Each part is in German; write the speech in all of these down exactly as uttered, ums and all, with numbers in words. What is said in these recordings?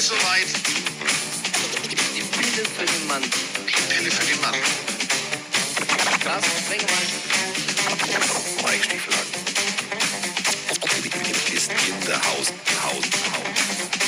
ist soweit. Die Pille für den Mann. Die Pille für den Mann. Carsten Sprengemann. Mike Stieflagen. Ist in der Haus. Haus. Haus.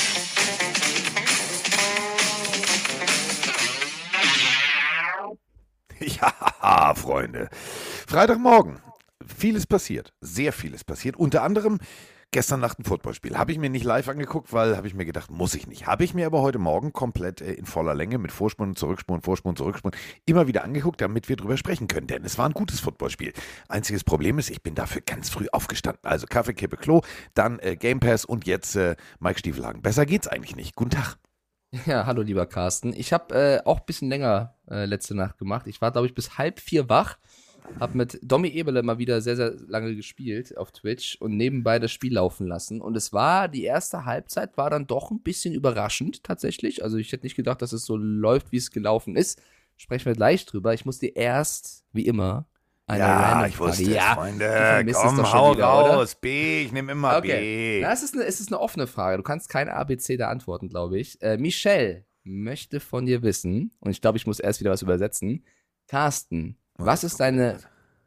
Ja, Freunde. Freitagmorgen. Vieles passiert. Sehr vieles passiert. Unter anderem gestern Nacht ein Footballspiel. Habe ich mir nicht live angeguckt, weil habe ich mir gedacht, muss ich nicht. Habe ich mir aber heute Morgen komplett äh, in voller Länge mit Vorspulen, Zurückspulen, Vorspulen, Zurückspulen immer wieder angeguckt, damit wir drüber sprechen können. Denn es war ein gutes Footballspiel. Einziges Problem ist, ich bin dafür ganz früh aufgestanden. Also Kaffee, Kippe, Klo, dann äh, Game Pass und jetzt äh, Mike Stieflagen. Besser geht's eigentlich nicht. Guten Tag. Ja, hallo lieber Carsten. Ich habe äh, auch ein bisschen länger äh, letzte Nacht gemacht. Ich war, glaube ich, bis halb vier wach. Hab mit Domi Eberle mal wieder sehr, sehr lange gespielt auf Twitch und nebenbei das Spiel laufen lassen. Und es war, die erste Halbzeit war dann doch ein bisschen überraschend tatsächlich. Also ich hätte nicht gedacht, dass es so läuft, wie es gelaufen ist. Sprechen wir gleich drüber. Ich musste erst, wie immer, eine Ja, ich wusste es, ja, Freunde. Komm, hau wieder, raus. Oder? B, ich nehme immer okay. B. Na, es ist, eine, es ist eine offene Frage. Du kannst keine A B C da antworten, glaube ich. Äh, Michelle möchte von dir wissen, und ich glaube, ich muss erst wieder was übersetzen. Carsten, was ist deine...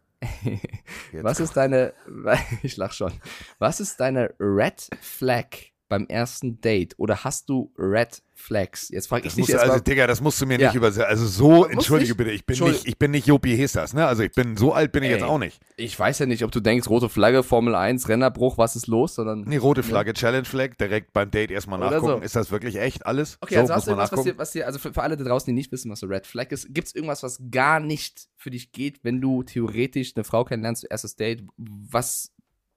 was ist deine... Ich lach schon. Was ist deine Red Flag beim ersten Date? Oder hast du Red Flags? Jetzt frage ich dich jetzt Also, mal. Digga, das musst du mir Ja. nicht übersetzen. Also so, Du musst entschuldige nicht- bitte, ich bin Entschuldi- nicht, ich bin nicht Jopi Hesas, ne? Also ich bin, so alt bin ich Ey. jetzt auch nicht. Ich weiß ja nicht, ob du denkst, rote Flagge, Formel eins, Rennerbruch, was ist los, sondern... Nee, rote Flagge, Challenge Flag, direkt beim Date erstmal Oder nachgucken. so. Ist das wirklich echt alles? Okay, so, also muss hast du man irgendwas, was nachgucken. dir, was dir, also für, für alle da draußen, die nicht wissen, was eine Red Flag ist, gibt es irgendwas, was gar nicht für dich geht, wenn du theoretisch eine Frau kennenlernst, erstes Date, was,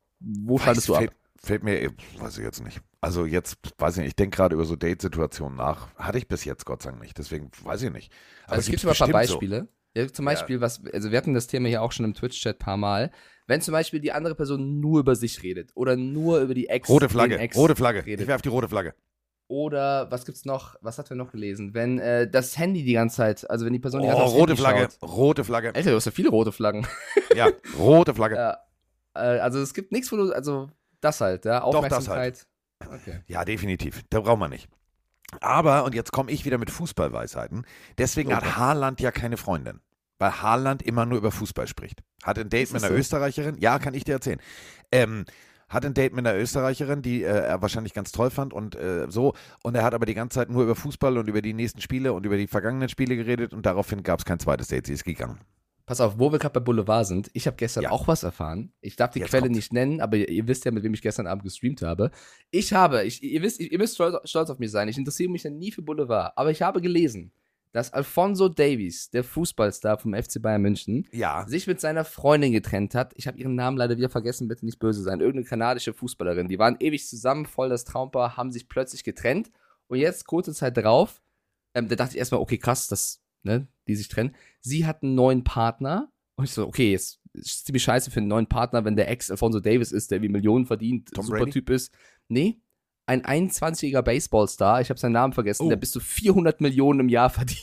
wo schaltest du ab? Fällt, fällt mir, eh, weiß ich jetzt nicht. Also jetzt, weiß ich nicht, ich denke gerade über so Date-Situationen nach. Hatte ich bis jetzt Gott sei Dank nicht, deswegen weiß ich nicht. Aber Also es gibt gibt's immer ein paar bestimmt Beispiele. Ja, zum Beispiel, was, also wir hatten das Thema hier auch schon im Twitch-Chat ein paar Mal. Wenn zum Beispiel die andere Person nur über sich redet oder nur über die Ex. So. Rote den Flagge, Ex rote Flagge. redet. Ich werfe die rote Flagge. Oder was gibt's noch? Was hat wir noch gelesen? Wenn äh, das Handy die ganze Zeit, also wenn die Person die Oh, ganze Zeit aufs rote Handy Flagge, schaut. rote Flagge. Alter, du hast ja viele rote Flaggen. Ja, rote Flagge. Ja. Äh, also es gibt nichts, wo du, also das halt, ja, Doch, das Aufmerksamkeit. Okay. Ja, definitiv. Da braucht man nicht. Aber, und jetzt komme ich wieder mit Fußballweisheiten, deswegen Okay. hat Haaland ja keine Freundin. Weil Haaland immer nur über Fußball spricht. Hat ein Date Ist mit das einer so? Österreicherin, ja, kann ich dir erzählen. Ähm, hat ein Date mit einer Österreicherin, die äh, er wahrscheinlich ganz toll fand und äh, so. Und er hat aber die ganze Zeit nur über Fußball und über die nächsten Spiele und über die vergangenen Spiele geredet und daraufhin gab es kein zweites Date. Sie ist gegangen. Pass auf, wo wir gerade bei Boulevard sind, ich habe gestern Ja. auch was erfahren. Ich darf die Jetzt Quelle kommt's. nicht nennen, aber ihr, ihr wisst ja, mit wem ich gestern Abend gestreamt habe. Ich habe, ich, ihr wisst, ihr müsst stolz, stolz auf mich sein, ich interessiere mich ja nie für Boulevard, aber ich habe gelesen, dass Alphonso Davies, der Fußballstar vom F C Bayern München, Ja. sich mit seiner Freundin getrennt hat. Ich habe ihren Namen leider wieder vergessen, bitte nicht böse sein. Irgendeine kanadische Fußballerin. Die waren ewig zusammen, voll das Traumpaar, haben sich plötzlich getrennt. Und jetzt, kurze Zeit drauf, ähm, da dachte ich erstmal, okay, krass, dass, ne, die sich trennen. Sie hat einen neuen Partner. Und ich so, okay, jetzt ist ziemlich scheiße für einen neuen Partner, wenn der Ex Alphonso Davies ist, der wie Millionen verdient, Tom super Brady? Typ ist. Nee, ein einundzwanzigjähriger Baseballstar, ich habe seinen Namen vergessen, Oh. der bis zu vierhundert Millionen im Jahr verdient.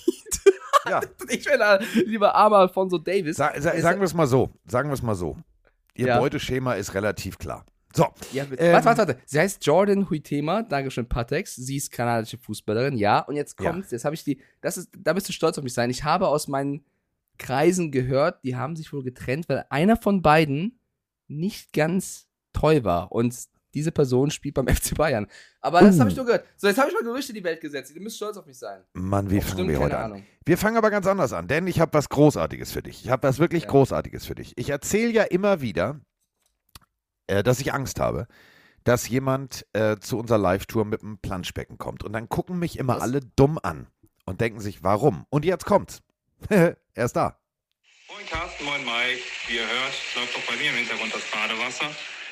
ja. Ich bin da, lieber armer Alphonso Davies. Sa sa sagen wir es mal so. Sagen wir es mal so. Ihr Ja. Beuteschema ist relativ klar. So. Ja, bitte. Ähm, warte, warte, warte. Sie heißt Jordan Huitema, Dankeschön, Patex. Sie ist kanadische Fußballerin, ja. Und jetzt Ja. kommt's, jetzt habe ich die, das ist, da bist du stolz auf mich sein. Ich habe aus meinen Kreisen gehört, die haben sich wohl getrennt, weil einer von beiden nicht ganz treu war. Und diese Person spielt beim F C Bayern. Aber das Uh. habe ich nur gehört. So, jetzt habe ich mal Gerüchte in die Welt gesetzt. Ihr müsst stolz auf mich sein. Mann, wie Ob fangen stimmt, wir heute keine an? Ahnung. Wir fangen aber ganz anders an, denn ich habe was Großartiges für dich. Ich habe was wirklich Ja. Großartiges für dich. Ich erzähle ja immer wieder, äh, dass ich Angst habe, dass jemand äh, zu unserer Live-Tour mit einem Planschbecken kommt. Und dann gucken mich immer Was? alle dumm an und denken sich, warum? Und jetzt kommt's. er ist da. Moin Carsten, moin Mike. Wie ihr hört, läuft doch bei mir im Hintergrund das Badewasser.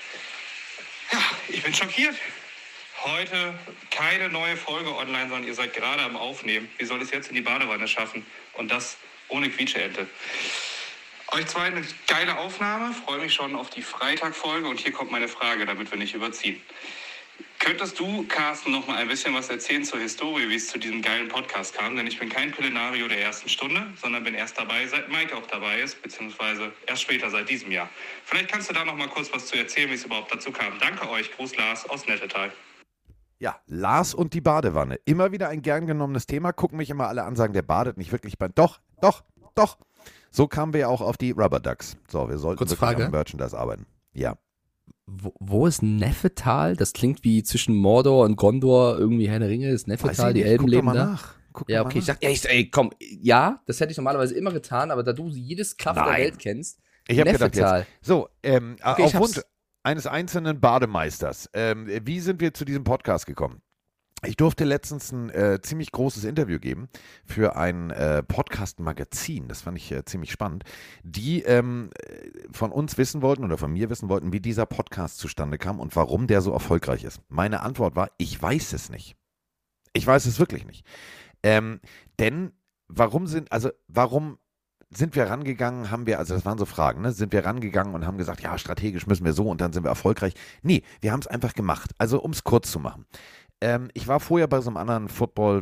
Ja, ich bin schockiert. Heute keine neue Folge online, sondern ihr seid gerade am Aufnehmen. Wie soll ich es jetzt in die Badewanne schaffen? Und das ohne Quietscheente. Euch zwei eine geile Aufnahme. Freue mich schon auf die Freitag-Folge. Und hier kommt meine Frage, damit wir nicht überziehen. Könntest du, Carsten, noch mal ein bisschen was erzählen zur Historie, wie es zu diesem geilen Podcast kam? Denn ich bin kein Pillenario der ersten Stunde, sondern bin erst dabei, seit Mike auch dabei ist, beziehungsweise erst später seit diesem Jahr. Vielleicht kannst du da noch mal kurz was zu erzählen, wie es überhaupt dazu kam. Danke euch. Gruß Lars aus Nettetal. Ja, Lars und die Badewanne. Immer wieder ein gern genommenes Thema. Gucken mich immer alle an, sagen, der badet nicht wirklich beim... Doch, doch, doch. So kamen wir auch auf die Rubber Ducks. So, wir sollten Kurze wirklich Frage. am Merchandise arbeiten. Ja. Wo, wo ist Neffetal? Das klingt wie zwischen Mordor und Gondor, irgendwie Herr der Ringe, ist Weiß Neffetal, ich die nicht. Elben Guck doch leben mal da. nach. Guck Ja, doch mal okay, ich nach. dachte, echt, ey, komm, ja, das hätte ich normalerweise immer getan, aber da du jedes Kaff der Nein. Welt kennst, Ich habe gedacht Neffetal. jetzt. So, ähm, Okay, ich auf Wunsch hab's. eines einzelnen Bademeisters. Ähm, wie sind wir zu diesem Podcast gekommen? Ich durfte letztens ein äh, ziemlich großes Interview geben für ein äh, Podcast-Magazin. Das fand ich äh, ziemlich spannend. Die ähm, von uns wissen wollten oder von mir wissen wollten, wie dieser Podcast zustande kam und warum der so erfolgreich ist. Meine Antwort war, ich weiß es nicht. Ich weiß es wirklich nicht. Ähm, denn warum sind, also warum sind wir rangegangen, haben wir, also das waren so Fragen, ne? Sind wir rangegangen und haben gesagt, ja, strategisch müssen wir so und dann sind wir erfolgreich. Nee, wir haben es einfach gemacht. Also um es kurz zu machen. Ähm, ich war vorher bei so einem anderen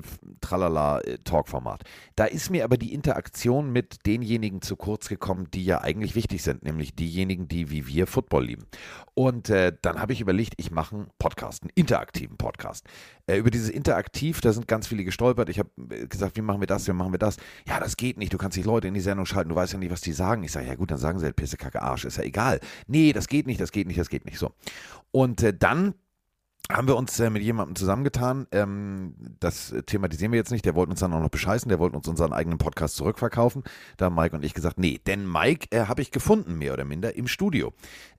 Football-Tralala-Talk-Format. Da ist mir aber die Interaktion mit denjenigen zu kurz gekommen, die ja eigentlich wichtig sind, nämlich diejenigen, die wie wir Football lieben. Und äh, dann habe ich überlegt, ich mache einen Podcast, einen interaktiven Podcast. Äh, über dieses Interaktiv, da sind ganz viele gestolpert. Ich habe gesagt, wie machen wir das, wie machen wir das? Ja, das geht nicht, du kannst nicht Leute in die Sendung schalten, du weißt ja nicht, was die sagen. Ich sage, ja gut, dann sagen sie halt Pisse, Kacke, Arsch, ist ja egal. Nee, das geht nicht, das geht nicht, das geht nicht. So. Und äh, dann haben wir uns äh, mit jemandem zusammengetan, ähm, das thematisieren wir jetzt nicht, der wollte uns dann auch noch bescheißen, der wollte uns unseren eigenen Podcast zurückverkaufen. Da haben Mike und ich gesagt, nee, denn Mike äh, habe ich gefunden, mehr oder minder, im Studio.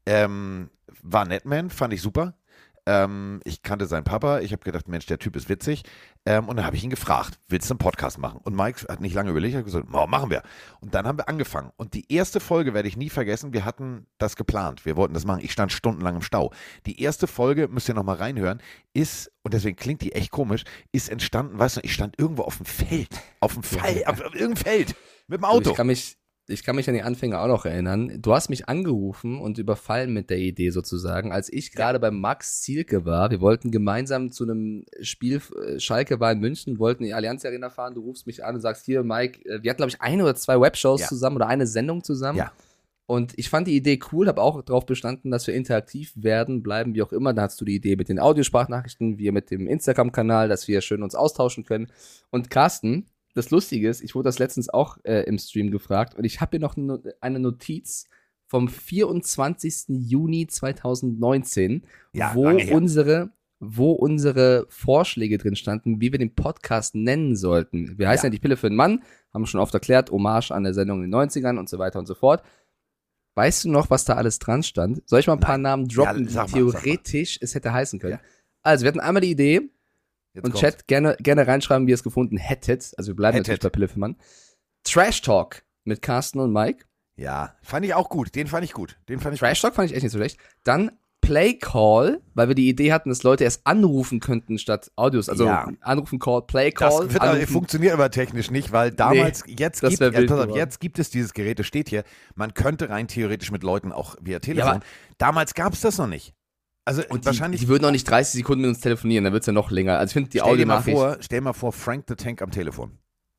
Ähm, war Netman, fand ich super. Ähm, ich kannte seinen Papa, ich habe gedacht, Mensch, der Typ ist witzig. Ähm, und dann habe ich ihn gefragt, willst du einen Podcast machen? Und Mike hat nicht lange überlegt, hat gesagt, oh, machen wir. Und dann haben wir angefangen. Und die erste Folge werde ich nie vergessen, wir hatten das geplant, wir wollten das machen. Ich stand stundenlang im Stau. Die erste Folge, müsst ihr nochmal reinhören, ist, und deswegen klingt die echt komisch, ist entstanden, weißt du, ich stand irgendwo auf dem Feld, auf dem Feld, auf, auf irgendeinem Feld, mit dem Auto. Ich kann mich, ich kann mich an die Anfänge auch noch erinnern. Du hast mich angerufen und überfallen mit der Idee sozusagen, als ich gerade bei Max Zielke war. Wir wollten gemeinsam zu einem Spiel, äh, Schalke war in München, wollten in die Allianz Arena fahren. Du rufst mich an und sagst, hier Mike, äh, wir hatten glaube ich eine oder zwei Webshows Ja. zusammen oder eine Sendung zusammen. Ja. Und ich fand die Idee cool, habe auch darauf bestanden, dass wir interaktiv werden, bleiben, wie auch immer. Da hast du die Idee mit den Audiosprachnachrichten, wir mit dem Instagram-Kanal, dass wir schön uns austauschen können. Und Carsten, das Lustige ist, ich wurde das letztens auch äh, im Stream gefragt und ich habe hier noch no- eine Notiz vom vierundzwanzigsten Juni zweitausendneunzehn, Ja, wo lange her. unsere, wo unsere Vorschläge drin standen, wie wir den Podcast nennen sollten. Wir heißen ja, Ja. die Pille für den Mann, haben schon oft erklärt, Hommage an der Sendung in den neunzigern und so weiter und so fort. Weißt du noch, was da alles dran stand? Soll ich mal ein paar Nein. Namen droppen, Ja, sag die mal, sag mal. theoretisch es hätte heißen können? Ja. Also, wir hatten einmal die Idee, Jetzt und kommt's. Chat, gerne, gerne reinschreiben, wie ihr es gefunden hättet. Also wir bleiben Hättet. natürlich bei Pille für Mann. Trash Talk mit Carsten und Mike. Ja, fand ich auch gut, den fand ich gut, den fand ich Trash Talk fand ich echt nicht so schlecht. Dann Play Call, weil wir die Idee hatten, dass Leute erst anrufen könnten statt Audios. Also Ja. anrufen, Call, Play Call. Das wird, aber, anrufen. funktioniert aber technisch nicht, weil damals, jetzt, das gibt, wär ja, wild pass auf, geworden. jetzt gibt es dieses Gerät, das steht hier, man könnte rein theoretisch mit Leuten auch via Telefon. aber- damals gab es das noch nicht. Also Und die, wahrscheinlich, die würden auch nicht dreißig Sekunden mit uns telefonieren, dann wird es ja noch länger. Also ich finde die stell dir mal Audionachricht. vor, stell mal vor, Frank the Tank am Telefon.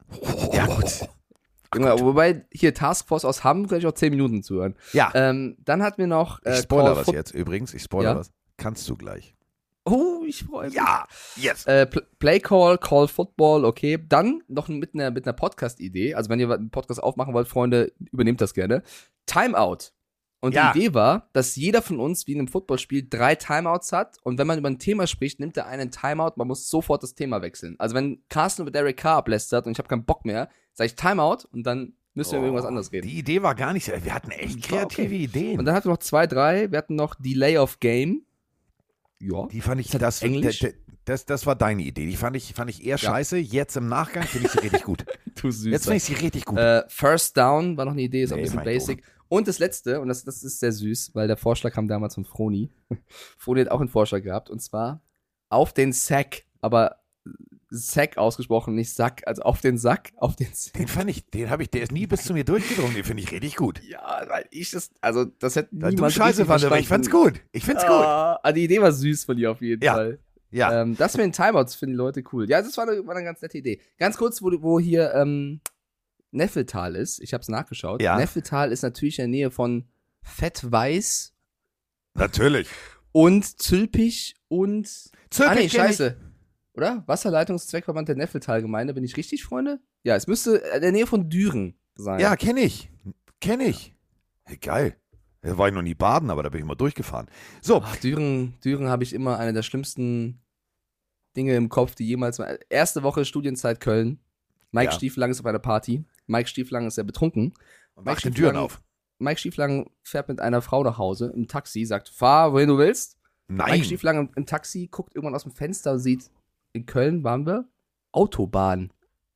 Ja, gut. Junge, wobei hier Taskforce aus Hamm könnte ich auch zehn Minuten zuhören. Ja, Ähm, dann hatten wir noch. ich Äh, spoiler Call was Foot- jetzt übrigens, ich spoiler Ja? was. Kannst du gleich. Oh, ich freue mich. Ja, yes. Äh, Pl- Play Call, Call Football, okay. Dann noch mit einer, mit einer Podcast-Idee. Also, wenn ihr einen Podcast aufmachen wollt, Freunde, übernehmt das gerne. Timeout. Und Ja. die Idee war, dass jeder von uns, wie in einem Footballspiel, drei Timeouts hat. Und wenn man über ein Thema spricht, nimmt er einen Timeout. Man muss sofort das Thema wechseln. Also, wenn Carsten über Derek Carr ablästert und ich habe keinen Bock mehr, sage ich Timeout und dann müssen wir über irgendwas anderes reden. Die Idee war gar nicht so, wir hatten echt War kreative okay. Ideen. Und dann hatten wir noch zwei, drei. Wir hatten noch Delay of Game. Ja. Die fand ich, Ist das das, Englisch? das, das, das war deine Idee. Die fand ich, fand ich eher Ja. scheiße. Jetzt im Nachgang finde ich sie richtig gut. Du süß. Jetzt finde ich sie richtig gut. Äh, First Down war noch eine Idee, ist auch ein Nee, bisschen fand ich basic. Und das letzte, und das, das ist sehr süß, weil der Vorschlag kam damals von Froni. Froni hat auch einen Vorschlag gehabt, und zwar auf den Sack, aber Sack ausgesprochen, nicht Sack, also auf den Sack, auf den Sack. Den fand ich, den habe ich, der ist nie bis zu mir durchgedrungen. Den finde ich richtig gut. Ja, weil ich das, also das hätte Weil niemand du scheiße richtig fandest, aber ich fand's verstanden. gut. Ich find's gut. Ah, ah, die Idee war süß von dir auf jeden Ja. Fall. Ja. Ähm, das mit den Timeouts finden die Leute cool. Ja, das war eine, war eine ganz nette Idee. Ganz kurz, wo, wo hier ähm, Neffeltal ist, ich habe es nachgeschaut. Ja. Neffeltal ist natürlich in der Nähe von Fettweiß Natürlich. und Zülpich und. Zirkel ah, nee, kenn ich. scheiße. Oder? Wasserleitungszweckverband der Neffeltalgemeinde. Bin ich richtig, Freunde? Ja, es müsste in der Nähe von Düren sein. Ja, kenne ich. Kenne ich. Hey, geil. Da war ich noch nie baden, aber da bin ich mal durchgefahren. So, Ach, Düren, Düren habe ich immer eine der schlimmsten Dinge im Kopf, die jemals. Erste Woche Studienzeit Köln. Mike Ja. Stieflang ist auf einer Party. Mike Stieflang ist sehr betrunken. mach den Türen auf. Mike Stieflang fährt mit einer Frau nach Hause im Taxi, sagt, fahr, wohin du willst. Mike Nein. Stieflang im, im Taxi guckt irgendwann aus dem Fenster und sieht, in Köln waren wir, Autobahn.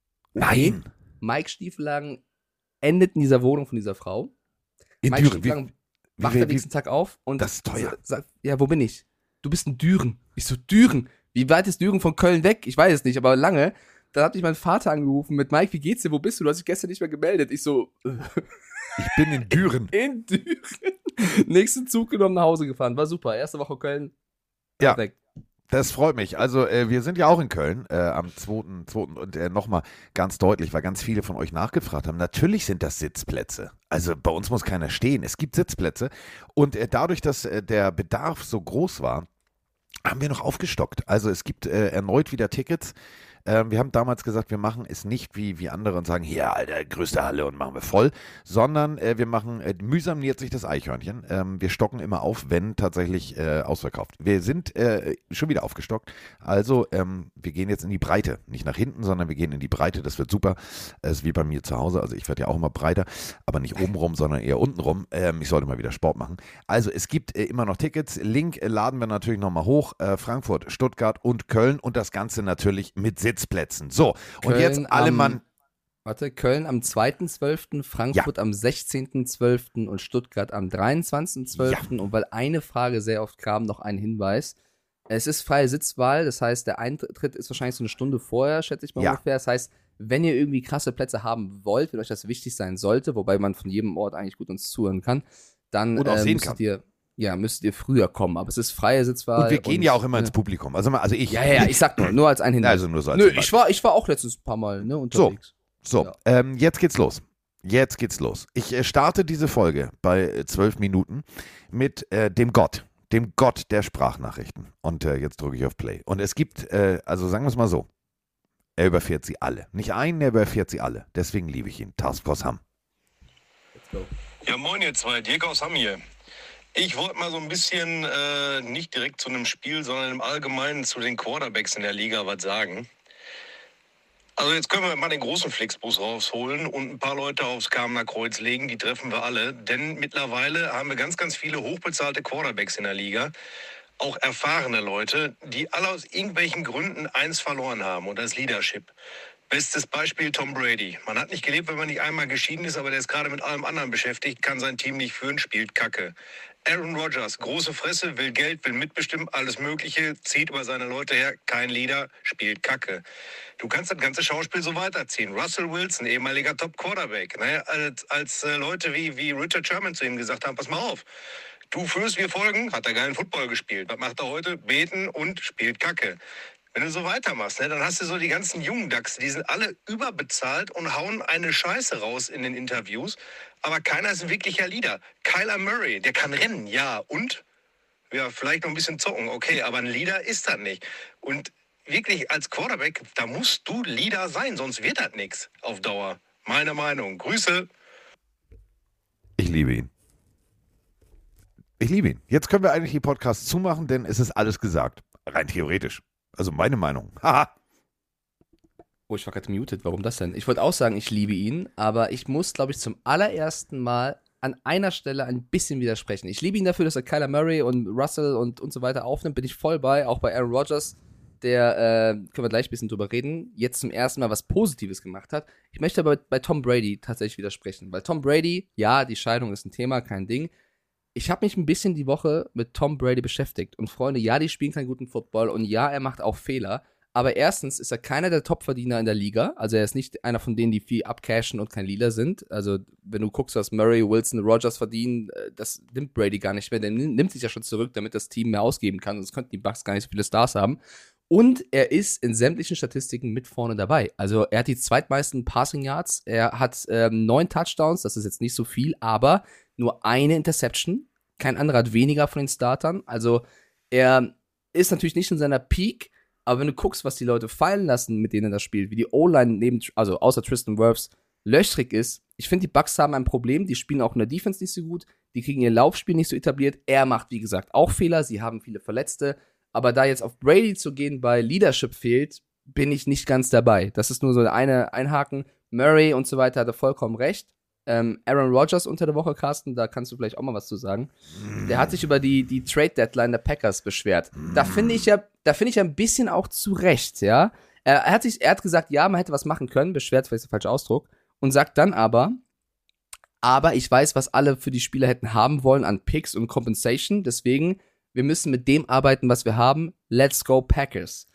Nein. Mike Stieflang endet in dieser Wohnung von dieser Frau. In Mike Düren. Wie, Stieflang wie, wacht wie, am nächsten Tag auf und Das ist teuer. sa- sagt, ja, wo bin ich? Du bist in Düren. Ich so, Düren? Wie weit ist Düren von Köln weg? Ich weiß es nicht, aber lange. Dann hat mich mein Vater angerufen mit, Mike, wie geht's dir? Wo bist du? Du hast dich gestern nicht mehr gemeldet. Ich so, äh, ich bin in Düren. in Düren. Nächsten Zug genommen, nach Hause gefahren. War super. Erste Woche Köln. Ja. Perfekt. Das freut mich. Also äh, wir sind ja auch in Köln äh, am zweiten zweiten und äh, nochmal ganz deutlich, weil ganz viele von euch nachgefragt haben, natürlich sind das Sitzplätze. Also bei uns muss keiner stehen. Es gibt Sitzplätze und äh, dadurch, dass äh, der Bedarf so groß war, haben wir noch aufgestockt. Also es gibt äh, erneut wieder Tickets. Ähm, wir haben damals gesagt, wir machen es nicht wie, wie andere und sagen, hier, Alter, größte Halle und machen wir voll, sondern äh, wir machen, äh, mühsam nähert sich das Eichhörnchen. Ähm, wir stocken immer auf, wenn tatsächlich äh, ausverkauft. Wir sind äh, schon wieder aufgestockt, also ähm, wir gehen jetzt in die Breite. Nicht nach hinten, sondern wir gehen in die Breite, das wird super. Das ist wie bei mir zu Hause, also ich werde ja auch immer breiter, aber nicht oben rum, sondern eher unten rum. Ähm, ich sollte mal wieder Sport machen. Also es gibt äh, immer noch Tickets. Link äh, laden wir natürlich nochmal hoch. Äh, Frankfurt, Stuttgart und Köln und das Ganze natürlich mit Sitzplätzen. So, und Köln jetzt alle am- Mann. Warte, Köln am zweiten zwölften, Frankfurt am sechzehnten zwölften und Stuttgart am dreiundzwanzigsten zwölften Und weil eine Frage sehr oft kam, noch ein Hinweis. Es ist freie Sitzwahl, das heißt, der Eintritt ist wahrscheinlich so eine Stunde vorher, schätze ich mal Ja. ungefähr. Das heißt, wenn ihr irgendwie krasse Plätze haben wollt, wenn euch das wichtig sein sollte, wobei man von jedem Ort eigentlich gut uns zuhören kann, dann Und auch äh, sehen müsstet kann. ihr, ja, müsstet ihr früher kommen. Aber es ist freie Sitzwahl. Und wir gehen ja auch immer ins Publikum. Also, mal- also ich. Ja, ja, ja, ich sag nur, nur als ein Hinweis. Also nur so als Nö, Hinweis. ich war, ich war auch letztens ein paar Mal ne, unterwegs. So, Ja. ähm, jetzt geht's los. Jetzt geht's los. Ich äh, starte diese Folge bei äh, zwölf Minuten mit äh, dem Gott, dem Gott der Sprachnachrichten. Und äh, jetzt drücke ich auf Play. Und es gibt, äh, also sagen wir es mal so, er überfährt sie alle. Nicht einen, er überfährt sie alle. Deswegen liebe ich ihn. Taskforce Hamm. Let's go. Ja, moin ihr zwei, Dirk aus Hamm hier. Ich wollte mal so ein bisschen, äh, nicht direkt zu einem Spiel, sondern im Allgemeinen zu den Quarterbacks in der Liga was sagen. Also jetzt können wir mal den großen Flixbus rausholen und ein paar Leute aufs Kamener Kreuz legen, die treffen wir alle. Denn mittlerweile haben wir ganz, ganz viele hochbezahlte Quarterbacks in der Liga. Auch erfahrene Leute, die alle aus irgendwelchen Gründen eins verloren haben, und das ist Leadership. Bestes Beispiel Tom Brady. Man hat nicht gelebt, wenn man nicht einmal geschieden ist, aber der ist gerade mit allem anderen beschäftigt, kann sein Team nicht führen, spielt Kacke. Aaron Rodgers, große Fresse, will Geld, will mitbestimmen, alles Mögliche, zieht über seine Leute her, kein Leader, spielt Kacke. Du kannst das ganze Schauspiel so weiterziehen. Russell Wilson, ehemaliger Top-Quarterback, ne? als, als äh, Leute wie, wie Richard Sherman zu ihm gesagt haben, pass mal auf, du führst, wir folgen, hat er geilen Football gespielt. Was macht er heute? Beten und spielt Kacke. Wenn du so weitermachst, ne, dann hast du so die ganzen jungen Dachse, die sind alle überbezahlt und hauen eine Scheiße raus in den Interviews. Aber keiner ist ein wirklicher Leader. Kyler Murray, der kann rennen, ja. Und? Ja, vielleicht noch ein bisschen zocken, okay. Aber ein Leader ist das nicht. Und wirklich als Quarterback, da musst du Leader sein, sonst wird das nichts auf Dauer. Meine Meinung. Grüße. Ich liebe ihn. Ich liebe ihn. Jetzt können wir eigentlich die Podcasts zumachen, denn es ist alles gesagt. Rein theoretisch. Also meine Meinung. Haha. Oh, ich war gerade muted. Warum das denn? Ich wollte auch sagen, ich liebe ihn, aber ich muss, glaube ich, zum allerersten Mal an einer Stelle ein bisschen widersprechen. Ich liebe ihn dafür, dass er Kyler Murray und Russell und, und so weiter aufnimmt, bin ich voll bei. Auch bei Aaron Rodgers, der, äh, können wir gleich ein bisschen drüber reden, jetzt zum ersten Mal was Positives gemacht hat. Ich möchte aber bei Tom Brady tatsächlich widersprechen, weil Tom Brady, ja, die Scheidung ist ein Thema, kein Ding. Ich habe mich ein bisschen die Woche mit Tom Brady beschäftigt. Und Freunde, ja, die spielen keinen guten Football und ja, er macht auch Fehler. Aber erstens ist er keiner der Topverdiener in der Liga. Also er ist nicht einer von denen, die viel abcashen und kein Leader sind. Also wenn du guckst, was Murray, Wilson, Rodgers verdienen, das nimmt Brady gar nicht mehr. Der nimmt sich ja schon zurück, damit das Team mehr ausgeben kann. Sonst könnten die Bucks gar nicht so viele Stars haben. Und er ist in sämtlichen Statistiken mit vorne dabei. Also er hat die zweitmeisten Passing Yards. Er hat ähm, neun Touchdowns. Das ist jetzt nicht so viel, aber nur eine Interception. Kein anderer hat weniger von den Startern. Also er ist natürlich nicht in seiner Peak, aber wenn du guckst, was die Leute fallen lassen, mit denen er das spielt, wie die O-Line neben, also außer Tristan Wirfs, löchrig ist. Ich finde, die Bucks haben ein Problem, die spielen auch in der Defense nicht so gut, die kriegen ihr Laufspiel nicht so etabliert. Er macht, wie gesagt, auch Fehler, sie haben viele Verletzte, aber da jetzt auf Brady zu gehen, weil Leadership fehlt, bin ich nicht ganz dabei. Das ist nur so eine Einhaken. Murray und so weiter hatte vollkommen recht. Ähm, Aaron Rodgers unter der Woche, Carsten, da kannst du vielleicht auch mal was zu sagen. Der hat sich über die, die Trade-Deadline der Packers beschwert. Da finde ich ja, da finde ich ja ein bisschen auch zu Recht, ja. Er, er, hat sich, er hat gesagt, ja, man hätte was machen können, beschwert, vielleicht ist der falsche Ausdruck, und sagt dann aber, aber ich weiß, was alle für die Spieler hätten haben wollen an Picks und Compensation, deswegen, wir müssen mit dem arbeiten, was wir haben. Let's go Packers.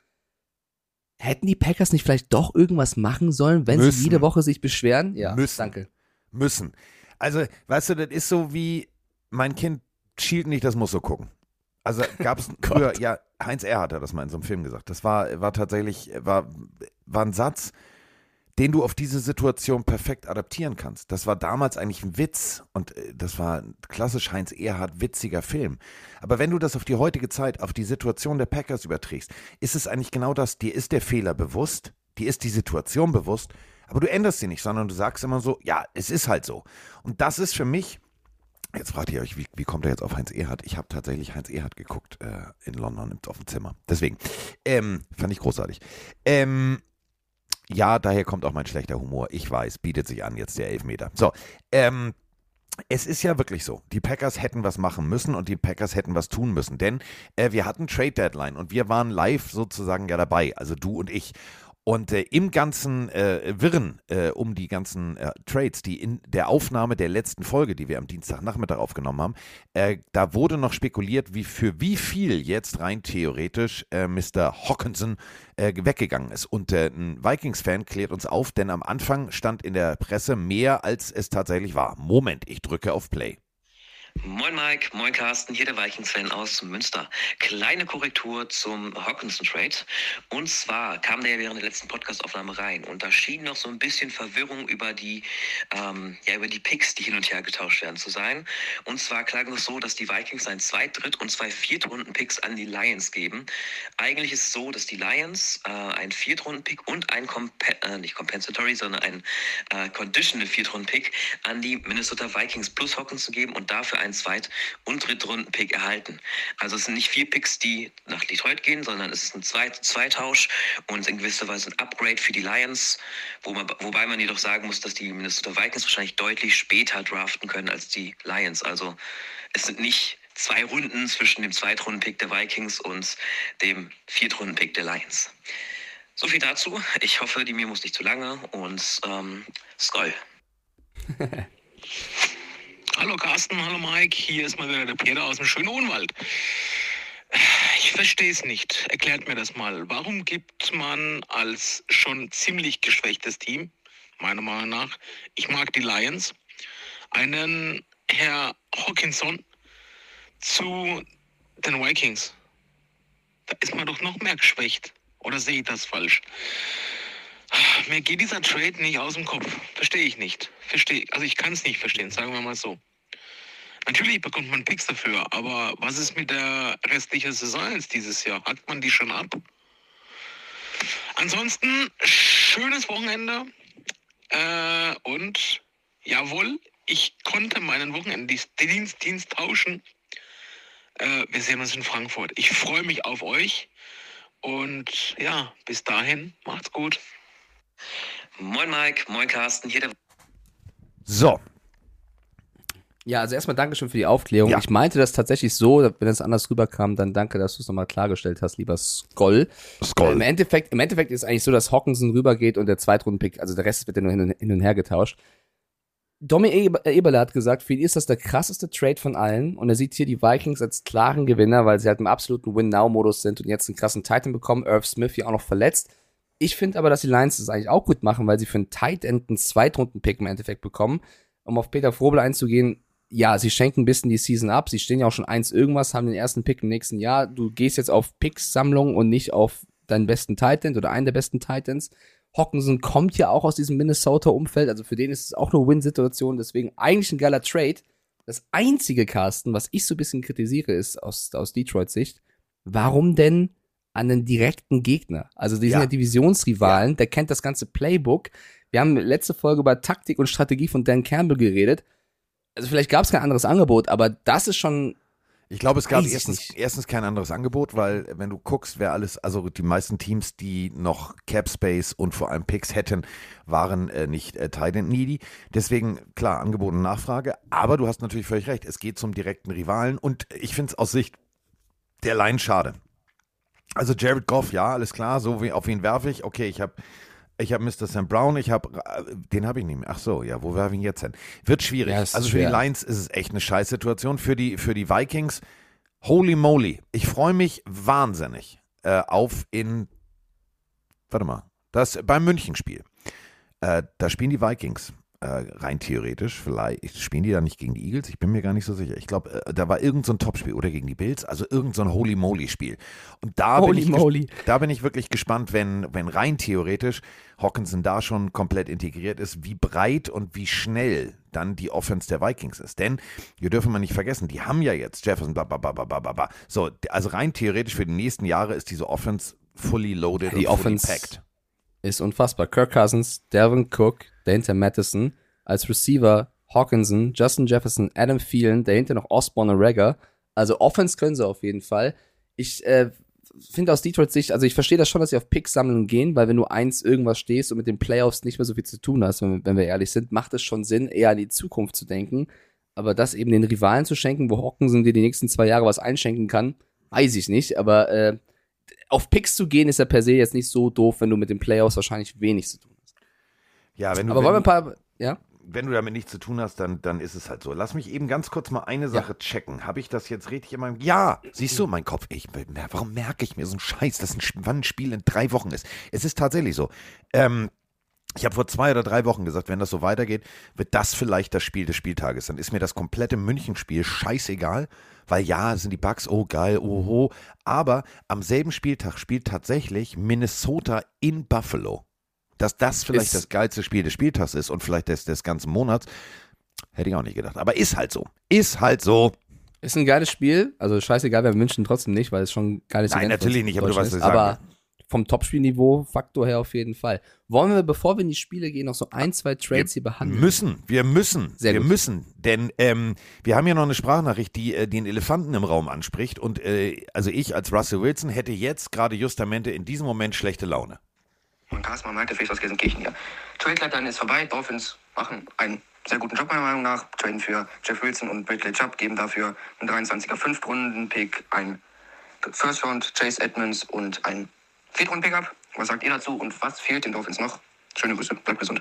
Hätten die Packers nicht vielleicht doch irgendwas machen sollen, wenn Müssen. sie jede Woche sich beschweren? Ja, Müssen. danke. Müssen. Also, weißt du, das ist so wie, mein Kind schielt nicht, das muss so gucken. Also gab es früher, ja, Heinz Erhardt hat das mal in so einem Film gesagt. Das war, war tatsächlich, war, war ein Satz, den du auf diese Situation perfekt adaptieren kannst. Das war damals eigentlich ein Witz und das war ein klassisch Heinz Erhardt witziger Film. Aber wenn du das auf die heutige Zeit, auf die Situation der Packers überträgst, ist es eigentlich genau das, dir ist der Fehler bewusst, dir ist die Situation bewusst, aber du änderst sie nicht, sondern du sagst immer so, ja, es ist halt so. Und das ist für mich, jetzt fragt ihr euch, wie, wie kommt er jetzt auf Heinz Erhardt? Ich habe tatsächlich Heinz Erhardt geguckt äh, in London auf dem Zimmer. Deswegen, ähm, fand ich großartig. Ähm, ja, daher kommt auch mein schlechter Humor. Ich weiß, bietet sich an jetzt der Elfmeter. So, ähm, es ist ja wirklich so, die Packers hätten was machen müssen und die Packers hätten was tun müssen, denn äh, wir hatten Trade Deadline und wir waren live sozusagen ja dabei, also du und ich. Und äh, im ganzen äh, Wirren äh, um die ganzen äh, Trades, die in der Aufnahme der letzten Folge, die wir am Dienstagnachmittag aufgenommen haben, äh, da wurde noch spekuliert, wie für wie viel jetzt rein theoretisch äh, Mister Hockenson äh, weggegangen ist. Und äh, ein Vikings-Fan klärt uns auf, denn am Anfang stand in der Presse mehr, als es tatsächlich war. Moment, ich drücke auf Play. Moin Mike, moin Carsten, hier der Vikings-Fan aus Münster. Kleine Korrektur zum Hockenson-Trade. Und zwar kam der ja während der letzten Podcast-Aufnahme rein und da schien noch so ein bisschen Verwirrung über die, ähm, ja, über die Picks, die hin und her getauscht werden, zu sein. Und zwar klang es so, dass die Vikings ein Zweit-, Dritt- und zwei Viertrunden-Picks an die Lions geben. Eigentlich ist es so, dass die Lions äh, einen Viertrunden-Pick und einen, Comp- äh, nicht Compensatory, sondern einen äh, Conditional Viertrunden-Pick an die Minnesota Vikings plus Hockenson geben und dafür einen Zweit- und Drittrunden-Pick erhalten. Also es sind nicht vier Picks, die nach Detroit gehen, sondern es ist ein Zweit- Zweitausch und in gewisser Weise ein Upgrade für die Lions, wo man, wobei man jedoch sagen muss, dass die Minnesota Vikings wahrscheinlich deutlich später draften können als die Lions. Also es sind nicht zwei Runden zwischen dem Zweitrunden-Pick der Vikings und dem Viertrunden-Pick der Lions. So viel dazu. Ich hoffe, die Memo ist nicht zu lange und ähm, Skoll. Hallo Carsten, hallo Mike, hier ist mal wieder der Peter aus dem schönen Odenwald. Ich verstehe es nicht. Erklärt mir das mal. Warum gibt man als schon ziemlich geschwächtes Team, meiner Meinung nach, ich mag die Lions, einen Herr Hockenson zu den Vikings? Da ist man doch noch mehr geschwächt. Oder sehe ich das falsch? Mir geht dieser Trade nicht aus dem Kopf. Verstehe ich nicht. Verstehe, also ich kann es nicht verstehen, sagen wir mal so. Natürlich bekommt man Picks dafür, aber was ist mit der restlichen Saison jetzt dieses Jahr? Hat man die schon ab? Ansonsten, schönes Wochenende. Äh, und jawohl, ich konnte meinen Wochenenddienst Dienst tauschen. Äh, wir sehen uns in Frankfurt. Ich freue mich auf euch. Und ja, bis dahin, macht's gut. Moin Mike, moin Carsten, hier der... So, Ja, also erstmal Dankeschön für die Aufklärung. Ja. Ich meinte das tatsächlich so, wenn es anders rüberkam, dann danke, dass du es nochmal klargestellt hast, lieber Skoll. Skoll. Im Endeffekt, im Endeffekt ist es eigentlich so, dass Hockenson rübergeht und der Zweitrunden-Pick, also der Rest wird ja nur hin und, hin und her getauscht. Domi Eber- Eberle hat gesagt, für ihn ist das der krasseste Trade von allen und er sieht hier die Vikings als klaren Gewinner, weil sie halt im absoluten Win-Now-Modus sind und jetzt einen krassen Titan bekommen, Irv Smith hier auch noch verletzt. Ich finde aber, dass die Lions das eigentlich auch gut machen, weil sie für einen Tight End einen Zweitrunden-Pick im Endeffekt bekommen. Um auf Peter Frobel einzugehen, ja, sie schenken ein bisschen die Season ab, sie stehen ja auch schon eins irgendwas, haben den ersten Pick im nächsten Jahr. Du gehst jetzt auf Picks-Sammlung und nicht auf deinen besten Tight End oder einen der besten Titans. Hockenson kommt ja auch aus diesem Minnesota-Umfeld, also für den ist es auch eine Win-Situation, deswegen eigentlich ein geiler Trade. Das einzige, Carsten, was ich so ein bisschen kritisiere, ist aus, aus Detroit-Sicht, warum denn an einen direkten Gegner? Also die sind Ja. ja Divisionsrivalen, der kennt das ganze Playbook. Wir haben letzte Folge über Taktik und Strategie von Dan Campbell geredet. Also vielleicht gab es kein anderes Angebot, aber das ist schon. Ich glaube, es gab Weiß ich erstens, nicht. erstens kein anderes Angebot, weil wenn du guckst, wer alles, also die meisten Teams, die noch Cap Space und vor allem Picks hätten, waren äh, nicht äh, tight and needy. Deswegen, klar, Angebot und Nachfrage. Aber du hast natürlich völlig recht, es geht zum direkten Rivalen und ich finde es aus Sicht der Line schade. Also Jared Goff, ja, alles klar, so wie, auf wen werfe ich? Okay, ich habe ich hab Mister Sam Brown, ich habe, den habe ich nicht mehr. Ach so, ja, wo werfe ich ihn jetzt hin? Wird schwierig. Ja, ist also für schwer. die Lions ist es echt eine Scheißsituation. Für die, für die Vikings, holy moly, ich freue mich wahnsinnig äh, auf in, warte mal, das beim Münchenspiel. Äh, da spielen die Vikings. Äh, rein theoretisch, vielleicht spielen die da nicht gegen die Eagles, ich bin mir gar nicht so sicher. Ich glaube, äh, da war irgend so ein Topspiel oder gegen die Bills, also irgend so ein Holy-Moly-Spiel. Und da, Holy bin ich, ges- moly. da bin ich wirklich gespannt, wenn, wenn rein theoretisch Hockenson da schon komplett integriert ist, wie breit und wie schnell dann die Offense der Vikings ist. Denn wir dürfen mal nicht vergessen, die haben ja jetzt Jefferson, bla bla bla bla bla bla. So, also rein theoretisch für die nächsten Jahre ist diese Offense fully loaded Die und Offense fully packed. ist unfassbar. Kirk Cousins, Dalvin Cook, dahinter Mattison, als Receiver Hawkinson, Justin Jefferson, Adam Thielen, dahinter noch Osborne und Rager. Also Offense können sie auf jeden Fall. Ich äh, finde aus Detroits Sicht, also ich verstehe das schon, dass sie auf Picks sammeln gehen, weil wenn du eins irgendwas stehst und mit den Playoffs nicht mehr so viel zu tun hast, wenn, wenn wir ehrlich sind, macht es schon Sinn, eher an die Zukunft zu denken. Aber das eben den Rivalen zu schenken, wo Hawkinson dir die nächsten zwei Jahre was einschenken kann, weiß ich nicht. Aber äh, auf Picks zu gehen, ist ja per se jetzt nicht so doof, wenn du mit den Playoffs wahrscheinlich wenig zu tun hast. Ja, wenn du, Aber wenn wollen wir du- ein paar, ja? wenn du damit nichts zu tun hast, dann, dann ist es halt so. Lass mich eben ganz kurz mal eine Sache checken. Habe ich das jetzt richtig in meinem... Ja, siehst du, mein Kopf, ich, warum merke ich mir so einen Scheiß, dass ein, Sp- wann ein Spiel in drei Wochen ist? Es ist tatsächlich so. Ähm, ich habe vor zwei oder drei Wochen gesagt, wenn das so weitergeht, wird das vielleicht das Spiel des Spieltages. Dann ist mir das komplette Münchenspiel scheißegal, weil ja, es sind die Bucks, oh geil, oho. Aber am selben Spieltag spielt tatsächlich Minnesota in Buffalo. Dass das vielleicht Ist- das geilste Spiel des Spieltags ist und vielleicht des, des ganzen Monats, hätte ich auch nicht gedacht. Aber ist halt so. Ist halt so. Ist ein geiles Spiel, also scheißegal, wir wünschen trotzdem nicht, weil es schon ein geiles Nein, Event natürlich für nicht, aber du Deutschland weißt, ist. was ich sagen Aber vom Topspielniveau, Faktor her auf jeden Fall. Wollen wir, bevor wir in die Spiele gehen, noch so ein, zwei Trades hier behandeln? Müssen, wir müssen, Sehr wir gut. müssen, denn ähm, wir haben ja noch eine Sprachnachricht, die äh, den Elefanten im Raum anspricht und äh, also ich als Russell Wilson hätte jetzt gerade justamente in diesem Moment schlechte Laune. Und Carsten, man merkt, der Face aus Gelsenkirchen hier. Trade-Deadline ist vorbei. Dolphins machen einen sehr guten Job, meiner Meinung nach. Traden für Jeff Wilson und Bradley Chubb, geben dafür einen dreiundzwanziger Fünftrunden-Pick, ein First-Round Chase Edmonds und ein Viertrunden-Pick ab. Was sagt ihr dazu und was fehlt den Dolphins noch? Schöne Grüße, bleibt gesund.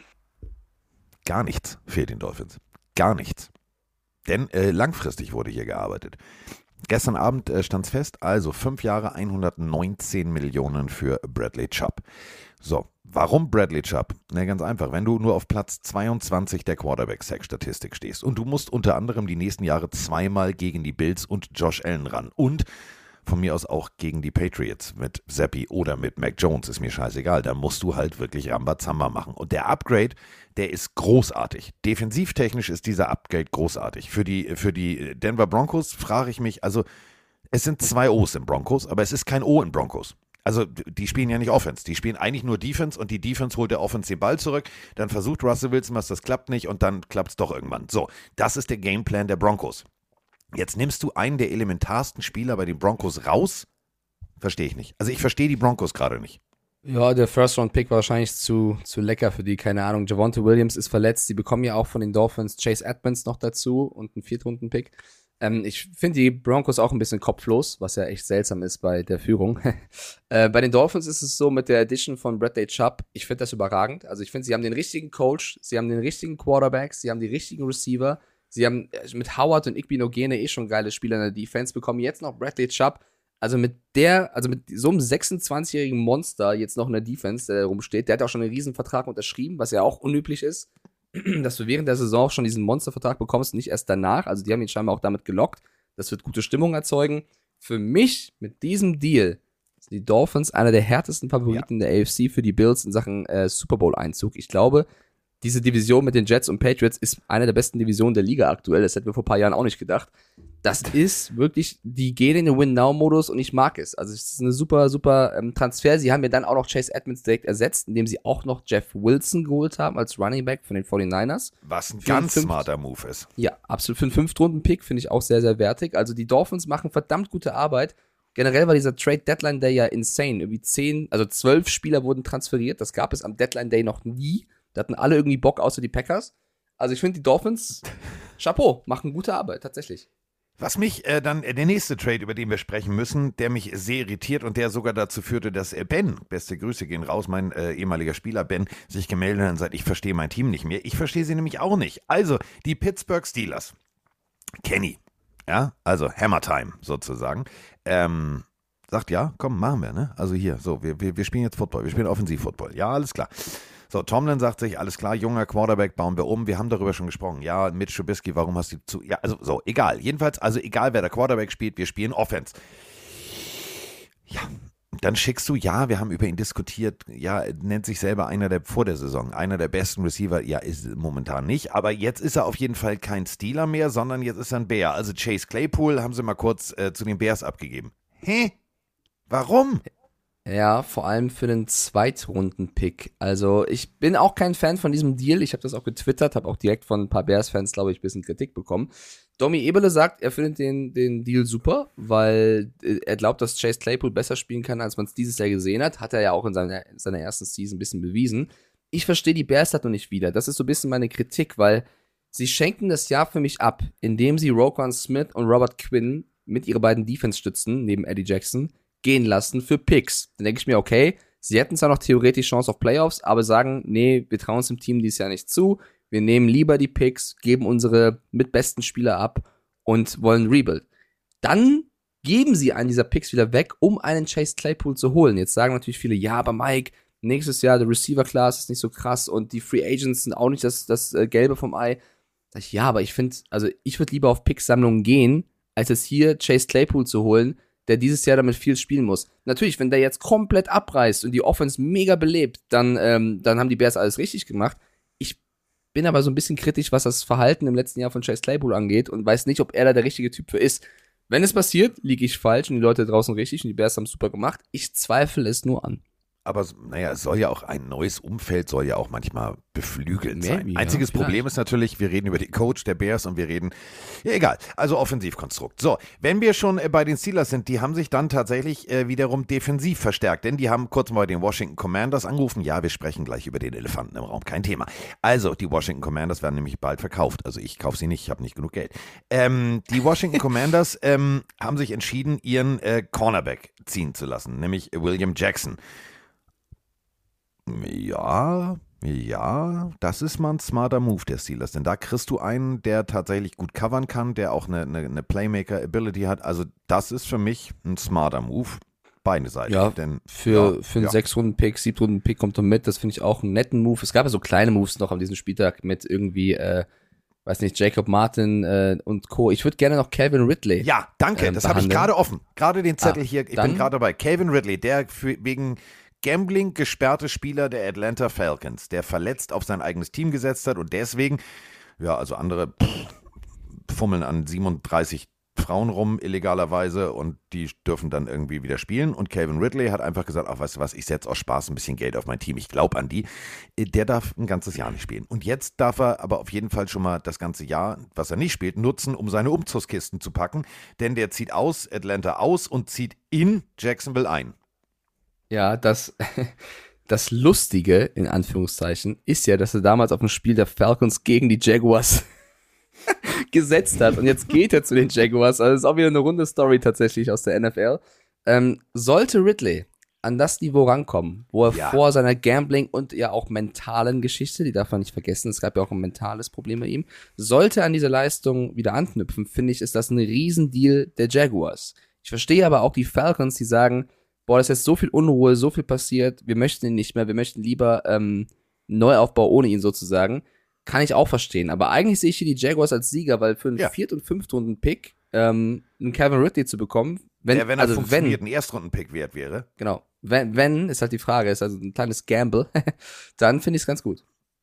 Gar nichts fehlt den Dolphins. Gar nichts. Denn äh, langfristig wurde hier gearbeitet. Gestern Abend äh, stand es fest, also fünf Jahre, hundertneunzehn Millionen für Bradley Chubb. So, warum Bradley Chubb? Na, ganz einfach, wenn du nur auf Platz zweiundzwanzig der Quarterback-Sack-Statistik stehst und du musst unter anderem die nächsten Jahre zweimal gegen die Bills und Josh Allen ran und von mir aus auch gegen die Patriots mit Zappi oder mit Mac Jones, ist mir scheißegal. Da musst du halt wirklich Rambazamba machen. Und der Upgrade, der ist großartig. Defensivtechnisch ist dieser Upgrade großartig. Für die, für die Denver Broncos frage ich mich, also es sind zwei O's in Broncos, aber es ist kein O in Broncos. Also die spielen ja nicht Offense, die spielen eigentlich nur Defense und die Defense holt der Offense den Ball zurück, dann versucht Russell Wilson was, das klappt nicht und dann klappt es doch irgendwann. So, das ist der Gameplan der Broncos. Jetzt nimmst du einen der elementarsten Spieler bei den Broncos raus? Verstehe ich nicht. Also ich verstehe die Broncos gerade nicht. Ja, der First-Round-Pick war wahrscheinlich zu, zu lecker für die, keine Ahnung. Javonte Williams ist verletzt, sie bekommen ja auch von den Dolphins Chase Edmonds noch dazu und einen Viertrunden-Pick. Ähm, ich finde die Broncos auch ein bisschen kopflos, was ja echt seltsam ist bei der Führung. äh, bei den Dolphins ist es so mit der Addition von Bradley Chubb, ich finde das überragend. Also ich finde, sie haben den richtigen Coach, sie haben den richtigen Quarterback, sie haben die richtigen Receiver, sie haben mit Howard und Igbinogene eh schon geile Spieler in der Defense, bekommen jetzt noch Bradley Chubb. Also mit der, also mit so einem sechsundzwanzigjährigen Monster jetzt noch in der Defense, der da rumsteht, der hat auch schon einen Riesenvertrag unterschrieben, was ja auch unüblich ist, dass du während der Saison auch schon diesen Monstervertrag bekommst, nicht erst danach. Also die haben ihn scheinbar auch damit gelockt. Das wird gute Stimmung erzeugen. Für mich mit diesem Deal sind die Dolphins einer der härtesten Favoriten ja. der A F C für die Bills in Sachen äh, Super Bowl-Einzug. Ich glaube, diese Division mit den Jets und Patriots ist eine der besten Divisionen der Liga aktuell. Das hätten wir vor ein paar Jahren auch nicht gedacht. das ist wirklich, die gehen in den Win-Now-Modus und ich mag es. Also es ist eine super, super ähm, Transfer. Sie haben ja dann auch noch Chase Edmonds direkt ersetzt, indem sie auch noch Jeff Wilson geholt haben als Running Back von den forty-niners. Was ein Für ganz fünf- smarter Move ist. Ja, absolut. Für einen Fünftrunden-Pick finde ich auch sehr, sehr wertig. Also die Dolphins machen verdammt gute Arbeit. Generell war dieser Trade-Deadline-Day ja insane. Irgendwie zehn, also zwölf Spieler wurden transferiert. Das gab es am Deadline-Day noch nie. Da hatten alle irgendwie Bock, außer die Packers. Also ich finde, die Dolphins, Chapeau, machen gute Arbeit, tatsächlich. Was mich äh, dann, äh, der nächste Trade, über den wir sprechen müssen, der mich sehr irritiert und der sogar dazu führte, dass äh, Ben, beste Grüße gehen raus, mein äh, ehemaliger Spieler Ben, sich gemeldet hat und sagt, ich verstehe mein Team nicht mehr. Ich verstehe sie nämlich auch nicht. Also, die Pittsburgh Steelers. Kenny, ja, also Hammer Time sozusagen, ähm, sagt, ja, komm, machen wir, ne? Also hier, so, wir, wir, wir spielen jetzt Football, wir spielen Offensiv-Football. Ja, alles klar. So, Tomlin sagt sich, alles klar, junger Quarterback, bauen wir um. Wir haben darüber schon gesprochen. Ja, Mitch Trubisky, warum hast du zu... Ja, also so, egal. Jedenfalls, also egal, wer der Quarterback spielt, wir spielen Offense. Ja, dann schickst du, ja, wir haben über ihn diskutiert, ja, nennt sich selber einer der, vor der Saison, einer der besten Receiver, ja, ist momentan nicht, aber jetzt ist er auf jeden Fall kein Steeler mehr, sondern jetzt ist er ein Bear. Also Chase Claypool haben sie mal kurz äh, zu den Bears abgegeben. Hä? Warum? Ja, vor allem für den Zweitrunden-Pick. Also ich bin auch kein Fan von diesem Deal. Ich habe das auch getwittert, habe auch direkt von ein paar Bears-Fans, glaube ich, ein bisschen Kritik bekommen. Domi Eberle sagt, er findet den, den Deal super, weil er glaubt, dass Chase Claypool besser spielen kann, als man es dieses Jahr gesehen hat. Hat er ja auch in seiner, in seiner ersten Season ein bisschen bewiesen. Ich verstehe die Bears halt noch nicht wieder. Das ist so ein bisschen meine Kritik, weil sie schenken das Jahr für mich ab, indem sie Roquan Smith und Robert Quinn mit ihren beiden Defense-Stützen, neben Eddie Jackson, gehen lassen für Picks. Dann denke ich mir, okay, sie hätten zwar noch theoretisch Chance auf Playoffs, aber sagen, nee, wir trauen es dem Team dieses Jahr nicht zu. Wir nehmen lieber die Picks, geben unsere mitbesten Spieler ab und wollen Rebuild. Dann geben sie einen dieser Picks wieder weg, um einen Chase Claypool zu holen. Jetzt sagen natürlich viele, ja, aber Mike, nächstes Jahr der Receiver-Class ist nicht so krass und die Free Agents sind auch nicht das, das äh, Gelbe vom Ei. Sag ich, ja, aber ich finde, also ich würde lieber auf Picksammlungen gehen, als es hier Chase Claypool zu holen, der dieses Jahr damit viel spielen muss. Natürlich, wenn der jetzt komplett abreißt und die Offense mega belebt, dann, ähm, dann haben die Bears alles richtig gemacht. Ich bin aber so ein bisschen kritisch, was das Verhalten im letzten Jahr von Chase Claypool angeht und weiß nicht, ob er da der richtige Typ für ist. Wenn es passiert, liege ich falsch und die Leute draußen richtig und die Bears haben es super gemacht. Ich zweifle es nur an. Aber naja, es soll ja auch ein neues Umfeld, soll ja auch manchmal beflügelnd sein. Maybe, ja, Einziges vielleicht. Problem ist natürlich, wir reden über den Coach der Bears und wir reden, ja egal, also Offensivkonstrukt. So, wenn wir schon äh, bei den Steelers sind, die haben sich dann tatsächlich äh, wiederum defensiv verstärkt, denn die haben kurz mal bei den Washington Commanders angerufen. Ja, wir sprechen gleich über den Elefanten im Raum, kein Thema. Also, die Washington Commanders werden nämlich bald verkauft. Also ich kaufe sie nicht, ich habe nicht genug Geld. Ähm, die Washington Commanders ähm, haben sich entschieden, ihren äh, Cornerback ziehen zu lassen, nämlich William Jackson. Ja, ja, das ist mal ein smarter Move der Steelers, denn da kriegst du einen, der tatsächlich gut covern kann, der auch eine, eine, eine Playmaker-Ability hat. Also das ist für mich ein smarter Move, beide Seiten. Ja, denn, für, ja, für einen ja. Sechs-Runden-Pick, Sieben-Runden-Pick kommt er mit. Das finde ich auch einen netten Move. Es gab ja so kleine Moves noch an diesem Spieltag mit irgendwie, äh, weiß nicht, Jacob Martin äh, und Co. Ich würde gerne noch Calvin Ridley. Ja, danke, ähm, das habe ich behandeln. gerade offen. Gerade den Zettel Ah, hier, ich dann- bin gerade dabei. Calvin Ridley, der für, wegen Gambling gesperrte Spieler der Atlanta Falcons, der verletzt auf sein eigenes Team gesetzt hat und deswegen, ja, also andere pff, fummeln an siebenunddreißig Frauen rum illegalerweise und die dürfen dann irgendwie wieder spielen und Calvin Ridley hat einfach gesagt, ach, weißt du was, ich setze aus Spaß ein bisschen Geld auf mein Team, ich glaube an die, der darf ein ganzes Jahr nicht spielen und jetzt darf er aber auf jeden Fall schon mal das ganze Jahr, was er nicht spielt, nutzen, um seine Umzugskisten zu packen, denn der zieht aus Atlanta aus und zieht in Jacksonville ein. Ja, das, das Lustige, in Anführungszeichen, ist ja, dass er damals auf dem Spiel der Falcons gegen die Jaguars gesetzt hat. Und jetzt geht er zu den Jaguars. Also das ist auch wieder eine runde Story tatsächlich aus der N F L. Ähm, sollte Ridley an das Niveau rankommen, wo er Ja. vor seiner Gambling und ja auch mentalen Geschichte, die darf man nicht vergessen, es gab ja auch ein mentales Problem bei ihm, sollte an diese Leistung wieder anknüpfen, finde ich, ist das ein Riesendeal der Jaguars. Ich verstehe aber auch die Falcons, die sagen, boah, das ist jetzt so viel Unruhe, so viel passiert, wir möchten ihn nicht mehr, wir möchten lieber ähm, Neuaufbau ohne ihn sozusagen. Kann ich auch verstehen. Aber eigentlich sehe ich hier die Jaguars als Sieger, weil für einen Ja. Viert- und Fünftrunden-Pick ähm, einen Calvin Ridley zu bekommen, wenn, der, wenn er also funktioniert, wenn, ein Erstrunden-Pick wert wäre. genau, wenn, wenn, ist halt die Frage, ist also ein kleines Gamble, dann finde ich es ganz gut.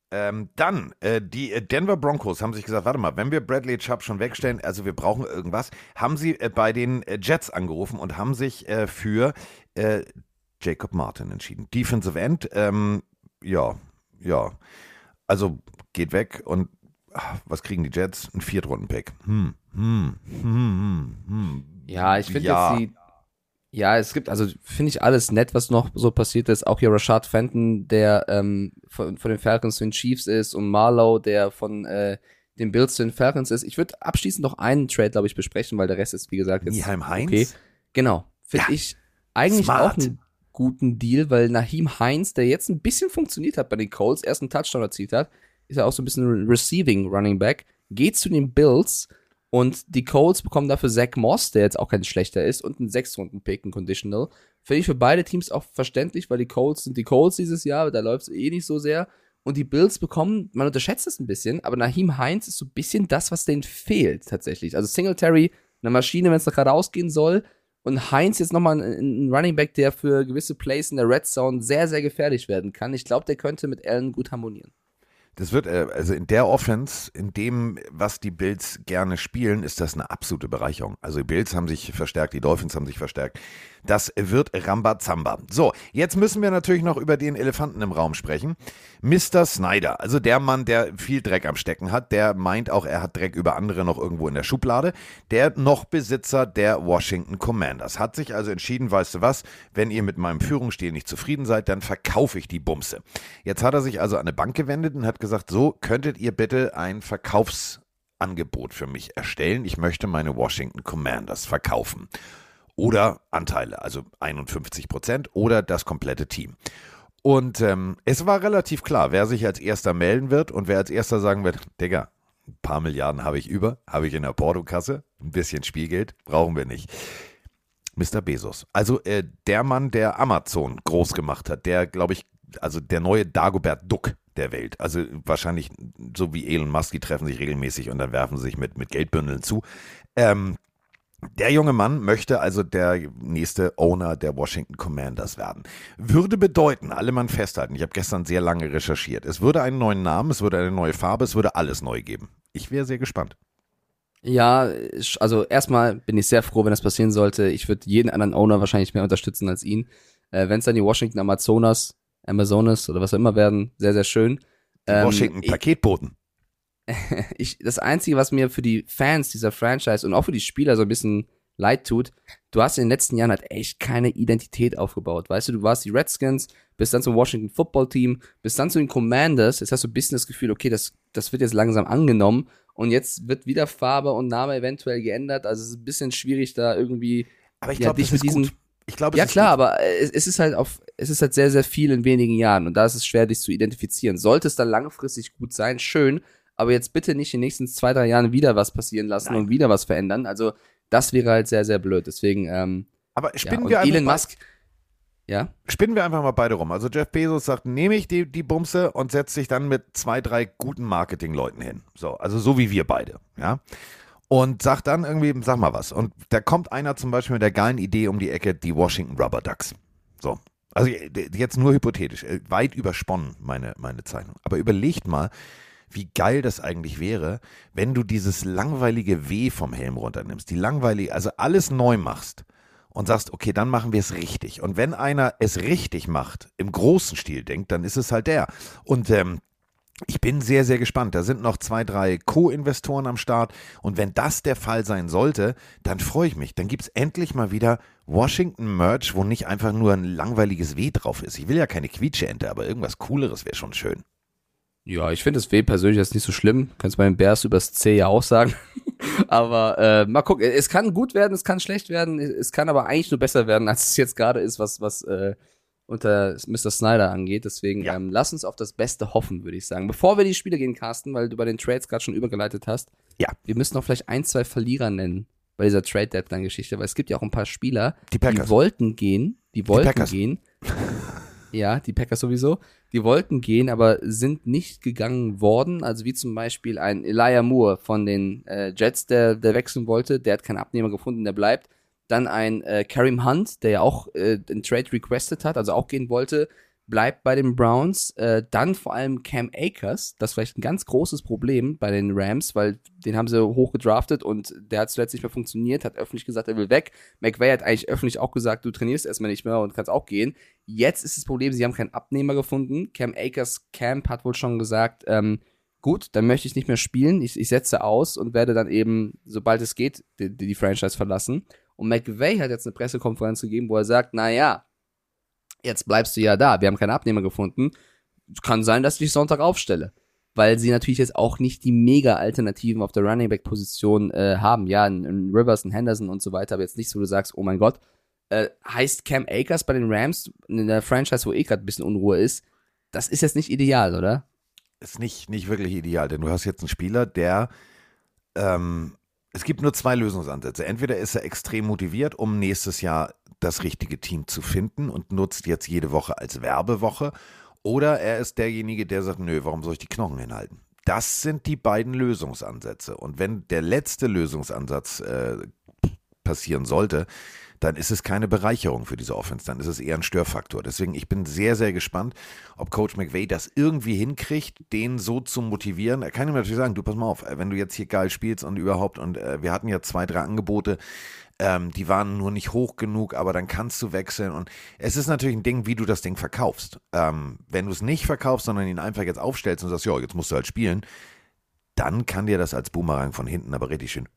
Ähm, dann, äh, die äh, Denver Broncos haben sich gesagt, warte mal, wenn wir Bradley Chubb schon wegstellen, also wir brauchen irgendwas, haben sie äh, bei den äh, Jets angerufen und haben sich äh, für äh, Jacob Martin entschieden. Defensive End, ähm, ja, ja, also geht weg und ach, was kriegen die Jets? Ein Viertrunden-Pick. Hm, hm, hm, hm, hm. Ja, ich finde Ja. jetzt die, ja, es gibt, also finde ich alles nett, was noch so passiert ist. Auch hier Rashad Fenton, der ähm, von, von den Falcons zu den Chiefs ist, und Marlowe, der von äh, den Bills zu den Falcons ist. Ich würde abschließend noch einen Trade, glaube ich, besprechen, weil der Rest ist, wie gesagt, jetzt Nieheim Heinz? okay. Genau, finde Ja. ich eigentlich Smart. auch einen guten Deal, weil Naheem Heinz, der jetzt ein bisschen funktioniert hat bei den Colts, erst einen Touchdown erzielt hat, ist ja auch so ein bisschen ein Receiving Running Back, geht zu den Bills. Und die Colts bekommen dafür Zach Moss, der jetzt auch kein schlechter ist, und einen Sechs-Runden-Pick, ein Conditional. Finde ich für beide Teams auch verständlich, weil die Colts sind die Colts dieses Jahr, da läuft es eh nicht so sehr. Und die Bills bekommen, man unterschätzt es ein bisschen, aber Naheem Heinz ist so ein bisschen das, was denen fehlt tatsächlich. Also Singletary, eine Maschine, wenn es nach geradeaus gehen soll. Und Heinz jetzt nochmal ein, ein Running Back, der für gewisse Plays in der Red Zone sehr, sehr gefährlich werden kann. Ich glaube, der könnte mit Allen gut harmonieren. Das wird, äh, also in der Offense, in dem, was die Bills gerne spielen, ist das eine absolute Bereicherung. Also die Bills haben sich verstärkt, die Dolphins haben sich verstärkt. Das wird Rambazamba. So, jetzt müssen wir natürlich noch über den Elefanten im Raum sprechen. Mister Snyder, also der Mann, der viel Dreck am Stecken hat, der meint auch, er hat Dreck über andere noch irgendwo in der Schublade. Der noch Besitzer der Washington Commanders hat sich also entschieden, weißt du was, wenn ihr mit meinem Führungsstil nicht zufrieden seid, dann verkaufe ich die Bumse. Jetzt hat er sich also an eine Bank gewendet und hat gesagt, so könntet ihr bitte ein Verkaufsangebot für mich erstellen. Ich möchte meine Washington Commanders verkaufen. Oder Anteile, also einundfünfzig Prozent oder das komplette Team. Und ähm, es war relativ klar, wer sich als erster melden wird und wer als erster sagen wird, Digga, ein paar Milliarden habe ich über, habe ich in der Portokasse, ein bisschen Spielgeld, brauchen wir nicht. Mister Bezos, also äh, der Mann, der Amazon groß gemacht hat, der, glaube ich, also der neue Dagobert Duck der Welt. Also wahrscheinlich so wie Elon Musk, die treffen sich regelmäßig und dann werfen sie sich mit, mit Geldbündeln zu. Ähm, Der junge Mann möchte also der nächste Owner der Washington Commanders werden. Würde bedeuten, alle Mann festhalten, ich habe gestern sehr lange recherchiert, es würde einen neuen Namen, es würde eine neue Farbe, es würde alles neu geben. Ich wäre sehr gespannt. Ja, ich- also erstmal bin ich sehr froh, wenn das passieren sollte. Ich würde jeden anderen Owner wahrscheinlich mehr unterstützen als ihn. Äh, wenn es dann die Washington Amazonas, Amazonas oder was auch immer werden, sehr, sehr schön. Die Ähm, Washington Paketboten. ich, das Einzige, was mir für die Fans dieser Franchise und auch für die Spieler so ein bisschen leid tut, du hast in den letzten Jahren halt echt keine Identität aufgebaut. Weißt du, du warst die Redskins, bist dann zum Washington Football Team, bist dann zu den Commanders, jetzt hast du ein bisschen das Gefühl, okay, das, das wird jetzt langsam angenommen und jetzt wird wieder Farbe und Name eventuell geändert, also es ist ein bisschen schwierig da irgendwie, Aber ich ja, glaube, dich das ist mit diesen, gut. Ich glaube, es ja ist klar, gut. aber es, es ist halt auf, es ist halt sehr, sehr viel in wenigen Jahren und da ist es schwer, dich zu identifizieren. Sollte es dann langfristig gut sein, schön, aber jetzt bitte nicht in den nächsten zwei, drei Jahren wieder was passieren lassen Nein. und wieder was verändern. Also das wäre halt sehr, sehr blöd. Deswegen, ähm, Aber ja. spinnen, Und wir einfach Elon mal, Musk, ja, spinnen wir einfach mal beide rum. Also Jeff Bezos sagt, nehme ich die, die Bumse und setze sich dann mit zwei, drei guten Marketingleuten hin. So, also so wie wir beide, ja. Und sagt dann irgendwie, sag mal was. Und da kommt einer zum Beispiel mit der geilen Idee um die Ecke, die Washington Rubber Ducks. So. Also jetzt nur hypothetisch, äh, weit übersponnen, meine, meine Zeichnung. Aber überlegt mal, wie geil das eigentlich wäre, wenn du dieses langweilige W vom Helm runternimmst, die langweilige, also alles neu machst und sagst, okay, dann machen wir es richtig. Und wenn einer es richtig macht, im großen Stil denkt, dann ist es halt der. Und ähm, ich bin sehr, sehr gespannt. Da sind noch zwei, drei Co-Investoren am Start. Und wenn das der Fall sein sollte, dann freue ich mich. Dann gibt es endlich mal wieder Washington-Merch, wo nicht einfach nur ein langweiliges W drauf ist. Ich will ja keine Quietscheente, aber irgendwas Cooleres wäre schon schön. ja, ich finde das W persönlich jetzt nicht so schlimm. Kannst bei den Bears übers C ja auch sagen. aber äh, mal gucken. Es kann gut werden, es kann schlecht werden. Es kann aber eigentlich nur besser werden, als es jetzt gerade ist, was was äh, unter Mister Snyder angeht. Deswegen Ja. ähm, lass uns auf das Beste hoffen, würde ich sagen. Bevor wir die Spiele gehen, Carsten, weil du bei den Trades gerade schon übergeleitet hast. Ja. Wir müssen noch vielleicht ein, zwei Verlierer nennen bei dieser Trade-Deadline-Geschichte, weil es gibt ja auch ein paar Spieler, Die Packers. die wollten gehen, die wollten Packers. gehen. Ja, die Packers sowieso. Die wollten gehen, aber sind nicht gegangen worden. Also wie zum Beispiel ein Elijah Moore von den äh, Jets, der, der wechseln wollte. Der hat keinen Abnehmer gefunden, der bleibt. Dann ein äh, Kareem Hunt, der ja auch äh, einen Trade requested hat, also auch gehen wollte. bleibt bei den Browns. Äh, dann vor allem Cam Akers, das ist vielleicht ein ganz großes Problem bei den Rams, weil den haben sie hoch gedraftet und der hat zuletzt nicht mehr funktioniert, hat öffentlich gesagt, er will weg. McVay hat eigentlich öffentlich auch gesagt, du trainierst erstmal nicht mehr und kannst auch gehen. Jetzt ist das Problem, sie haben keinen Abnehmer gefunden. Cam Akers Camp hat wohl schon gesagt, ähm, gut, dann möchte ich nicht mehr spielen, ich, ich setze aus und werde dann eben, sobald es geht, die, die Franchise verlassen. Und McVay hat jetzt eine Pressekonferenz gegeben, wo er sagt, naja, jetzt bleibst du ja da, wir haben keinen Abnehmer gefunden, kann sein, dass ich dich Sonntag aufstelle. Weil sie natürlich jetzt auch nicht die Mega-Alternativen auf der Running-Back-Position äh, haben. Ja, ein, ein Rivers, ein Henderson und so weiter, aber jetzt nicht so, du sagst, oh mein Gott. Äh, heißt Cam Akers bei den Rams, in der Franchise, wo eh gerade ein bisschen Unruhe ist, das ist jetzt nicht ideal, oder? Ist nicht, nicht wirklich ideal, denn du hast jetzt einen Spieler, der ähm, es gibt nur zwei Lösungsansätze. Entweder ist er extrem motiviert, um nächstes Jahr das richtige Team zu finden und nutzt jetzt jede Woche als Werbewoche, oder er ist derjenige, der sagt, nö, warum soll ich die Knochen hinhalten? Das sind die beiden Lösungsansätze. Und wenn der letzte Lösungsansatz äh, passieren sollte, dann ist es keine Bereicherung für diese Offense, dann ist es eher ein Störfaktor. Deswegen, ich bin sehr, sehr gespannt, ob Coach McVay das irgendwie hinkriegt, den so zu motivieren. Er kann ihm natürlich sagen, du pass mal auf, wenn du jetzt hier geil spielst und überhaupt, und äh, wir hatten ja zwei, drei Angebote, ähm, die waren nur nicht hoch genug, aber dann kannst du wechseln. Und es ist natürlich ein Ding, wie du das Ding verkaufst. Ähm, wenn du es nicht verkaufst, sondern ihn einfach jetzt aufstellst und sagst, ja, jetzt musst du halt spielen, dann kann dir das als Boomerang von hinten aber richtig schön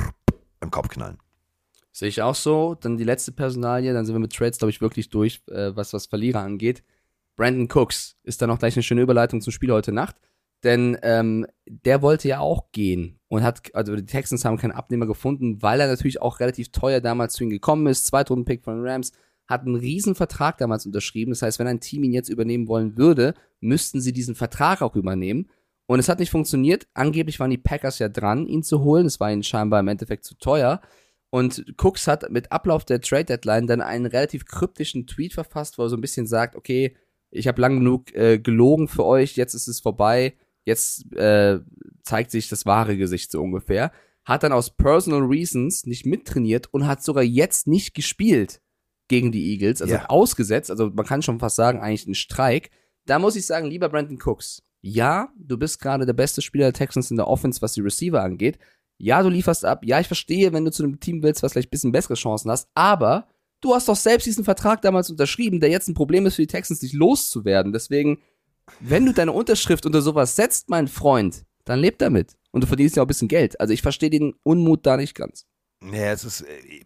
im Kopf knallen. Sehe ich auch so. Dann die letzte Personalie, dann sind wir mit Trades, glaube ich, wirklich durch, äh, was was Verlierer angeht. Brandon Cooks ist dann auch gleich eine schöne Überleitung zum Spiel heute Nacht, denn ähm, der wollte ja auch gehen und hat, also die Texans haben keinen Abnehmer gefunden, weil er natürlich auch relativ teuer damals zu ihnen gekommen ist. Zweitrunden-Pick von den Rams, hat einen riesen Vertrag damals unterschrieben. Das heißt, wenn ein Team ihn jetzt übernehmen wollen würde, müssten sie diesen Vertrag auch übernehmen. Und es hat nicht funktioniert. Angeblich waren die Packers ja dran, ihn zu holen. Es war ihnen scheinbar im Endeffekt zu teuer. Und Cooks hat mit Ablauf der Trade-Deadline dann einen relativ kryptischen Tweet verfasst, wo er so ein bisschen sagt, okay, ich habe lang genug äh, gelogen für euch, jetzt ist es vorbei, jetzt äh, zeigt sich das wahre Gesicht so ungefähr. Hat dann aus Personal Reasons nicht mittrainiert und hat sogar jetzt nicht gespielt gegen die Eagles, also ja. ausgesetzt, also man kann schon fast sagen, eigentlich ein Streik. Da muss ich sagen, lieber Brandon Cooks, ja, du bist gerade der beste Spieler der Texans in der Offense, was die Receiver angeht. Ja, du lieferst ab. Ja, ich verstehe, wenn du zu einem Team willst, was vielleicht ein bisschen bessere Chancen hast. Aber du hast doch selbst diesen Vertrag damals unterschrieben, der jetzt ein Problem ist für die Texans, dich loszuwerden. Deswegen, wenn du deine Unterschrift unter sowas setzt, mein Freund, dann leb damit. Und du verdienst ja auch ein bisschen Geld. Also ich verstehe den Unmut da nicht ganz. Ja, es ist äh,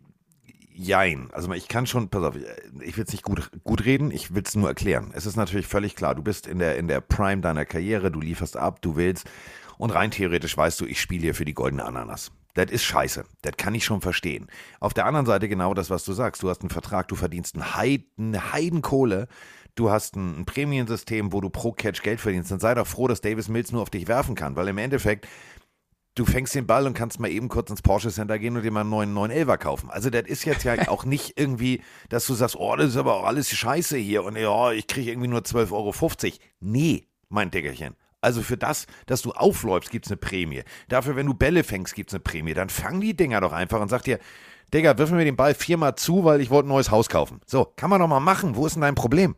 jein. Also ich kann schon, pass auf, ich will es nicht gut, gut reden, ich will es nur erklären. Es ist natürlich völlig klar, du bist in der, in der Prime deiner Karriere, du lieferst ab, du willst. Und rein theoretisch weißt du, ich spiele hier für die goldene Ananas. Das ist scheiße. Das kann ich schon verstehen. Auf der anderen Seite genau das, was du sagst. Du hast einen Vertrag, du verdienst einen Heiden, eine Heidenkohle. Du hast ein, ein Prämiensystem, wo du pro Catch Geld verdienst. Dann sei doch froh, dass Davis Mills nur auf dich werfen kann. Weil im Endeffekt, du fängst den Ball und kannst mal eben kurz ins Porsche Center gehen und dir mal einen neuen neun elfer kaufen. Also das ist jetzt ja auch nicht irgendwie, dass du sagst, oh, das ist aber auch alles scheiße hier. Und ja, ich kriege irgendwie nur zwölf Euro fünfzig. Nee, mein Dickerchen. Also für das, dass du aufläufst, gibt's eine Prämie. Dafür, wenn du Bälle fängst, gibt's eine Prämie. Dann fang die Dinger doch einfach und sag dir, Digga, wirf mir den Ball viermal zu, weil ich wollte ein neues Haus kaufen. So, kann man doch mal machen. Wo ist denn dein Problem?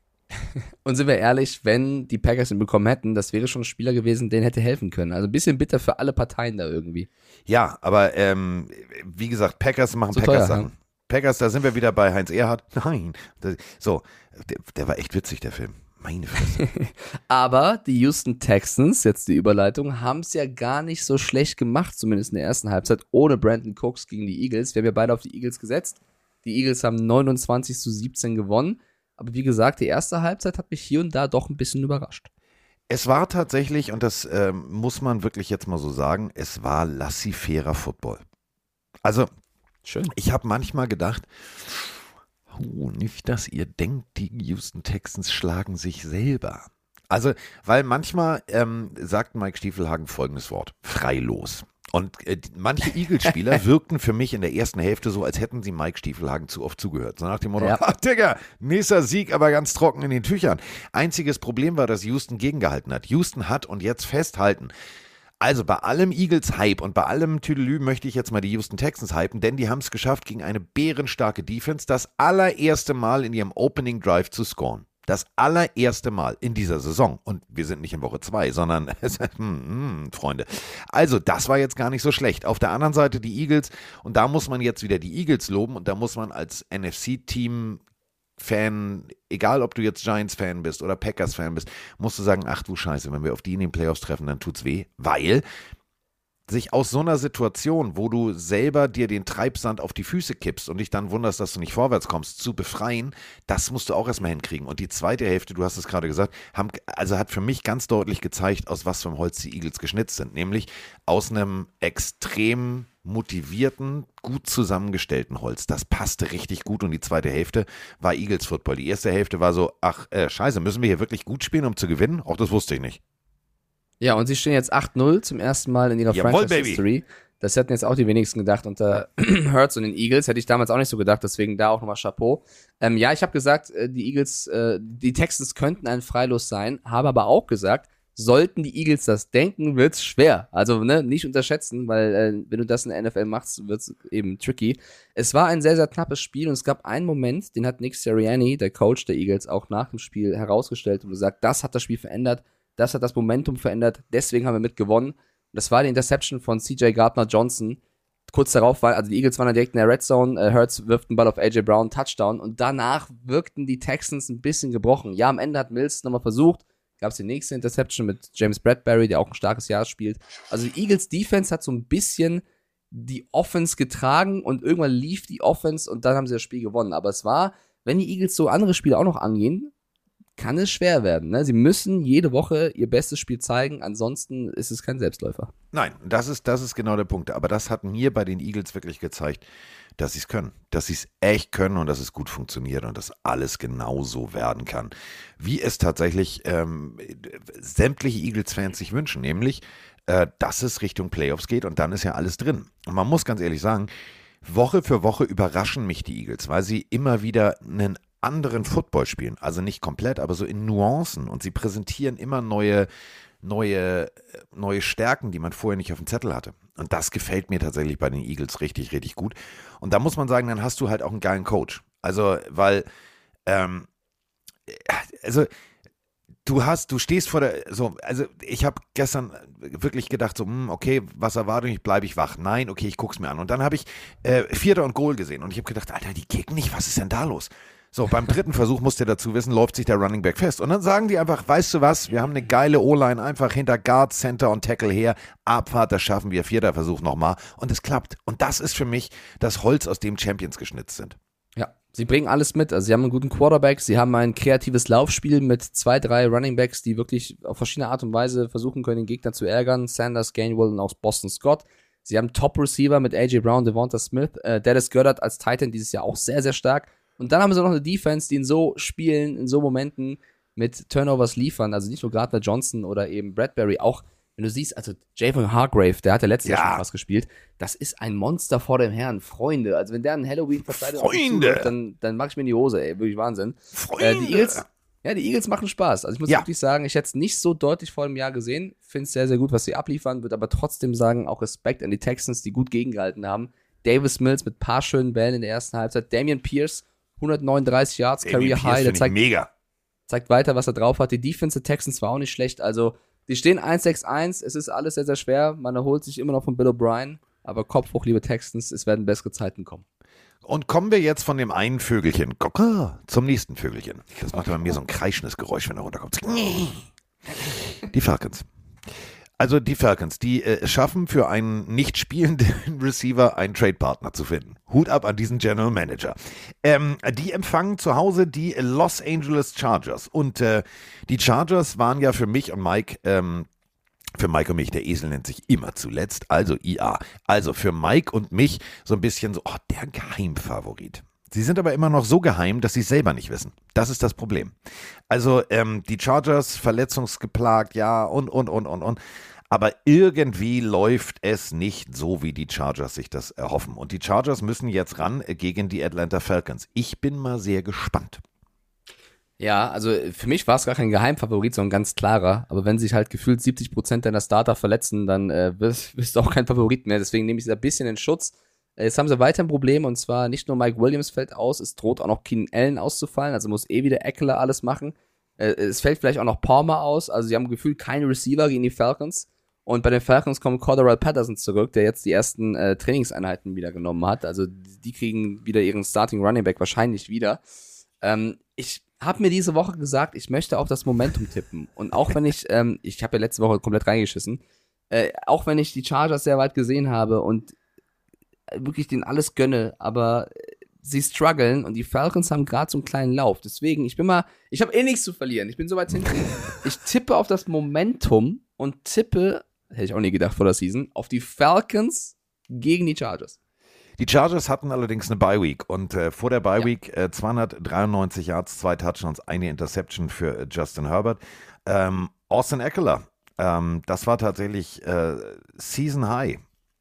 Und sind wir ehrlich, wenn die Packers ihn bekommen hätten, das wäre schon ein Spieler gewesen, den hätte helfen können. Also ein bisschen bitter für alle Parteien da irgendwie. Ja, aber ähm, wie gesagt, Packers machen So Packers-Sachen. teuer, Packers, da sind wir wieder bei Heinz Erhardt. Nein. Das, so, der, der war echt witzig, der Film. Meine Fresse. Aber die Houston Texans, jetzt die Überleitung, haben es ja gar nicht so schlecht gemacht, zumindest in der ersten Halbzeit, ohne Brandon Cooks gegen die Eagles. Wir haben ja beide auf die Eagles gesetzt. Die Eagles haben neunundzwanzig zu siebzehn gewonnen. Aber wie gesagt, die erste Halbzeit hat mich hier und da doch ein bisschen überrascht. Es war tatsächlich, und das ähm, muss man wirklich jetzt mal so sagen, es war laissez-faire Football. Also, schön. Ich habe manchmal gedacht, oh, nicht, dass ihr denkt, die Houston Texans schlagen sich selber. Also, weil manchmal ähm, sagt Mike Stiefelhagen folgendes Wort, freilos. Und äh, manche Eagles-Spieler wirkten für mich in der ersten Hälfte so, als hätten sie Mike Stiefelhagen zu oft zugehört. So nach dem Motto, ja. ach Digga, nächster Sieg, aber ganz trocken in den Tüchern. Einziges Problem war, dass Houston gegengehalten hat. Houston hat, und jetzt festhalten, also bei allem Eagles-Hype und bei allem Tüdelü möchte ich jetzt mal die Houston Texans hypen, denn die haben es geschafft, gegen eine bärenstarke Defense das allererste Mal in ihrem Opening Drive zu scoren. Das allererste Mal in dieser Saison, und wir sind nicht in Woche zwei, sondern, hm, hm, Freunde, also das war jetzt gar nicht so schlecht. Auf der anderen Seite die Eagles, und da muss man jetzt wieder die Eagles loben, und da muss man als N F C-Team Fan, egal ob du jetzt Giants-Fan bist oder Packers-Fan bist, musst du sagen, ach du Scheiße, wenn wir auf die in den Playoffs treffen, dann tut's weh, weil sich aus so einer Situation, wo du selber dir den Treibsand auf die Füße kippst und dich dann wunderst, dass du nicht vorwärts kommst, zu befreien, das musst du auch erstmal hinkriegen. Und die zweite Hälfte, du hast es gerade gesagt, haben, also hat für mich ganz deutlich gezeigt, aus was für einem Holz die Eagles geschnitzt sind, nämlich aus einem extrem motivierten, gut zusammengestellten Holz. Das passte richtig gut und die zweite Hälfte war Eagles Football. Die erste Hälfte war so, ach äh, scheiße, müssen wir hier wirklich gut spielen, um zu gewinnen? Auch das wusste ich nicht. Ja, und sie stehen jetzt acht null zum ersten Mal in ihrer Jawohl, Franchise-History. Das hätten jetzt auch die wenigsten gedacht unter Hurts und den Eagles. Hätte ich damals auch nicht so gedacht, deswegen da auch nochmal Chapeau. Ähm, ja, ich habe gesagt, äh, die Eagles, äh, die Texans könnten ein Freilos sein, habe aber auch gesagt, sollten die Eagles das denken, wird's schwer. Also ne, nicht unterschätzen, weil äh, wenn du das in der N F L machst, wird's eben tricky. Es war ein sehr, sehr knappes Spiel und es gab einen Moment, den hat Nick Sirianni, der Coach der Eagles, auch nach dem Spiel herausgestellt und gesagt, das hat das Spiel verändert. Das hat das Momentum verändert, deswegen haben wir mit gewonnen. Das war die Interception von C J Gardner-Johnson. Kurz darauf war, also die Eagles waren direkt in der Red Zone, äh, Hurts wirft den Ball auf A J Brown, Touchdown. Und danach wirkten die Texans ein bisschen gebrochen. Ja, am Ende hat Mills nochmal versucht, gab es die nächste Interception mit James Bradbury, der auch ein starkes Jahr spielt. Also die Eagles Defense hat so ein bisschen die Offense getragen und irgendwann lief die Offense und dann haben sie das Spiel gewonnen. Aber es war, wenn die Eagles so andere Spiele auch noch angehen, kann es schwer werden. Ne? Sie müssen jede Woche ihr bestes Spiel zeigen, ansonsten ist es kein Selbstläufer. Nein, das ist, das ist genau der Punkt. Aber das hat mir bei den Eagles wirklich gezeigt, dass sie es können. Dass sie es echt können und dass es gut funktioniert und dass alles genauso werden kann, wie es tatsächlich ähm, sämtliche Eagles-Fans sich wünschen. Nämlich, äh, dass es Richtung Playoffs geht und dann ist ja alles drin. Und man muss ganz ehrlich sagen, Woche für Woche überraschen mich die Eagles, weil sie immer wieder einen anderen Football spielen, also nicht komplett, aber so in Nuancen und sie präsentieren immer neue, neue, neue Stärken, die man vorher nicht auf dem Zettel hatte. Und das gefällt mir tatsächlich bei den Eagles richtig, richtig gut. Und da muss man sagen, dann hast du halt auch einen geilen Coach. Also, weil, ähm, also du hast, du stehst vor der, so, also ich habe gestern wirklich gedacht, so, hm, okay, was erwarte ich, bleibe ich wach? Nein, okay, ich guck's mir an. Und dann habe ich äh, Vierter und Goal gesehen und ich habe gedacht, Alter, die kicken nicht, was ist denn da los? So, beim dritten Versuch musst ihr dazu wissen, läuft sich der Running Back fest. Und dann sagen die einfach, weißt du was, wir haben eine geile O-Line, einfach hinter Guard, Center und Tackle her, Abfahrt, das schaffen wir, vierter Versuch nochmal. Und es klappt. Und das ist für mich das Holz, aus dem Champions geschnitzt sind. Ja, sie bringen alles mit. Also sie haben einen guten Quarterback, sie haben ein kreatives Laufspiel mit zwei, drei Running Backs, die wirklich auf verschiedene Art und Weise versuchen können, den Gegner zu ärgern. Sanders, Gainwell und auch Boston Scott. Sie haben Top-Receiver mit A J Brown, Devonta Smith, äh, Dallas Goedert als Titan dieses Jahr auch sehr, sehr stark. Und dann haben sie noch eine Defense, die in so Spielen, in so Momenten mit Turnovers liefern. Also nicht nur Gardner Johnson oder eben Bradbury, auch wenn du siehst, also Javon Hargrave, der hat ja letztes Ja. Jahr schon was gespielt, das ist ein Monster vor dem Herrn, Freunde. Also wenn der einen Halloween verkleidet Freunde! dann, dann mach ich mir in die Hose, ey, wirklich Wahnsinn. Freunde! Äh, die Eagles, ja, die Eagles machen Spaß. Also ich muss Ja. wirklich sagen, ich hätte es nicht so deutlich vor dem Jahr gesehen, finde es sehr, sehr gut, was sie abliefern, würde aber trotzdem sagen, auch Respekt an die Texans, die gut gegengehalten haben. Davis Mills mit paar schönen Bällen in der ersten Halbzeit, Damian Pierce, hundertneununddreißig Yards, Damian Career Pierce High, der finde ich zeigt, mega. zeigt weiter, was er drauf hat. Die Defense der Texans war auch nicht schlecht, also die stehen eins sechs eins, es ist alles sehr, sehr schwer, man erholt sich immer noch von Bill O'Brien, aber Kopf hoch, liebe Texans, es werden bessere Zeiten kommen. Und kommen wir jetzt von dem einen Vögelchen Kaka, zum nächsten Vögelchen. Das macht bei mir so ein kreischendes Geräusch, wenn er runterkommt. Die Falcons. Also die Falcons, die äh, schaffen für einen nicht spielenden Receiver einen Trade-Partner zu finden. Hut ab an diesen General Manager. Ähm, die empfangen zu Hause die Los Angeles Chargers. Und äh, die Chargers waren ja für mich und Mike, ähm, für Mike und mich, der Esel nennt sich immer zuletzt, also I A. Also für Mike und mich so ein bisschen so, oh, der Geheimfavorit. Sie sind aber immer noch so geheim, dass sie es selber nicht wissen. Das ist das Problem. Also ähm, die Chargers, verletzungsgeplagt, ja, und, und, und, und, und. Aber irgendwie läuft es nicht so, wie die Chargers sich das erhoffen. Und die Chargers müssen jetzt ran gegen die Atlanta Falcons. Ich bin mal sehr gespannt. Ja, also für mich war es gar kein Geheimfavorit, sondern ganz klarer. Aber wenn sich halt gefühlt siebzig Prozent deiner Starter verletzen, dann äh, wirst, wirst du auch kein Favorit mehr. Deswegen nehme ich es ein bisschen in Schutz. Jetzt haben sie weiter ein Problem, und zwar nicht nur Mike Williams fällt aus, es droht auch noch Keenan Allen auszufallen, also muss eh wieder Eckler alles machen. Es fällt vielleicht auch noch Palmer aus, also sie haben gefühlt keine Receiver gegen die Falcons. Und bei den Falcons kommt Cordarrelle Patterson zurück, der jetzt die ersten äh, Trainingseinheiten wieder genommen hat. Also die kriegen wieder ihren Starting Running Back wahrscheinlich wieder. Ähm, ich habe mir diese Woche gesagt, ich möchte auf das Momentum tippen. Und auch wenn ich, ähm, ich habe ja letzte Woche komplett reingeschissen, äh, auch wenn ich die Chargers sehr weit gesehen habe und wirklich denen alles gönne, aber sie strugglen und die Falcons haben gerade so einen kleinen Lauf. Deswegen, ich bin mal, ich habe eh nichts zu verlieren. Ich bin so weit hinten. Ich tippe auf das Momentum und tippe, hätte ich auch nie gedacht vor der Season, auf die Falcons gegen die Chargers. Die Chargers hatten allerdings eine Bye-Week und äh, vor der Bye-Week ja. äh, zweihundertdreiundneunzig Yards, zwei Touchdowns, eine Interception für äh, Justin Herbert. Ähm, Austin Eckler, ähm, das war tatsächlich äh, Season High.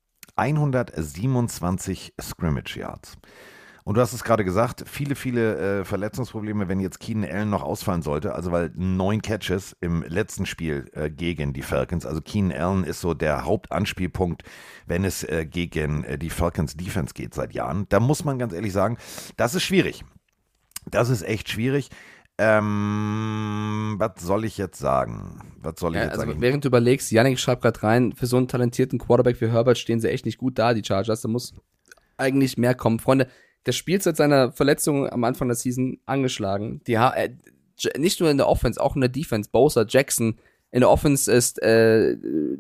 hundertsiebenundzwanzig Scrimmage Yards. Und du hast es gerade gesagt, viele, viele äh, Verletzungsprobleme, wenn jetzt Keenan Allen noch ausfallen sollte, also weil neun Catches im letzten Spiel äh, gegen die Falcons, also Keenan Allen ist so der Hauptanspielpunkt, wenn es äh, gegen äh, die Falcons Defense geht seit Jahren. Da muss man ganz ehrlich sagen, das ist schwierig. Das ist echt schwierig. Ähm, was soll ich jetzt sagen? Was soll ich ja, jetzt also sagen? Während du überlegst, Yannick schreibt gerade rein, für so einen talentierten Quarterback wie Herbert stehen sie echt nicht gut da, die Chargers. Da muss eigentlich mehr kommen. Freunde, der spielt seit seiner Verletzung am Anfang der Season angeschlagen. Die ha- äh, nicht nur in der Offense, auch in der Defense. Bosa, Jackson. In der Offense ist, äh,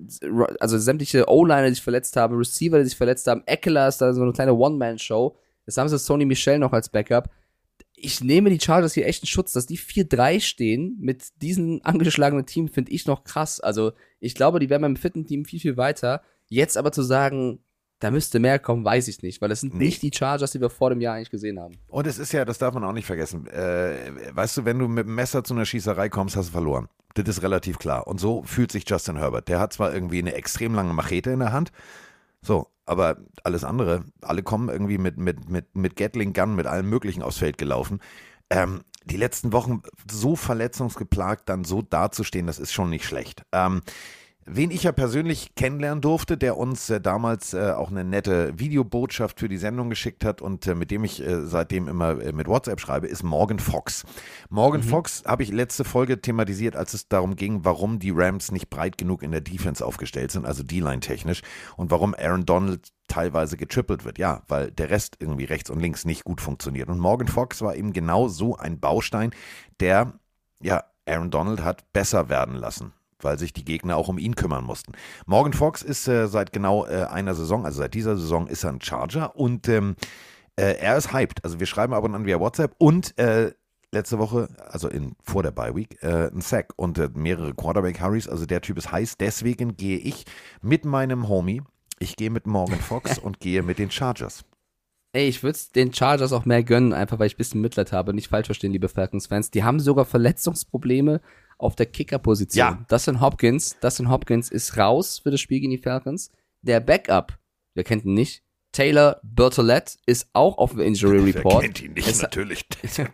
also sämtliche O-Liner, die sich verletzt haben, Receiver, die sich verletzt haben. Eckler ist da so eine kleine One-Man-Show. Jetzt haben sie Sony Michel noch als Backup. Ich nehme die Chargers hier echt in Schutz, dass die vier drei stehen mit diesem angeschlagenen Team, finde ich noch krass. Also ich glaube, die wären beim vierten Team viel, viel weiter. Jetzt aber zu sagen, da müsste mehr kommen, weiß ich nicht, weil das sind Nee. nicht die Chargers, die wir vor dem Jahr eigentlich gesehen haben. Und es ist ja, das darf man auch nicht vergessen, äh, weißt du, wenn du mit dem Messer zu einer Schießerei kommst, hast du verloren. Das ist relativ klar. Und so fühlt sich Justin Herbert. Der hat zwar irgendwie eine extrem lange Machete in der Hand, so, aber alles andere, alle kommen irgendwie mit, mit, mit, mit Gatling Gun, mit allem Möglichen aufs Feld gelaufen. Ähm, die letzten Wochen so verletzungsgeplagt, dann so dazustehen, das ist schon nicht schlecht. Ähm, Wen ich ja persönlich kennenlernen durfte, der uns äh, damals äh, auch eine nette Videobotschaft für die Sendung geschickt hat und äh, mit dem ich äh, seitdem immer äh, mit WhatsApp schreibe, ist Morgan Fox. Morgan mhm. Fox habe ich letzte Folge thematisiert, als es darum ging, warum die Rams nicht breit genug in der Defense aufgestellt sind, also D-Line technisch, und warum Aaron Donald teilweise getrippelt wird. Ja, weil der Rest irgendwie rechts und links nicht gut funktioniert. Und Morgan Fox war eben genau so ein Baustein, der ja Aaron Donald hat besser werden lassen, weil sich die Gegner auch um ihn kümmern mussten. Morgan Fox ist äh, seit genau äh, einer Saison, also seit dieser Saison ist er ein Charger und ähm, äh, er ist hyped. Also wir schreiben ab und an via WhatsApp und äh, letzte Woche, also in, vor der Bye-Week, äh, ein Sack und äh, mehrere Quarterback-Hurries. Also der Typ ist heiß. Deswegen gehe ich mit meinem Homie, ich gehe mit Morgan Fox und gehe mit den Chargers. Ey, ich würde es den Chargers auch mehr gönnen, einfach weil ich ein bisschen Mitleid habe. Nicht falsch verstehen, liebe Falcons-Fans. Die haben sogar Verletzungsprobleme auf der Kicker-Position. Ja. Dustin Hopkins, Dustin Hopkins ist raus für das Spiel gegen die Falcons. Der Backup, wer kennt ihn nicht, Taylor Bertolette ist auch auf dem Injury Report. Wer kennt ihn nicht, Jetzt, natürlich.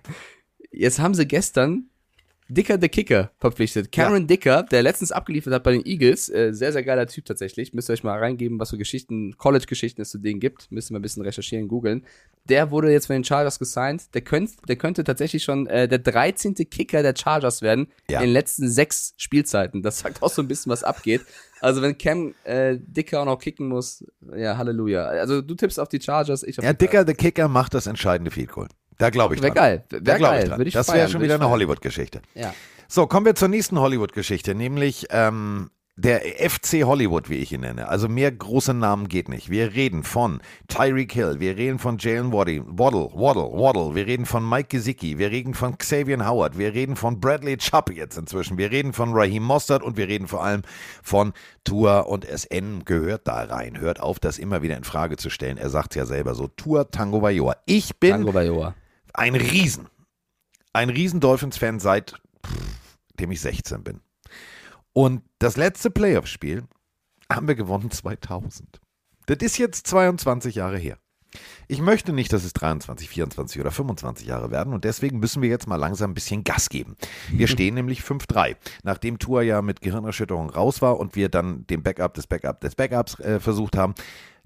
jetzt haben sie gestern Dicker the Kicker verpflichtet. Cameron ja. Dicker, der letztens abgeliefert hat bei den Eagles, äh, sehr, sehr geiler Typ tatsächlich. Müsst ihr euch mal reingeben, was für Geschichten, College-Geschichten es zu denen gibt. Müsst ihr mal ein bisschen recherchieren, googeln. Der wurde jetzt von den Chargers gesigned. Der, könnt, der könnte tatsächlich schon äh, der dreizehnte Kicker der Chargers werden ja. in den letzten sechs Spielzeiten. Das sagt auch so ein bisschen, was abgeht. Also wenn Cam äh, Dicker auch noch kicken muss, ja, Halleluja. Also du tippst auf die Chargers, ich auf Ja, die Dicker the Kicker macht das entscheidende Field Goal. Da glaube ich dran. Wäre geil. Wäre geil. Ich Würde ich das wäre schon wieder eine Hollywood-Geschichte. Ja. So, kommen wir zur nächsten Hollywood-Geschichte, nämlich ähm, der F C Hollywood, wie ich ihn nenne. Also mehr große Namen geht nicht. Wir reden von Tyreek Hill, wir reden von Jalen Waddle, Waddle, Waddle, Waddle, wir reden von Mike Gesicki, wir reden von Xavier Howard, wir reden von Bradley Chubb jetzt inzwischen, wir reden von Raheem Mostert und wir reden vor allem von Tua und S N gehört da rein. Hört auf, das immer wieder in Frage zu stellen. Er sagt es ja selber so, Tua Tagovailoa. Ich bin Tango Bailoa. ein Riesen, ein Riesen Dolphins-Fan seit dem ich sechzehn bin. Und das letzte Playoff-Spiel haben wir gewonnen zweitausend. Das ist jetzt zweiundzwanzig Jahre her. Ich möchte nicht, dass es dreiundzwanzig, vierundzwanzig oder fünfundzwanzig Jahre werden und deswegen müssen wir jetzt mal langsam ein bisschen Gas geben. Wir stehen nämlich fünf drei. Nachdem Tua ja mit Gehirnerschütterung raus war und wir dann den Backup des Backup des Backups äh, versucht haben,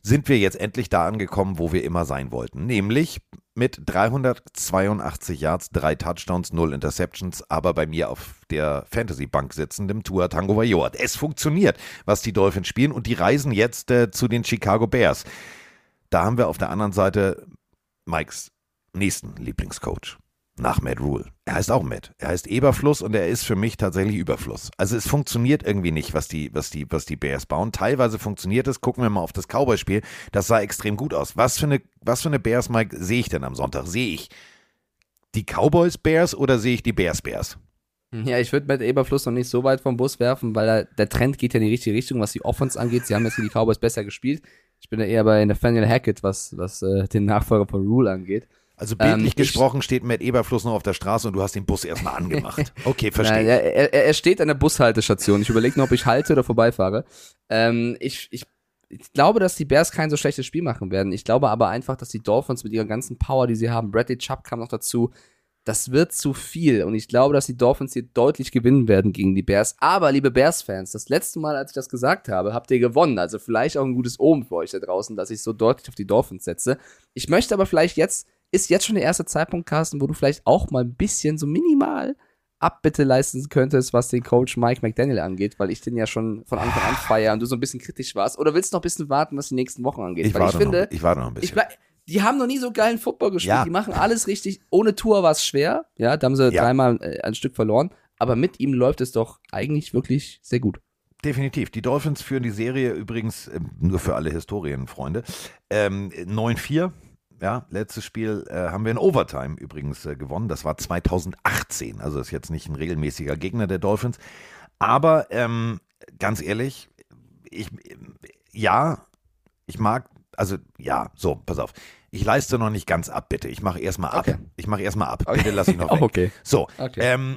sind wir jetzt endlich da angekommen, wo wir immer sein wollten. Nämlich mit dreihundertzweiundachtzig Yards, drei Touchdowns, null Interceptions, aber bei mir auf der Fantasy-Bank sitzendem Tua Tagovailoa. Es funktioniert, was die Dolphins spielen und die reisen jetzt äh, zu den Chicago Bears. Da haben wir auf der anderen Seite Mikes nächsten Lieblingscoach. Nach Matt Rule. Er heißt auch Matt. Er heißt Eberfluss und er ist für mich tatsächlich Überfluss. Also es funktioniert irgendwie nicht, was die, was die, was die Bears bauen. Teilweise funktioniert es. Gucken wir mal auf das Cowboys-Spiel. Das sah extrem gut aus. Was für eine, was für eine Bears, Mike, sehe ich denn am Sonntag? Sehe ich die Cowboys-Bears oder sehe ich die Bears-Bears? Ja, ich würde Matt Eberfluss noch nicht so weit vom Bus werfen, weil er, der Trend geht ja in die richtige Richtung, was die Offense angeht. Sie haben jetzt gegen die Cowboys besser gespielt. Ich bin ja eher bei Nathaniel Hackett, was, was äh, den Nachfolger von Rule angeht. Also bildlich ähm, gesprochen steht Matt Eberfluss noch auf der Straße und du hast den Bus erstmal angemacht. Okay, verstehe. Nein, er, er, er steht an der Bushaltestation. Ich überlege noch, ob ich halte oder vorbeifahre. Ähm, ich, ich, ich glaube, dass die Bears kein so schlechtes Spiel machen werden. Ich glaube aber einfach, dass die Dolphins mit ihrer ganzen Power, die sie haben, Bradley Chubb kam noch dazu, das wird zu viel. Und ich glaube, dass die Dolphins hier deutlich gewinnen werden gegen die Bears. Aber, liebe Bears-Fans, das letzte Mal, als ich das gesagt habe, habt ihr gewonnen. Also vielleicht auch ein gutes Omen für euch da draußen, dass ich so deutlich auf die Dolphins setze. Ich möchte aber vielleicht jetzt ist jetzt schon der erste Zeitpunkt, Carsten, wo du vielleicht auch mal ein bisschen so minimal Abbitte leisten könntest, was den Coach Mike McDaniel angeht, weil ich den ja schon von Anfang an feiere und du so ein bisschen kritisch warst. Oder willst du noch ein bisschen warten, was die nächsten Wochen angeht? Ich weil warte ich finde, noch, ich warte noch ein bisschen. Ich bleib, die haben noch nie so geilen Football gespielt. Ja. Die machen alles richtig. Ohne Tour war es schwer. Ja, da haben sie Ja. dreimal äh, ein Stück verloren. Aber mit ihm läuft es doch eigentlich wirklich sehr gut. Definitiv. Die Dolphins führen die Serie übrigens, äh, nur für alle Historienfreunde, ähm, neun vier. Ja, letztes Spiel äh, haben wir in Overtime übrigens äh, gewonnen. Das war zweitausendachtzehn. Also ist jetzt nicht ein regelmäßiger Gegner der Dolphins. Aber ähm, ganz ehrlich, ich, ja, ich mag, also ja, so, pass auf. Ich leiste noch nicht ganz ab, bitte. Ich mache erstmal ab. Okay. Ich mache erstmal ab. Okay. Bitte lass ich noch Auch weg. okay. So, Okay. ähm,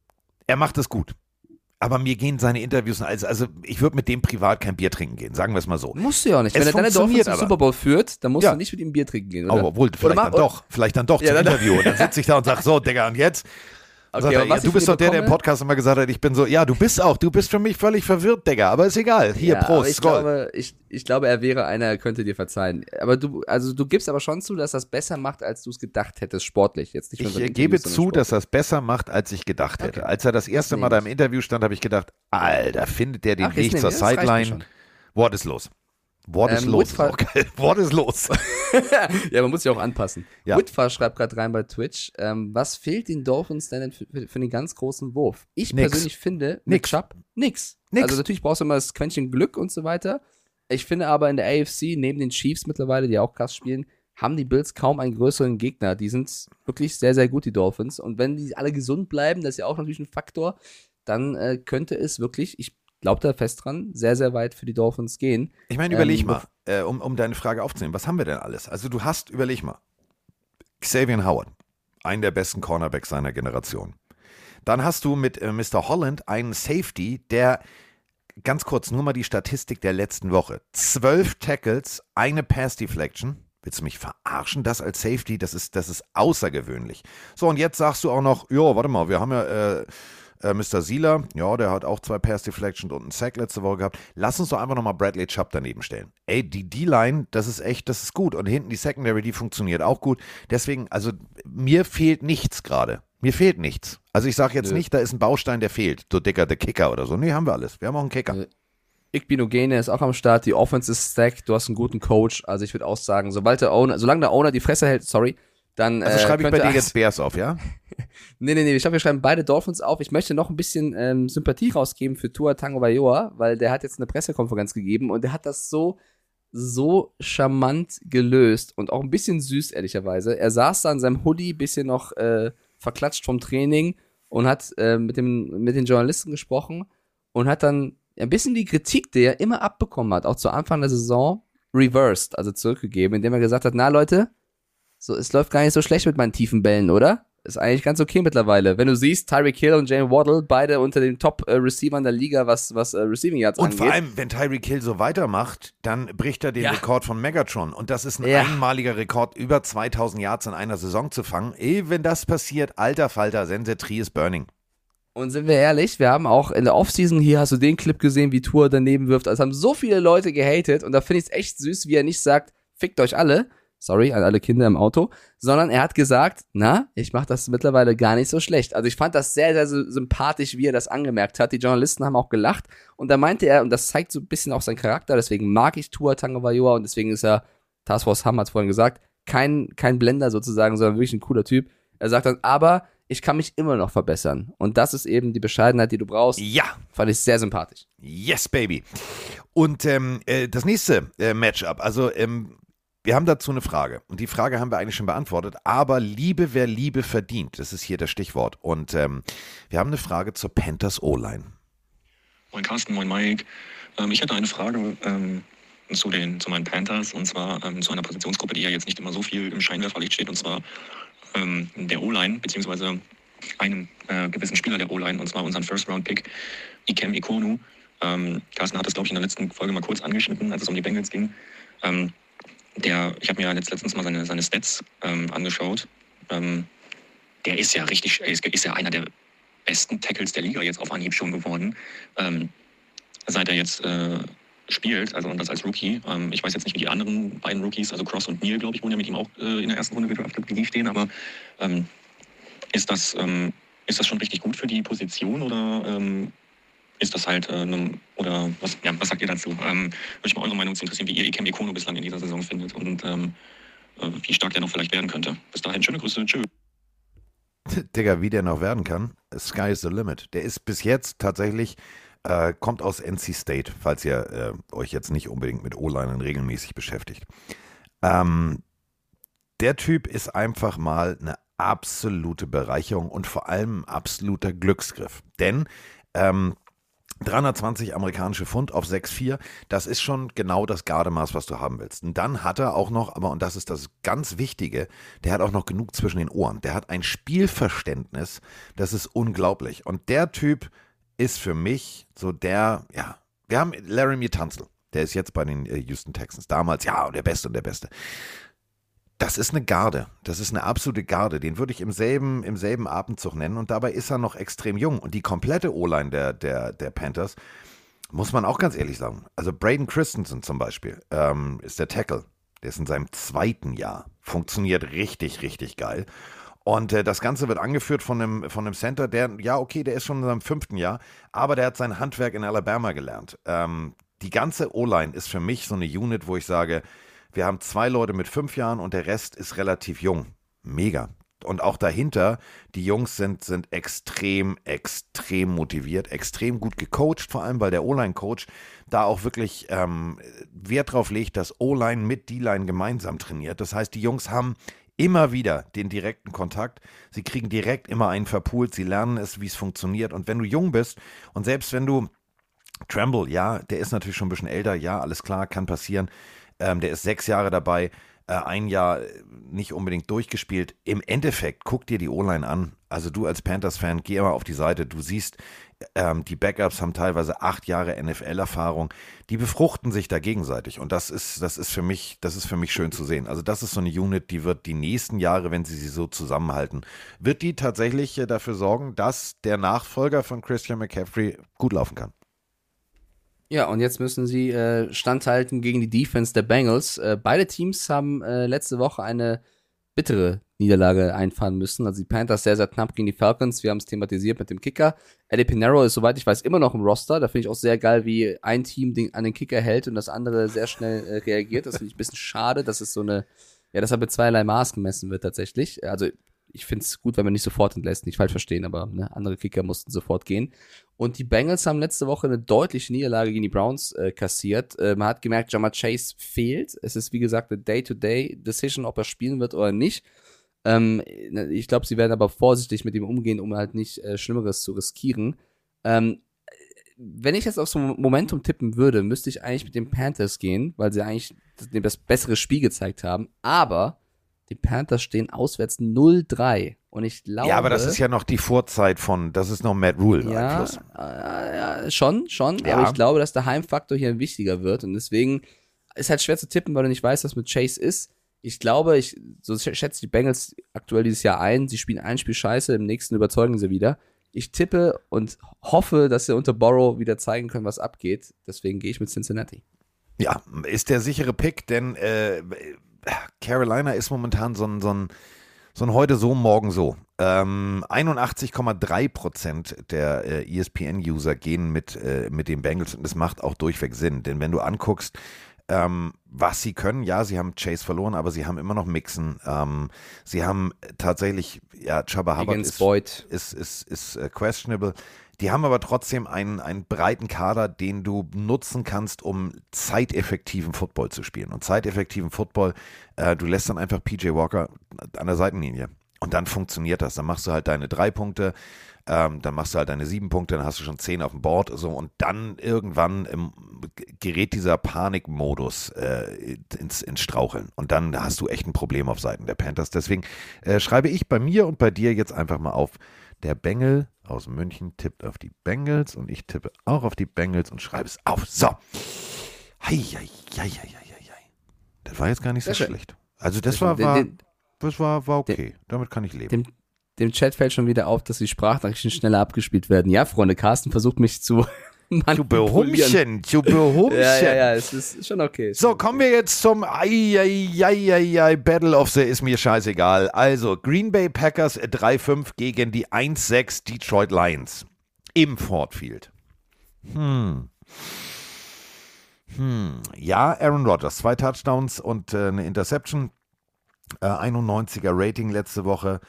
er macht es gut. Aber mir gehen seine Interviews, also, also ich würde mit dem privat kein Bier trinken gehen, sagen wir es mal so. Musst du ja auch nicht. Es Wenn er deine funktioniert Dolphins im aber. Super Bowl führt, dann musst Ja. du nicht mit ihm ein Bier trinken gehen, oder? Aber obwohl, vielleicht mach- dann doch, vielleicht dann doch Ja, zum dann- Interview. Und dann sitze ich da und sage, so, Digga, und jetzt? Okay, Sagt er, aber was ja, du ich bist von doch dir der, der im bekomme- Podcast immer gesagt hat, ich bin so, ja, du bist auch, du bist für mich völlig verwirrt, Digga, aber ist egal. Hier, ja, aber Prost, ich Skol. glaube, ich, ich glaube, er wäre einer, er könnte dir verzeihen. Aber du, also du gibst aber schon zu, dass das besser macht, als du es gedacht hättest, sportlich. Jetzt nicht nur Ich so äh, Interviews, gebe sondern zu, dass sportlich. er es besser macht, als ich gedacht hätte. Okay. Als er das erste Das Mal nehme da ich. im Interview stand, habe ich gedacht, Alter, findet der den Ach, jetzt Weg zur nehme ich, das reicht mir Sideline? schon. Wort ist los. Wort ist Ähm, los. Ist Woodfall- auch geil. Wort ist los. Ja, man muss sich auch anpassen. Ja. Whitfar schreibt gerade rein bei Twitch, ähm, was fehlt den Dolphins denn für, für, für den ganz großen Wurf? Ich Nix. persönlich finde, mit Nix. Chubb, nix. Nix. Also natürlich brauchst du immer das Quäntchen Glück und so weiter. Ich finde aber in der A F C, neben den Chiefs mittlerweile, die auch krass spielen, haben die Bills kaum einen größeren Gegner. Die sind wirklich sehr, sehr gut, die Dolphins. Und wenn die alle gesund bleiben, das ist ja auch natürlich ein Faktor, dann äh, könnte es wirklich, ich glaube da fest dran, sehr, sehr weit für die Dolphins gehen. Ich meine, überleg Ähm, mal, äh, um, um deine Frage aufzunehmen, was haben wir denn alles? Also du hast, überleg mal, Xavier Howard, einen der besten Cornerbacks seiner Generation. Dann hast du mit äh, Mister Holland einen Safety, der, ganz kurz, nur mal die Statistik der letzten Woche, zwölf Tackles, eine Pass-Deflection. Willst du mich verarschen? Das als Safety, das ist, das ist außergewöhnlich. So, und jetzt sagst du auch noch, jo, warte mal, wir haben ja äh, äh, Mister Sieler, ja, der hat auch zwei Pass-Deflections und einen Sack letzte Woche gehabt. Lass uns doch einfach nochmal Bradley Chubb daneben stellen. Ey, die D-Line, das ist echt, das ist gut. Und hinten die Secondary, die funktioniert auch gut. Deswegen, also mir fehlt nichts gerade. Mir fehlt nichts. Also ich sage jetzt Nö. nicht, da ist ein Baustein, der fehlt. So dicker, der Kicker oder so. Nee, haben wir alles. Wir haben auch einen Kicker. Nö. Igbinogene ist auch am Start, die Offense ist stacked, du hast einen guten Coach, also ich würde auch sagen, sobald der Owner, solange der Owner die Fresse hält, sorry, dann Also äh, schreibe ich bei könnte- dir jetzt Bears auf, ja? Nee, nee, nee, ich glaube, wir schreiben beide Dolphins auf. Ich möchte noch ein bisschen ähm, Sympathie rausgeben für Tua Tagovailoa, weil der hat jetzt eine Pressekonferenz gegeben und der hat das so, so charmant gelöst und auch ein bisschen süß, ehrlicherweise. Er saß da in seinem Hoodie, bisschen noch äh, verklatscht vom Training und hat äh, mit, dem, mit den Journalisten gesprochen und hat dann ein bisschen die Kritik, die er immer abbekommen hat, auch zu Anfang der Saison, reversed, also zurückgegeben, indem er gesagt hat, na Leute, so, es läuft gar nicht so schlecht mit meinen tiefen Bällen, oder? Ist eigentlich ganz okay mittlerweile. Wenn du siehst, Tyreek Hill und Jalen Waddle, beide unter den Top-Receivern der Liga, was, was äh, Receiving Yards Und angeht. vor allem, wenn Tyreek Hill so weitermacht, dann bricht er den Ja. Rekord von Megatron. Und das ist ein Ja. einmaliger Rekord, über zweitausend Yards in einer Saison zu fangen. Ey, wenn das passiert, alter Falter, Sense Tree is burning. Und sind wir ehrlich, wir haben auch in der Offseason, hier hast du den Clip gesehen, wie Tua daneben wirft. Also haben so viele Leute gehatet und da finde ich es echt süß, wie er nicht sagt, fickt euch alle, sorry an alle Kinder im Auto, sondern er hat gesagt, na, ich mache das mittlerweile gar nicht so schlecht. Also ich fand das sehr, sehr sympathisch, wie er das angemerkt hat. Die Journalisten haben auch gelacht und da meinte er, und das zeigt so ein bisschen auch seinen Charakter, deswegen mag ich Tua Tagovailoa und deswegen ist er, Taskforce Ham hat es vorhin gesagt, kein, kein Blender sozusagen, sondern wirklich ein cooler Typ. Er sagt dann, aber ich kann mich immer noch verbessern. Und das ist eben die Bescheidenheit, die du brauchst. Ja. Fand ich sehr sympathisch. Yes, baby. Und ähm, äh, das nächste äh, Matchup, also ähm, wir haben dazu eine Frage. Und die Frage haben wir eigentlich schon beantwortet. Aber Liebe, wer Liebe verdient, das ist hier das Stichwort. Und ähm, wir haben eine Frage zur Panthers O-Line. Moin Carsten, moin Mike. Ähm, ich hätte eine Frage ähm, zu, den, zu meinen Panthers. Und zwar ähm, zu einer Positionsgruppe, die ja jetzt nicht immer so viel im Scheinwerferlicht steht. Und zwar ähm, der O-Line, beziehungsweise einem äh, gewissen Spieler der O-Line. Und zwar unseren First-Round-Pick, Ikem Ekwonu. Ähm, Carsten hat es, glaube ich, in der letzten Folge mal kurz angeschnitten, als es um die Bengals ging. Ähm, Der, ich habe mir letzt, letztens mal seine, seine Stats ähm, angeschaut. Ähm, der ist ja richtig, ist, ist ja einer der besten Tackles der Liga jetzt auf Anhieb schon geworden, ähm, seit er jetzt äh, spielt, also und das als Rookie. Ähm, ich weiß jetzt nicht, wie die anderen beiden Rookies, also Cross und Neal, glaube ich, wurden ja mit ihm auch äh, in der ersten Runde gedraftet, wie die stehen, aber ähm, ist, das, ähm, ist das schon richtig gut für die Position oder ähm, ist das halt, äh, ne, oder was, ja, was sagt ihr dazu? Ähm, würde mich mal eure Meinung zu interessieren, wie ihr Ikem Ekwonu bislang in dieser Saison findet und ähm, äh, wie stark der noch vielleicht werden könnte. Bis dahin, schöne Grüße, tschö. Digga, wie der noch werden kann, sky is the limit. Der ist bis jetzt tatsächlich, äh, kommt aus N C State, falls ihr äh, euch jetzt nicht unbedingt mit O-Linern regelmäßig beschäftigt. Ähm, der Typ ist einfach mal eine absolute Bereicherung und vor allem ein absoluter Glücksgriff. Denn ähm, dreihundertzwanzig amerikanische Pfund auf sechs Komma vier, das ist schon genau das Gardemaß, was du haben willst. Und dann hat er auch noch, aber und das ist das ganz Wichtige, der hat auch noch genug zwischen den Ohren. Der hat ein Spielverständnis, das ist unglaublich. Und der Typ ist für mich so der, ja, wir haben Laramie Tunsil, der ist jetzt bei den Houston Texans. Damals, ja, und der Beste und der Beste. Das ist eine Garde, das ist eine absolute Garde, den würde ich im selben, im selben Atemzug nennen und dabei ist er noch extrem jung und die komplette O-Line der, der, der Panthers, muss man auch ganz ehrlich sagen, also Braden Christensen zum Beispiel ähm, ist der Tackle, der ist in seinem zweiten Jahr, funktioniert richtig, richtig geil und äh, das Ganze wird angeführt von einem, von einem Center, der, ja okay, der ist schon in seinem fünften Jahr, aber der hat sein Handwerk in Alabama gelernt. Ähm, die ganze O-Line ist für mich so eine Unit, wo ich sage, wir haben zwei Leute mit fünf Jahren und der Rest ist relativ jung. Mega. Und auch dahinter, die Jungs sind, sind extrem, extrem motiviert, extrem gut gecoacht, vor allem weil der O-Line-Coach da auch wirklich ähm, Wert drauf legt, dass O-Line mit D-Line gemeinsam trainiert. Das heißt, die Jungs haben immer wieder den direkten Kontakt. Sie kriegen direkt immer einen verpult, sie lernen es, wie es funktioniert. Und wenn du jung bist und selbst wenn du Tremble, ja, der ist natürlich schon ein bisschen älter, ja, alles klar, kann passieren. Ähm, der ist sechs Jahre dabei, äh, ein Jahr nicht unbedingt durchgespielt. Im Endeffekt, guck dir die O-Line an. Also du als Panthers-Fan, geh mal auf die Seite. Du siehst, ähm, die Backups haben teilweise acht Jahre N F L-Erfahrung. Die befruchten sich da gegenseitig. Und das ist, das ist für mich, das ist für mich schön zu sehen. Also das ist so eine Unit, die wird die nächsten Jahre, wenn sie sie so zusammenhalten, wird die tatsächlich äh, dafür sorgen, dass der Nachfolger von Christian McCaffrey gut laufen kann. Ja, und jetzt müssen sie äh, standhalten gegen die Defense der Bengals. Äh, beide Teams haben äh, letzte Woche eine bittere Niederlage einfahren müssen. Also die Panthers sehr, sehr knapp gegen die Falcons. Wir haben es thematisiert mit dem Kicker. Eddie Pinheiro ist, soweit ich weiß, immer noch im Roster. Da finde ich auch sehr geil, wie ein Team den, an den Kicker hält und das andere sehr schnell äh, reagiert. Das finde ich ein bisschen schade. Das ist so eine, ja, das hat mit zweierlei Maß gemessen wird tatsächlich. Also ich finde es gut, wenn man nicht sofort entlässt, nicht falsch verstehen, aber ne, andere Kicker mussten sofort gehen. Und die Bengals haben letzte Woche eine deutliche Niederlage gegen die Browns äh, kassiert. Äh, man hat gemerkt, Ja'Marr Chase fehlt. Es ist, wie gesagt, eine Day-to-Day-Decision, ob er spielen wird oder nicht. Ähm, ich glaube, sie werden aber vorsichtig mit ihm umgehen, um halt nicht äh, Schlimmeres zu riskieren. Ähm, wenn ich jetzt auf so ein Momentum tippen würde, müsste ich eigentlich mit den Panthers gehen, weil sie eigentlich das bessere Spiel gezeigt haben. Aber die Panthers stehen auswärts null drei. Und ich glaube... Ja, aber das ist ja noch die Vorzeit von, das ist noch Matt Rule-Einfluss. Ja, ja, schon, schon. Ja. Aber ich glaube, dass der Heimfaktor hier wichtiger wird. Und deswegen ist halt schwer zu tippen, weil du nicht weißt, was mit Chase ist. Ich glaube, ich so schätze die Bengals aktuell dieses Jahr ein. Sie spielen ein Spiel scheiße, im nächsten überzeugen sie wieder. Ich tippe und hoffe, dass sie unter Burrow wieder zeigen können, was abgeht. Deswegen gehe ich mit Cincinnati. Ja, ist der sichere Pick, denn äh, Carolina ist momentan so ein, so ein, so ein heute so, morgen so. Ähm, einundachtzig Komma drei Prozent der äh, E S P N-User gehen mit, äh, mit den Bengals und das macht auch durchweg Sinn, denn wenn du anguckst, ähm, was sie können, ja, sie haben Chase verloren, aber sie haben immer noch Mixon. Ähm, sie haben tatsächlich, ja, Chuba Hubbard ist, ist, ist, ist, ist äh, questionable. Die haben aber trotzdem einen, einen breiten Kader, den du nutzen kannst, um zeiteffektiven Football zu spielen. Und zeiteffektiven Football, äh, du lässt dann einfach P J Walker an der Seitenlinie. Und dann funktioniert das. Dann machst du halt deine drei Punkte, ähm, dann machst du halt deine sieben Punkte, dann hast du schon zehn auf dem Board. So, und dann irgendwann im, gerät dieser Panikmodus äh, ins, ins Straucheln. Und dann hast du echt ein Problem auf Seiten der Panthers. Deswegen äh, schreibe ich bei mir und bei dir jetzt einfach mal auf, der Bengel aus München tippt auf die Bengals und ich tippe auch auf die Bengals und schreibe es auf. So. Hei, hei, hei, hei, hei, hei. Das war jetzt gar nicht so schlecht. Also das war, war, das war, war okay. Damit kann ich leben. Dem, dem Chat fällt schon wieder auf, dass die Sprachnachrichten schneller abgespielt werden. Ja, Freunde, Carsten versucht mich zu Zu behumschen, zu behumschen. Ja, ja, ja, es ist schon okay. So, kommen wir jetzt zum ai, ai, ai, ai, ai, Battle of the ist mir scheißegal. Also, Green Bay Packers drei fünf gegen die eins sechs Detroit Lions im Ford Field. Hm. Hm. Ja, Aaron Rodgers, zwei Touchdowns und äh, eine Interception. Äh, einundneunziger Rating letzte Woche.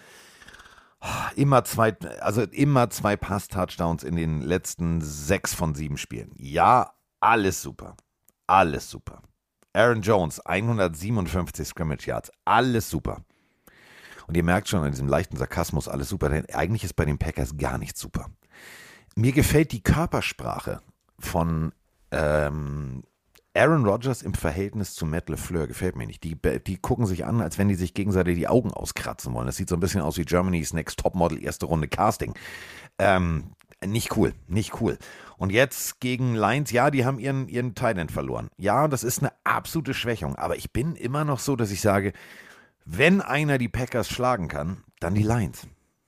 Immer zwei, also immer zwei Pass-Touchdowns in den letzten sechs von sieben Spielen. Ja, alles super. Alles super. Aaron Jones, hundertsiebenundfünfzig Scrimmage Yards. Alles super. Und ihr merkt schon an diesem leichten Sarkasmus, alles super, denn eigentlich ist bei den Packers gar nichts super. Mir gefällt die Körpersprache von ähm, Aaron Rodgers im Verhältnis zu Matt LaFleur, gefällt mir nicht. Die, die gucken sich an, als wenn die sich gegenseitig die Augen auskratzen wollen. Das sieht so ein bisschen aus wie Germany's Next Topmodel, erste Runde Casting. Ähm, nicht cool, nicht cool. Und jetzt gegen Lions, ja, die haben ihren, ihren Tight End verloren. Ja, das ist eine absolute Schwächung. Aber ich bin immer noch so, dass ich sage, wenn einer die Packers schlagen kann, dann die Lions.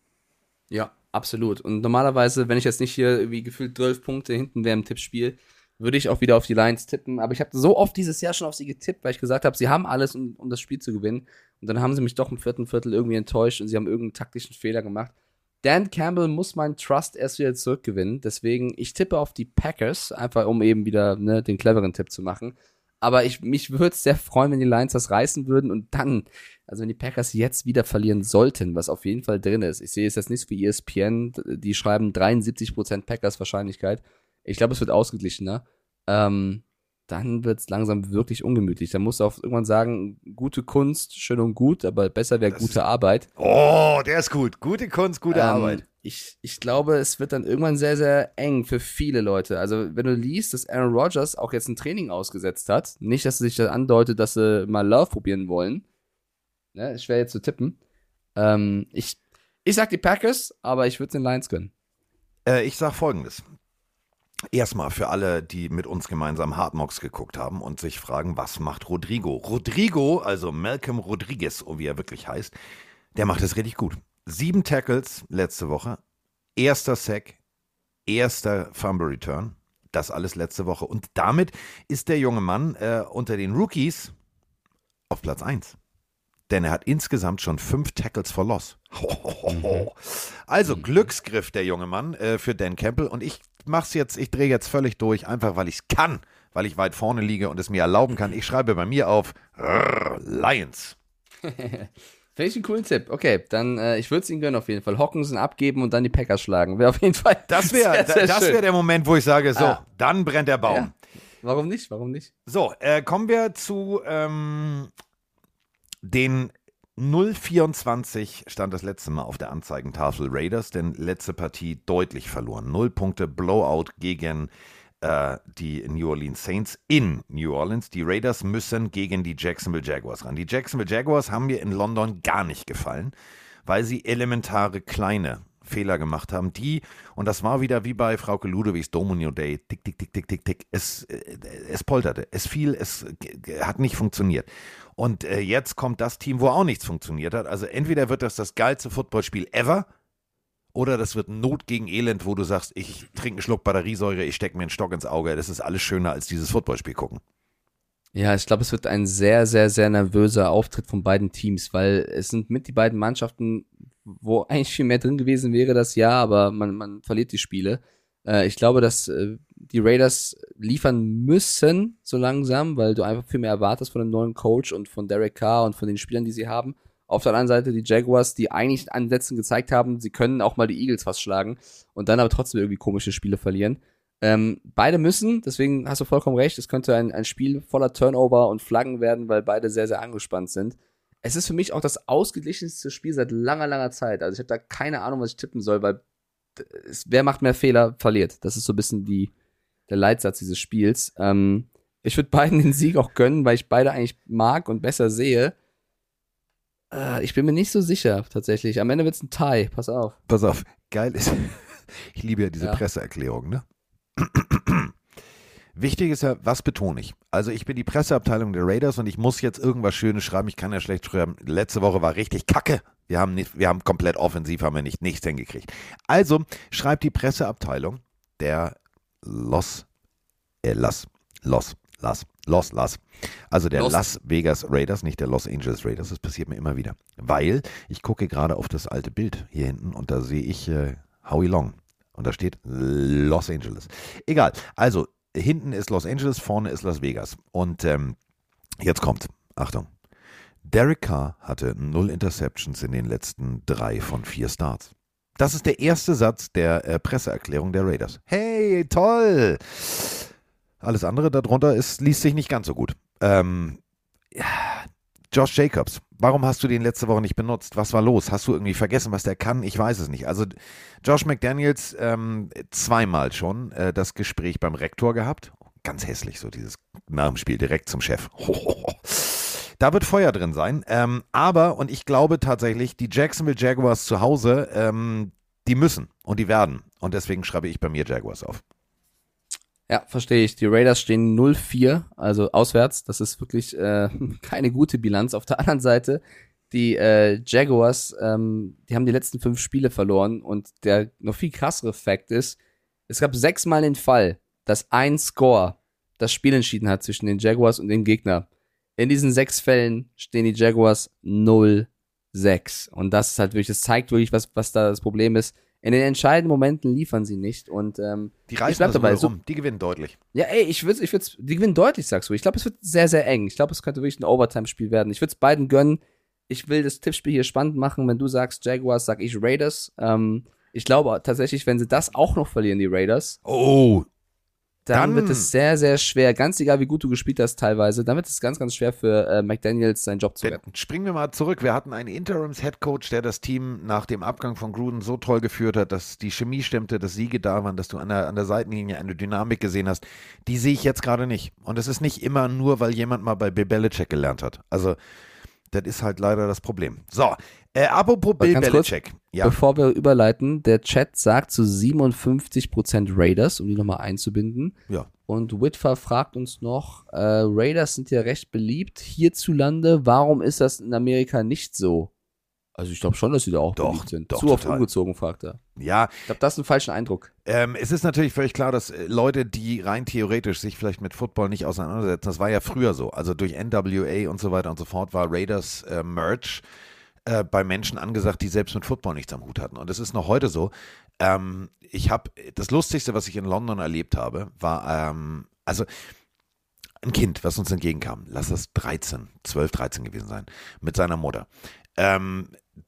Ja, absolut. Und normalerweise, wenn ich jetzt nicht hier irgendwie gefühlt zwölf Punkte hinten wäre im Tippspiel, würde ich auch wieder auf die Lions tippen. Aber ich habe so oft dieses Jahr schon auf sie getippt, weil ich gesagt habe, sie haben alles, um, um das Spiel zu gewinnen. Und dann haben sie mich doch im vierten Viertel irgendwie enttäuscht und sie haben irgendeinen taktischen Fehler gemacht. Dan Campbell muss meinen Trust erst wieder zurückgewinnen. Deswegen, ich tippe auf die Packers, einfach um eben wieder ne, den cleveren Tipp zu machen. Aber ich, mich würde es sehr freuen, wenn die Lions das reißen würden und dann, also wenn die Packers jetzt wieder verlieren sollten, was auf jeden Fall drin ist. Ich sehe es jetzt nicht so wie E S P N, die schreiben dreiundsiebzig Prozent Packers Wahrscheinlichkeit. Ich glaube, es wird ausgeglichener. Ähm, dann wird es langsam wirklich ungemütlich. Dann musst du auch irgendwann sagen, gute Kunst, schön und gut, aber besser wäre gute ist, Arbeit. Oh, der ist gut. Gute Kunst, gute ähm, Arbeit. Ich, ich glaube, es wird dann irgendwann sehr, sehr eng für viele Leute. Also, wenn du liest, dass Aaron Rodgers auch jetzt ein Training ausgesetzt hat, nicht, dass es sich dann andeutet, dass sie mal Love probieren wollen. Ne, ist schwer jetzt zu tippen. Ähm, ich, ich sag die Packers, aber ich würde es den Lions gönnen. Äh, ich sag Folgendes. Erstmal für alle, die mit uns gemeinsam Hard Knocks geguckt haben und sich fragen, was macht Rodrigo? Rodrigo, also Malcolm Rodriguez, wie er wirklich heißt, der macht es richtig gut. Sieben Tackles letzte Woche, erster Sack, erster Fumble Return, das alles letzte Woche. Und damit ist der junge Mann äh, unter den Rookies auf Platz eins. Denn er hat insgesamt schon fünf Tackles for Loss. Also Glücksgriff der junge Mann äh, für Dan Campbell. Und ich mach's jetzt, ich drehe jetzt völlig durch, einfach weil ich es kann, weil ich weit vorne liege und es mir erlauben kann. Ich schreibe bei mir auf Rrr, Lions. Finde ich einen coolen Tipp. Okay, dann äh, ich würde es ihnen gönnen auf jeden Fall. Hockenson abgeben und dann die Packers schlagen. Wäre auf jeden Fall Das wäre das wär der Moment, wo ich sage, so, ah. dann brennt der Baum. Ja. Warum nicht? Warum nicht? So, äh, kommen wir zu ähm, den null vierundzwanzig stand das letzte Mal auf der Anzeigentafel Raiders, denn letzte Partie deutlich verloren. Null Punkte Blowout gegen äh, die New Orleans Saints in New Orleans. Die Raiders müssen gegen die Jacksonville Jaguars ran. Die Jacksonville Jaguars haben mir in London gar nicht gefallen, weil sie elementare kleine Fehler gemacht haben, die, und das war wieder wie bei Frauke Ludowigs Domino Day, tick, tick, tick, tick, tick, tick, es, äh, es polterte, es fiel, es äh, hat nicht funktioniert. Und äh, jetzt kommt das Team, wo auch nichts funktioniert hat. Also entweder wird das das geilste Footballspiel ever Oder das wird Not gegen Elend, wo du sagst, ich trinke einen Schluck Batteriesäure, ich stecke mir einen Stock ins Auge. Das ist alles schöner als dieses Footballspiel gucken. Ja, ich glaube, es wird ein sehr, sehr, sehr nervöser Auftritt von beiden Teams, weil es sind mit die beiden Mannschaften, wo eigentlich viel mehr drin gewesen wäre das Jahr, aber man, man verliert die Spiele. Äh, ich glaube, dass äh, die Raiders liefern müssen so langsam, weil du einfach viel mehr erwartest von dem neuen Coach und von Derek Carr und von den Spielern, die sie haben. Auf der anderen Seite die Jaguars, die eigentlich an den letzten gezeigt haben, sie können auch mal die Eagles fast schlagen und dann aber trotzdem irgendwie komische Spiele verlieren. Ähm, beide müssen, deswegen hast du vollkommen recht, es könnte ein, ein Spiel voller Turnover und Flaggen werden, weil beide sehr, sehr angespannt sind. Es ist für mich auch das ausgeglichenste Spiel seit langer, langer Zeit. Also ich habe da keine Ahnung, was ich tippen soll, weil es, wer macht mehr Fehler, verliert. Das ist so ein bisschen die, der Leitsatz dieses Spiels. Ähm, ich würde beiden den Sieg auch gönnen, weil ich beide eigentlich mag und besser sehe. Äh, ich bin mir nicht so sicher, tatsächlich. Am Ende wird es ein Tie, pass auf. Pass auf, geil ist, ich liebe ja diese Ja. Presseerklärung, ne? Wichtig ist ja, was betone ich? Also ich bin die Presseabteilung der Raiders und ich muss jetzt irgendwas Schönes schreiben. Ich kann ja schlecht schreiben. Letzte Woche war richtig kacke. Wir haben, nicht, wir haben komplett offensiv, haben wir nicht nichts hingekriegt. Also schreibt die Presseabteilung der Los, äh, Las, Los, Las, Los, Las. Also der Los. Las Vegas Raiders, nicht der Los Angeles Raiders. Das passiert mir immer wieder. Weil ich gucke gerade auf das alte Bild hier hinten und da sehe ich äh, Howie Long. Und da steht Los Angeles. Egal. Also hinten ist Los Angeles, vorne ist Las Vegas. Und ähm, jetzt kommt, Achtung, Derek Carr hatte null Interceptions in den letzten drei von vier Starts. Das ist der erste Satz der äh, Presseerklärung der Raiders. Hey, toll! Alles andere darunter ist, liest sich nicht ganz so gut. Ähm, ja, Josh Jacobs, warum hast du den letzte Woche nicht benutzt? Was war los? Hast du irgendwie vergessen, was der kann? Ich weiß es nicht. Also Josh McDaniels ähm, zweimal schon äh, das Gespräch beim Rektor gehabt. Ganz hässlich, so dieses nach dem Spiel direkt zum Chef. Da wird Feuer drin sein. Ähm, aber, und ich glaube tatsächlich, die Jacksonville Jaguars zu Hause, ähm, die müssen und die werden. Und deswegen schreibe ich bei mir Jaguars auf. Ja, verstehe ich. Die Raiders stehen null vier, also auswärts. Das ist wirklich äh, keine gute Bilanz. Auf der anderen Seite, die äh, Jaguars, ähm, die haben die letzten fünf Spiele verloren. Und der noch viel krassere Fakt ist, es gab sechsmal den Fall, dass ein Score das Spiel entschieden hat zwischen den Jaguars und dem Gegner. In diesen sechs Fällen stehen die Jaguars null sechs. Und das ist halt wirklich, das zeigt wirklich, was, was da das Problem ist. In den entscheidenden Momenten liefern sie nicht und ähm, Die ich reißen bleib das dabei. dabei So, rum. Die gewinnen deutlich. ja, ey, ich würde, ich würde, die gewinnen deutlich, sagst du. Ich glaube, es wird sehr, sehr eng. Ich glaube, es könnte wirklich ein Overtime-Spiel werden. Ich würde es beiden gönnen. Ich will das Tippspiel hier spannend machen. Wenn du sagst Jaguars, sag ich Raiders. Ähm, ich glaube tatsächlich, wenn sie das auch noch verlieren, die Raiders, Oh, dann, Dann- wird es sehr, sehr schwer. Ganz egal, wie gut du gespielt hast teilweise. Dann wird es ganz, ganz schwer für äh, McDaniels, seinen Job zu Dann retten. springen wir mal zurück. Wir hatten einen Interims-Headcoach, der das Team nach dem Abgang von Gruden so toll geführt hat, dass die Chemie stimmte, dass Siege da waren, dass du an der, an der Seitenlinie eine Dynamik gesehen hast. Die sehe ich jetzt gerade nicht. Und es ist nicht immer nur, weil jemand mal bei Bill Belichick gelernt hat. Also, das ist halt leider das Problem. So, äh, apropos Bill ganz kurz, Belichick. Ja, Bevor wir überleiten, der Chat sagt zu siebenundfünfzig Prozent Raiders, um die nochmal einzubinden. ja. Und Whitfer fragt uns noch, äh, Raiders sind ja recht beliebt hierzulande. Warum ist das in Amerika nicht so? Also ich glaube schon, dass sie da auch Doch, beliebt sind. doch, Zu oft total. umgezogen, fragt er. Ja, Ich glaube, das ist ein falscher Eindruck. Ähm, es ist natürlich völlig klar, dass äh, Leute, die rein theoretisch sich vielleicht mit Football nicht auseinandersetzen, das war ja früher so, also durch N W A und so weiter und so fort war Raiders äh, Merch äh, bei Menschen angesagt, die selbst mit Football nichts am Hut hatten. Und es ist noch heute so. Ähm, ich habe, das Lustigste, was ich in London erlebt habe, war, ähm, also ein Kind, was uns entgegenkam, lass das dreizehn, zwölf, dreizehn gewesen sein, mit seiner Mutter. Ähm,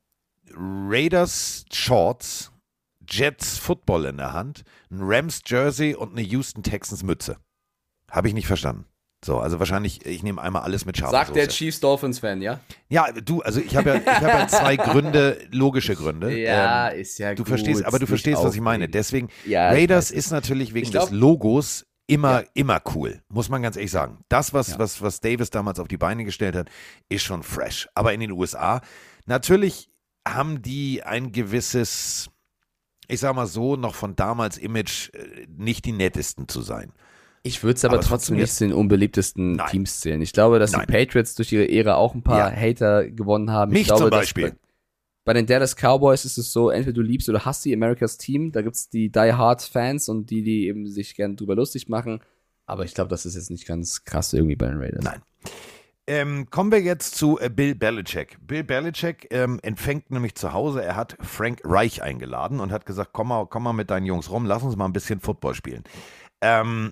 Raiders Shorts, Jets Football in der Hand, ein Rams Jersey und eine Houston Texans Mütze. Habe ich nicht verstanden. So, also wahrscheinlich, ich nehme einmal alles mit scharfer Sagt der Soße. Chiefs-Dolphins-Fan, ja? Ja, du, also ich habe ja, ich habe ja zwei Gründe, logische Gründe. Ähm, ist ja du verstehst, aber du verstehst, was ich meine. Deswegen, Ja, ich Raiders weiß. ist natürlich wegen Ich glaub- des Logos immer, Ja. immer cool, muss man ganz ehrlich sagen. Das, was, Ja. was, was Davis damals auf die Beine gestellt hat, ist schon fresh. Aber in den U S A, natürlich haben die ein gewisses, ich sag mal so, noch von damals Image, äh, nicht die nettesten zu sein. Ich würde es aber, Aber es trotzdem funktioniert. nicht zu den unbeliebtesten Nein. Teams zählen. Ich glaube, dass Nein. die Patriots durch ihre Ära auch ein paar Ja. Hater gewonnen haben. Mich ich glaube, zum dass- Beispiel. Bei den Dallas Cowboys ist es so, entweder du liebst oder hasst die America's Team. Da gibt's die Die-Hard-Fans und die, die eben sich gern drüber lustig machen. Aber ich glaube, das ist jetzt nicht ganz krass irgendwie bei den Raiders. Nein. Ähm, kommen wir jetzt zu äh, Bill Belichick. Bill Belichick ähm, empfängt nämlich zu Hause, er hat Frank Reich eingeladen und hat gesagt, komm mal, komm mal mit deinen Jungs rum, lass uns mal ein bisschen Football spielen. Ähm,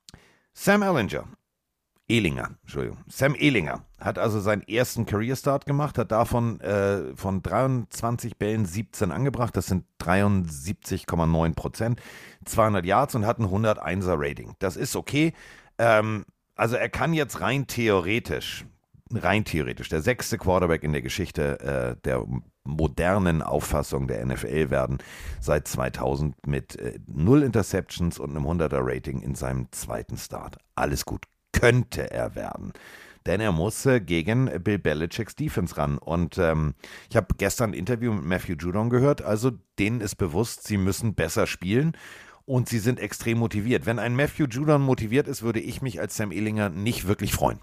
Sam Ehlinger, Ehlinger, Entschuldigung, Sam Ehlinger hat also seinen ersten Career-Start gemacht, hat davon äh, von dreiundzwanzig Bällen siebzehn angebracht, das sind dreiundsiebzig Komma neun Prozent, zweihundert Yards und hat ein hunderteiner Rating. Das ist okay, ähm, also er kann jetzt rein theoretisch, rein theoretisch, der sechste Quarterback in der Geschichte äh, der modernen Auffassung der N F L werden, seit zweitausend mit äh, null Interceptions und einem hunderter Rating in seinem zweiten Start. Alles gut, könnte er werden. Denn er muss äh, gegen Bill Belichicks Defense ran. Und ähm, ich habe gestern ein Interview mit Matthew Judon gehört, also denen ist bewusst, sie müssen besser spielen. Und sie sind extrem motiviert. Wenn ein Matthew Judon motiviert ist, würde ich mich als Sam Ehlinger nicht wirklich freuen.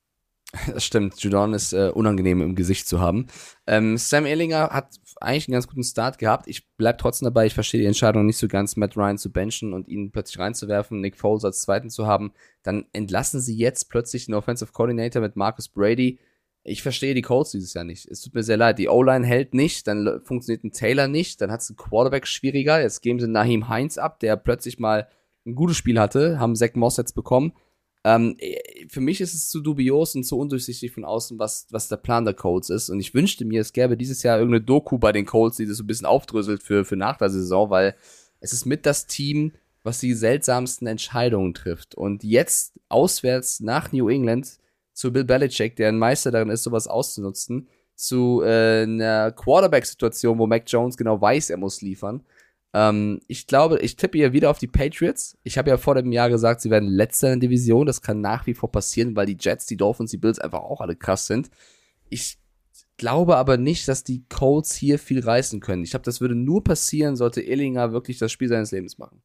Das stimmt, Judon ist äh, unangenehm im Gesicht zu haben. Ähm, Sam Ehlinger hat eigentlich einen ganz guten Start gehabt. Ich bleib trotzdem dabei, ich verstehe die Entscheidung nicht so ganz, Matt Ryan zu benchen und ihn plötzlich reinzuwerfen, Nick Foles als Zweiten zu haben. Dann entlassen sie jetzt plötzlich den Offensive Coordinator mit Marcus Brady. Ich verstehe die Colts dieses Jahr nicht. Es tut mir sehr leid. Die O-Line hält nicht, dann funktioniert ein Taylor nicht, dann hat es ein Quarterback schwieriger. Jetzt geben sie Naheem Hines ab, der plötzlich mal ein gutes Spiel hatte, haben Zach Moss jetzt bekommen. Ähm, für mich ist es zu dubios und zu undurchsichtig von außen, was, was der Plan der Colts ist. Und ich wünschte mir, es gäbe dieses Jahr irgendeine Doku bei den Colts, die das so ein bisschen aufdröselt für, für nach der Saison, weil es ist mit das Team, was die seltsamsten Entscheidungen trifft. Und jetzt auswärts nach New England zu Bill Belichick, der ein Meister darin ist, sowas auszunutzen, zu äh, einer Quarterback-Situation, wo Mac Jones genau weiß, er muss liefern. Ähm, ich glaube, ich tippe hier wieder auf die Patriots. Ich habe ja vor dem Jahr gesagt, sie werden Letzter in der Division. Das kann nach wie vor passieren, weil die Jets, die Dolphins, die Bills einfach auch alle krass sind. Ich glaube aber nicht, dass die Colts hier viel reißen können. Ich glaube, das würde nur passieren, sollte Ehlinger wirklich das Spiel seines Lebens machen.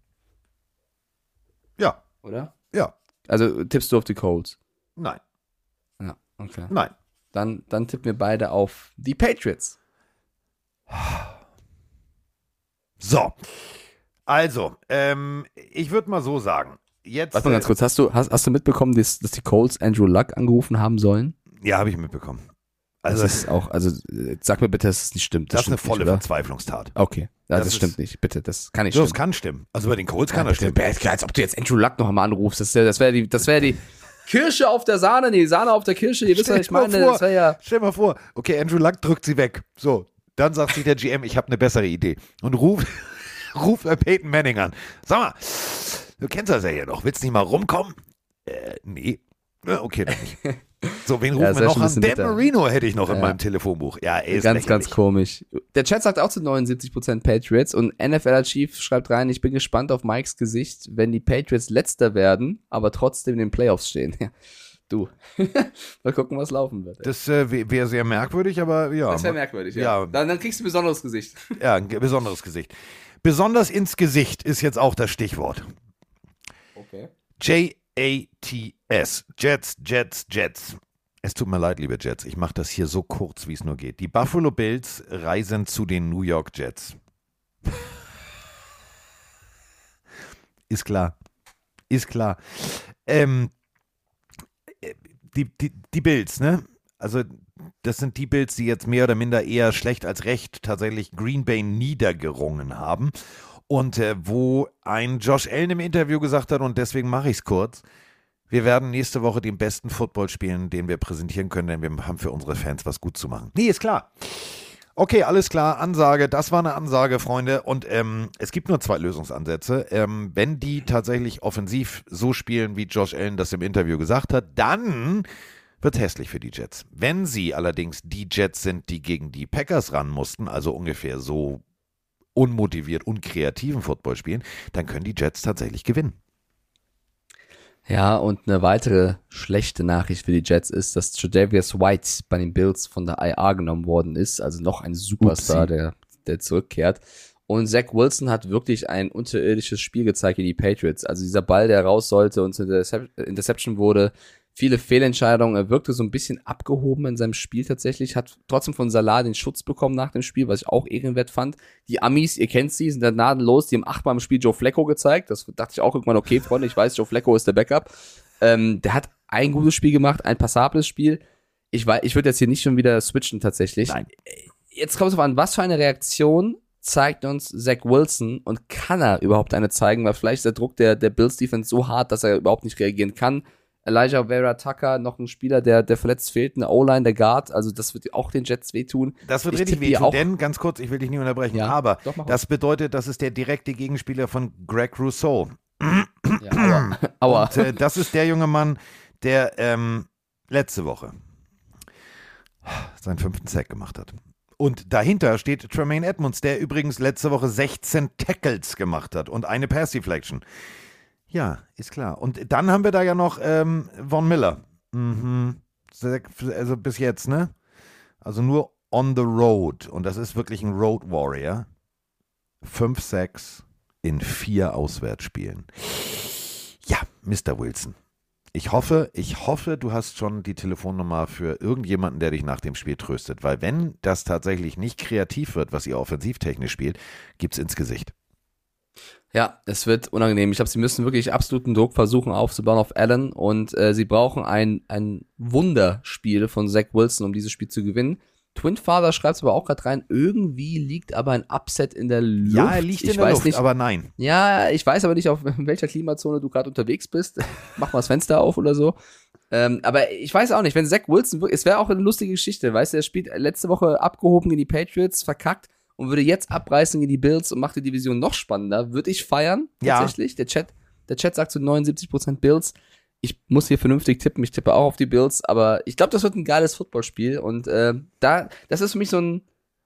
Ja. Oder? Ja. Also tippst du auf die Colts? Nein. Ja, okay. Nein. Dann, dann tippen wir beide auf die Patriots. So. Also, ähm, ich würde mal so sagen. Jetzt, Warte mal ganz kurz, hast du, hast, hast du mitbekommen, dass, dass die Colts Andrew Luck angerufen haben sollen? Ja, habe ich mitbekommen. Also, das ist auch, also sag mir bitte, dass es nicht stimmt. Das, Das, das ist eine stimmt volle nicht, oder? Verzweiflungstat. Okay, ja, das, Das stimmt ist- nicht, bitte, das kann nicht So, das stimmen. kann stimmen. Also bei den Colts kann Ja, das bitte, stimmen. bitte, als ob du jetzt Andrew Luck noch einmal anrufst, das wäre das wär die, das wäre die Kirsche auf der Sahne, nee, Sahne auf der Kirsche, ihr wisst, was ich Stell dir meine, mal das wäre ja... Stell dir mal vor, okay, Andrew Luck drückt sie weg. So, dann sagt sich der G M, ich habe eine bessere Idee. Und ruft ruf Peyton Manning an. Sag mal, du kennst das ja hier noch. Willst du nicht mal rumkommen? Äh, nee. Ja, okay, dann nicht. So, wen rufen das wir wär noch schon ein an? bisschen Dan bitter. Marino hätte ich noch in Ja. meinem Telefonbuch. Ja, er ist Ganz, lächerlich. ganz komisch. Der Chat sagt auch zu neunundsiebzig Prozent Patriots und N F L Chief schreibt rein, ich bin gespannt auf Mikes Gesicht, wenn die Patriots Letzter werden, aber trotzdem in den Playoffs stehen. Ja, du. Mal gucken, was laufen wird. Das äh, wäre sehr merkwürdig, aber ja. Das wäre merkwürdig, ja. Ja. Dann, dann kriegst du ein besonderes Gesicht. Ja, ein ge- besonderes Gesicht. Besonders ins Gesicht ist jetzt auch das Stichwort. Okay. J A T S. Jets, Jets, Jets. Es tut mir leid, liebe Jets. Ich mache das hier so kurz, wie es nur geht. Die Buffalo Bills reisen zu den New York Jets. Ist klar. Ist klar. Ähm, die, die, die Bills, ne? Also, das sind die Bills, die jetzt mehr oder minder eher schlecht als recht tatsächlich Green Bay niedergerungen haben. Und äh, wo ein Josh Allen im Interview gesagt hat, und deswegen mache ich es kurz, wir werden nächste Woche den besten Football spielen, den wir präsentieren können, denn wir haben für unsere Fans was gut zu machen. Nee, ist klar. Okay, alles klar, Ansage, das war eine Ansage, Freunde. Und ähm, es gibt nur zwei Lösungsansätze. Ähm, wenn die tatsächlich offensiv so spielen, wie Josh Allen das im Interview gesagt hat, dann wird hässlich für die Jets. Wenn sie allerdings die Jets sind, die gegen die Packers ran mussten, also ungefähr so unmotiviert, unkreativen Football spielen, dann können die Jets tatsächlich gewinnen. Ja, und eine weitere schlechte Nachricht für die Jets ist, dass Tre'Davious White bei den Bills von der I R genommen worden ist, also noch ein Superstar, der, der zurückkehrt. Und Zach Wilson hat wirklich ein unterirdisches Spiel gezeigt gegen die Patriots. Also dieser Ball, der raus sollte und zur Intercep- Interception wurde, viele Fehlentscheidungen. Er wirkte so ein bisschen abgehoben in seinem Spiel tatsächlich, hat trotzdem von Salah den Schutz bekommen nach dem Spiel, was ich auch ehrenwert fand. Die Amis, ihr kennt sie, sind da gnadenlos, die haben achtmal im Spiel Joe Flacco gezeigt. Das dachte ich auch irgendwann, okay, Freunde, ich weiß, Joe Flacco ist der Backup. Ähm, der hat ein gutes Spiel gemacht, ein passables Spiel. Ich weiß, ich würde jetzt hier nicht schon wieder switchen tatsächlich. Nein. Jetzt kommt es auf an, was für eine Reaktion zeigt uns Zach Wilson und kann er überhaupt eine zeigen, weil vielleicht ist der Druck der, der Bills-Defense so hart, dass er überhaupt nicht reagieren kann. Elijah Vera Tucker, noch ein Spieler, der, der verletzt fehlt, eine O-Line, der Guard, also das wird auch den Jets wehtun. Das wird Ich richtig tippe hier wehtun, auch- denn, ganz kurz, ich will dich nicht unterbrechen, Ja, aber doch, mach das bedeutet, das ist der direkte Gegenspieler von Greg Rousseau. Ja, aua. aua. Und äh, das ist der junge Mann, der ähm, letzte Woche seinen fünften Sack gemacht hat. Und dahinter steht Tremaine Edmonds, der übrigens letzte Woche sechzehn Tackles gemacht hat und eine Pass-Deflection. Ja, ist klar. Und dann haben wir da ja noch ähm, Von Miller. Mhm. Also bis jetzt, ne? Also nur on the road. Und das ist wirklich ein Road Warrior. Fünf Sacks in vier Auswärtsspielen. Ja, Mister Wilson. Ich hoffe, ich hoffe, du hast schon die Telefonnummer für irgendjemanden, der dich nach dem Spiel tröstet. Weil wenn das tatsächlich nicht kreativ wird, was ihr offensivtechnisch spielt, gibt's ins Gesicht. Ja, es wird unangenehm. Ich glaube, sie müssen wirklich absoluten Druck versuchen aufzubauen auf Allen und äh, sie brauchen ein, ein Wunderspiel von Zach Wilson, um dieses Spiel zu gewinnen. Twin Father schreibt es aber auch gerade rein, irgendwie liegt aber ein Upset in der Luft. Ja, er liegt in ich der weiß Luft, nicht, aber nein. Ja, ich weiß aber nicht, auf welcher Klimazone du gerade unterwegs bist. Mach mal das Fenster auf oder so. Ähm, aber ich weiß auch nicht, wenn Zach Wilson wirklich, es wäre auch eine lustige Geschichte, weißt du, er spielt letzte Woche abgehoben gegen die Patriots, verkackt und würde jetzt abreißen gegen die Bills und macht die Division noch spannender, würde ich feiern, Ja. tatsächlich. Der Chat, der Chat sagt zu neunundsiebzig Prozent Bills. Ich muss hier vernünftig tippen, ich tippe auch auf die Bills, aber ich glaube, das wird ein geiles Footballspiel und äh, da, das ist für mich so ein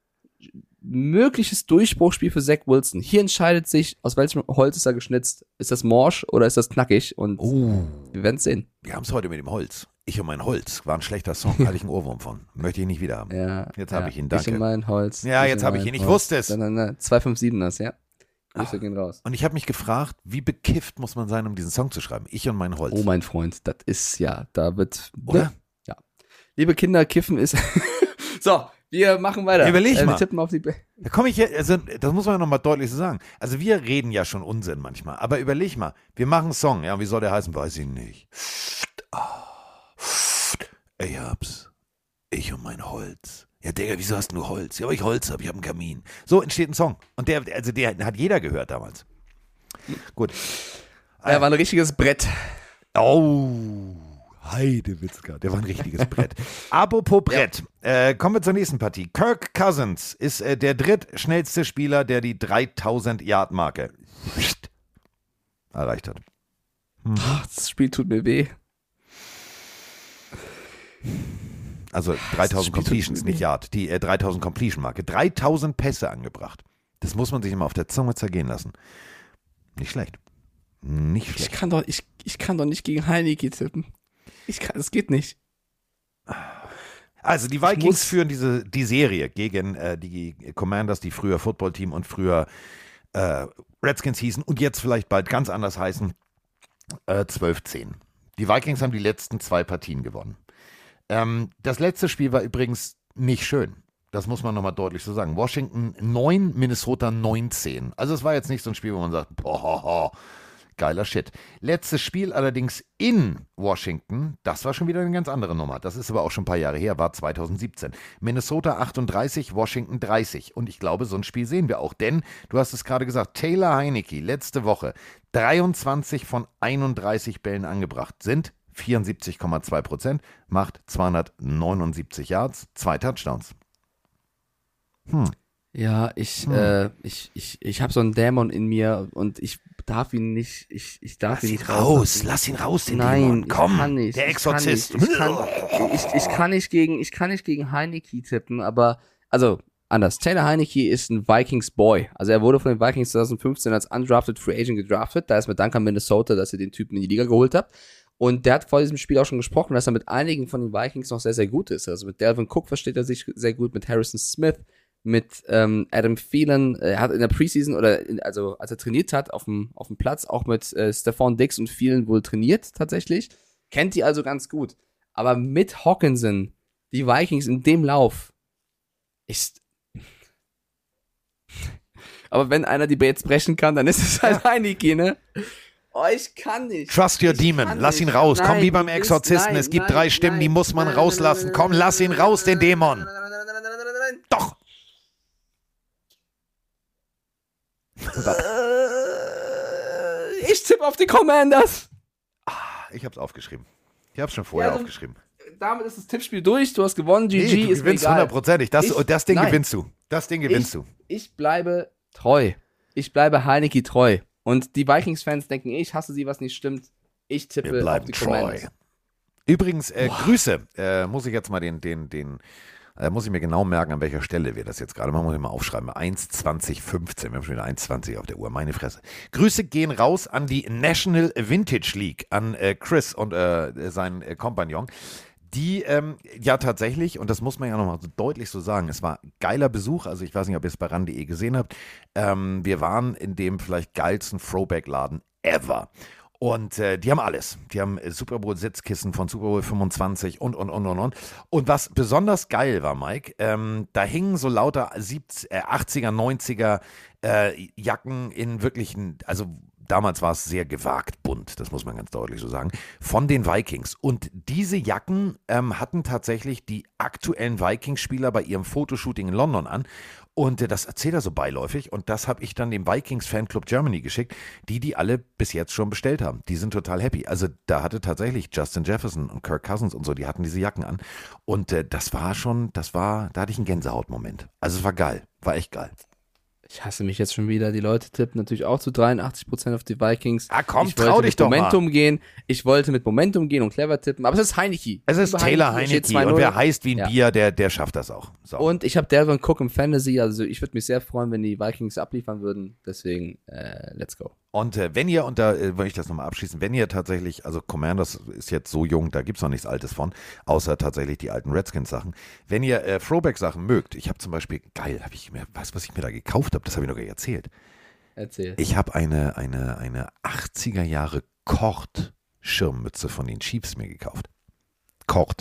mögliches Durchbruchsspiel für Zach Wilson. Hier entscheidet sich, aus welchem Holz ist er geschnitzt. Ist das morsch oder ist das knackig? Und Oh, wir werden es sehen. wir haben es heute mit dem Holz. Ich und mein Holz. War ein schlechter Song, hatte ich einen Ohrwurm von. Möchte ich nicht wieder haben. Ja, Jetzt ja. habe ich ihn, danke. Ich und mein Holz. Ja, Ich jetzt und habe ich mein ihn. Ich Holz. wusste es. Nein, nein, nein. zwei fünf sieben das, ja. Grüße Ah. gehen raus. Und ich habe mich gefragt, wie bekifft muss man sein, um diesen Song zu schreiben? Ich und mein Holz. Oh, mein Freund, das ist ja, da wird. Oder? Ja. Liebe Kinder, Kiffen ist. So, wir machen weiter. Überleg äh, mal. Wir tippen auf die. Be Da komme ich hier, also das muss man nochmal deutlich so sagen. Also wir reden ja schon Unsinn manchmal, aber überleg mal, wir machen einen Song, ja, wie soll der heißen? Weiß ich nicht. Ich hab's. Ich und mein Holz. Ja, Digga, wieso hast du Holz? Ja, weil ich Holz habe, ich habe einen Kamin. So entsteht ein Song. Und der, also der hat jeder gehört damals. Gut. Ja, war ein richtiges Brett. Oh, Heidewitzka, der war ein richtiges Brett. Apropos Brett, äh, kommen wir zur nächsten Partie. Kirk Cousins ist äh, der drittschnellste Spieler, der die dreitausend-Yard-Marke erreicht hat. Ach, das Spiel tut mir weh. Also dreitausend Spiel tut Completions, mir nicht Yard, die äh, dreitausend Completion-Marke. dreitausend Pässe angebracht. Das muss man sich immer auf der Zunge zergehen lassen. Nicht schlecht. Nicht Ich schlecht. kann doch, ich, ich kann doch nicht gegen Heineke tippen. Ich kann, das geht nicht. Also die muss- Vikings führen diese, die Serie gegen äh, die Commanders, die früher Footballteam und früher äh, Redskins hießen und jetzt vielleicht bald ganz anders heißen, äh, zwölf zehn. Die Vikings haben die letzten zwei Partien gewonnen. Ähm, das letzte Spiel war übrigens nicht schön. Das muss man nochmal deutlich so sagen. Washington neun, Minnesota neunzehn. Also es war jetzt nicht so ein Spiel, wo man sagt, boah, geiler Shit. Letztes Spiel allerdings in Washington, das war schon wieder eine ganz andere Nummer. Das ist aber auch schon ein paar Jahre her, war zweitausendsiebzehn. Minnesota achtunddreißig, Washington dreißig. Und ich glaube, so ein Spiel sehen wir auch. Denn, du hast es gerade gesagt, Taylor Heineke letzte Woche dreiundzwanzig von einunddreißig Bällen angebracht. Sind vierundsiebzig Komma zwei Prozent, macht zweihundertneunundsiebzig Yards, zwei Touchdowns. Hm. Ja, ich, Hm. äh, ich, ich, ich habe so einen Dämon in mir und ich darf ihn nicht, ich, ich darf Lass ihn ihn nicht raus, rauslassen. lass ihn raus, den Nein, Dämon. ich Komm, kann nicht, der ich kann Exorzist. nicht, Ich kann, ich, ich kann nicht gegen, ich kann nicht gegen Heineke tippen, aber, also, anders. Taylor Heineke ist ein Vikings-Boy. Also er wurde von den Vikings zwanzig fünfzehn als undrafted Free Agent gedraftet. Da ist mit Dank an Minnesota, dass ihr den Typen in die Liga geholt habt. Und der hat vor diesem Spiel auch schon gesprochen, dass er mit einigen von den Vikings noch sehr, sehr gut ist. Also mit Dalvin Cook versteht er sich sehr gut, mit Harrison Smith, mit ähm, Adam Thielen. Er hat in der Preseason oder in, also als er trainiert hat auf dem auf dem Platz auch mit äh, Stephon Diggs und vielen wohl trainiert tatsächlich. Kennt die also ganz gut. Aber mit Hawkinson, die Vikings in dem Lauf, ist... Aber wenn einer die Bates brechen kann, dann ist es halt ja. Heineke, ne? Oh, ich kann nicht. Trust your ich demon. Lass ihn raus. Nein, Komm wie beim ist, Exorzisten. nein, es gibt nein, drei Stimmen, nein, die muss man nein, rauslassen. nein, Komm, nein, lass ihn nein, raus, den nein, Dämon. nein, nein, nein, nein, nein, nein, nein. Doch. Ich tippe auf die Commanders. Ich hab's aufgeschrieben. Ich hab's schon vorher Ja, du- aufgeschrieben. Damit ist das Tippspiel durch. Du hast gewonnen. G G Nee, du ist mir gewinnst egal. hundertprozentig. Das, Ich- das Ding nein. gewinnst du. Das Ding gewinnst ich, du. Ich bleibe treu. Ich bleibe Heineke treu. Und die Vikings-Fans denken, ich hasse sie, was nicht stimmt. Ich tippe Wir auf bleiben die treu. Commanders. Übrigens, äh, Grüße. Äh, muss ich jetzt mal den, den, den, äh, muss ich mir genau merken, an welcher Stelle wir das jetzt gerade machen. Muss ich mal aufschreiben. eins zwanzig fünfzehn. Wir haben schon wieder eins zwanzig auf der Uhr. Meine Fresse. Grüße gehen raus an die National Vintage League, an äh, Chris und äh, seinen äh, Kompagnon. Die, ähm, ja tatsächlich, und das muss man ja nochmal so deutlich so sagen, es war geiler Besuch, also ich weiß nicht, ob ihr es bei ran punkt de gesehen habt, ähm, wir waren in dem vielleicht geilsten Throwback-Laden ever. Und äh, die haben alles. Die haben äh, Super Bowl-Sitzkissen von Super Bowl fünfundzwanzig und, und, und, und, und. Und was besonders geil war, Mike, ähm, da hingen so lauter siebziger, äh, achtziger, neunziger äh, Jacken in wirklichen, also damals war es sehr gewagt bunt, das muss man ganz deutlich so sagen, von den Vikings. Und diese Jacken ähm, hatten tatsächlich die aktuellen Vikings-Spieler bei ihrem Fotoshooting in London an. Und äh, das erzählt er so beiläufig. Und das habe ich dann dem Vikings-Fanclub Germany geschickt, die die alle bis jetzt schon bestellt haben. Die sind total happy. Also da hatte tatsächlich Justin Jefferson und Kirk Cousins und so, die hatten diese Jacken an. Und äh, das war schon, das war, da hatte ich einen Gänsehautmoment. Also es war geil, war echt geil. Ich hasse mich jetzt schon wieder. Die Leute tippen natürlich auch zu dreiundachtzig Prozent auf die Vikings. Ah komm, ich trau wollte dich mit doch Momentum mal. gehen. Ich wollte mit Momentum gehen und clever tippen. Aber es ist Heineke. Es ist Über Taylor steht Heineke zwei und null. wer heißt wie ein Ja. Bier, der, der schafft das auch. So. Und ich habe Delvin Cook im Fantasy. Also ich würde mich sehr freuen, wenn die Vikings abliefern würden. Deswegen, äh, let's go. Und äh, wenn ihr, und da äh, will ich das nochmal abschließen, wenn ihr tatsächlich, also Commanders ist jetzt so jung, da gibt es noch nichts Altes von, außer tatsächlich die alten Redskins-Sachen. Wenn ihr äh, Throwback-Sachen mögt, ich habe zum Beispiel, geil, habe ich mir, weißt du, was ich mir da gekauft habe? Das habe ich noch gar nicht erzählt. Erzähl. Ich habe eine, eine, eine achtziger Jahre Kord-Schirmmütze von den Chiefs mir gekauft. Kord.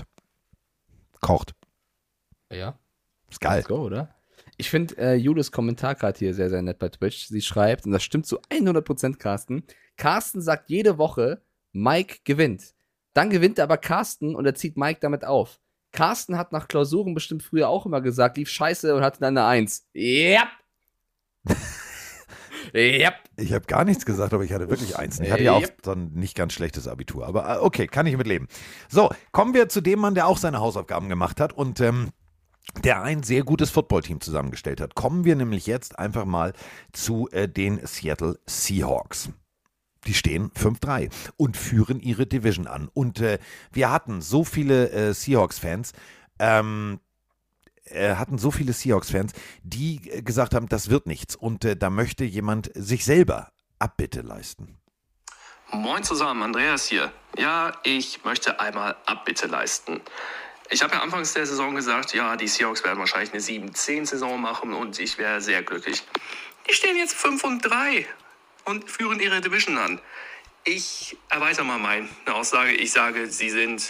Kord. Ja. Ist geil. Let's go, oder? Ich finde äh, Julis Kommentarkarte hier sehr, sehr nett bei Twitch. Sie schreibt, und das stimmt zu hundert Prozent, Carsten, Carsten sagt jede Woche, Mike gewinnt. Dann gewinnt aber Carsten und er zieht Mike damit auf. Carsten hat nach Klausuren bestimmt früher auch immer gesagt, lief scheiße und hatte dann eine Eins. Yep. Yep. Ich habe gar nichts gesagt, aber ich hatte wirklich eins. Ich hatte ja auch so ein nicht ganz schlechtes Abitur. Aber okay, kann ich mitleben. So, kommen wir zu dem Mann, der auch seine Hausaufgaben gemacht hat und ähm, der ein sehr gutes Footballteam zusammengestellt hat. Kommen wir nämlich jetzt einfach mal zu äh, den Seattle Seahawks. Die stehen fünf drei und führen ihre Division an. Und äh, wir hatten so viele äh, Seahawks-Fans, ähm, äh, hatten so viele Seahawks-Fans, die äh, gesagt haben, das wird nichts. Und äh, da möchte jemand sich selber Abbitte leisten. Moin zusammen, Andreas hier. Ja, ich möchte einmal Abbitte leisten. Ich habe ja anfangs der Saison gesagt, ja, die Seahawks werden wahrscheinlich eine sieben zehn Saison machen und ich wäre sehr glücklich. Die stehen jetzt fünf und drei und führen ihre Division an. Ich erweitere mal meine Aussage. Ich sage, sie sind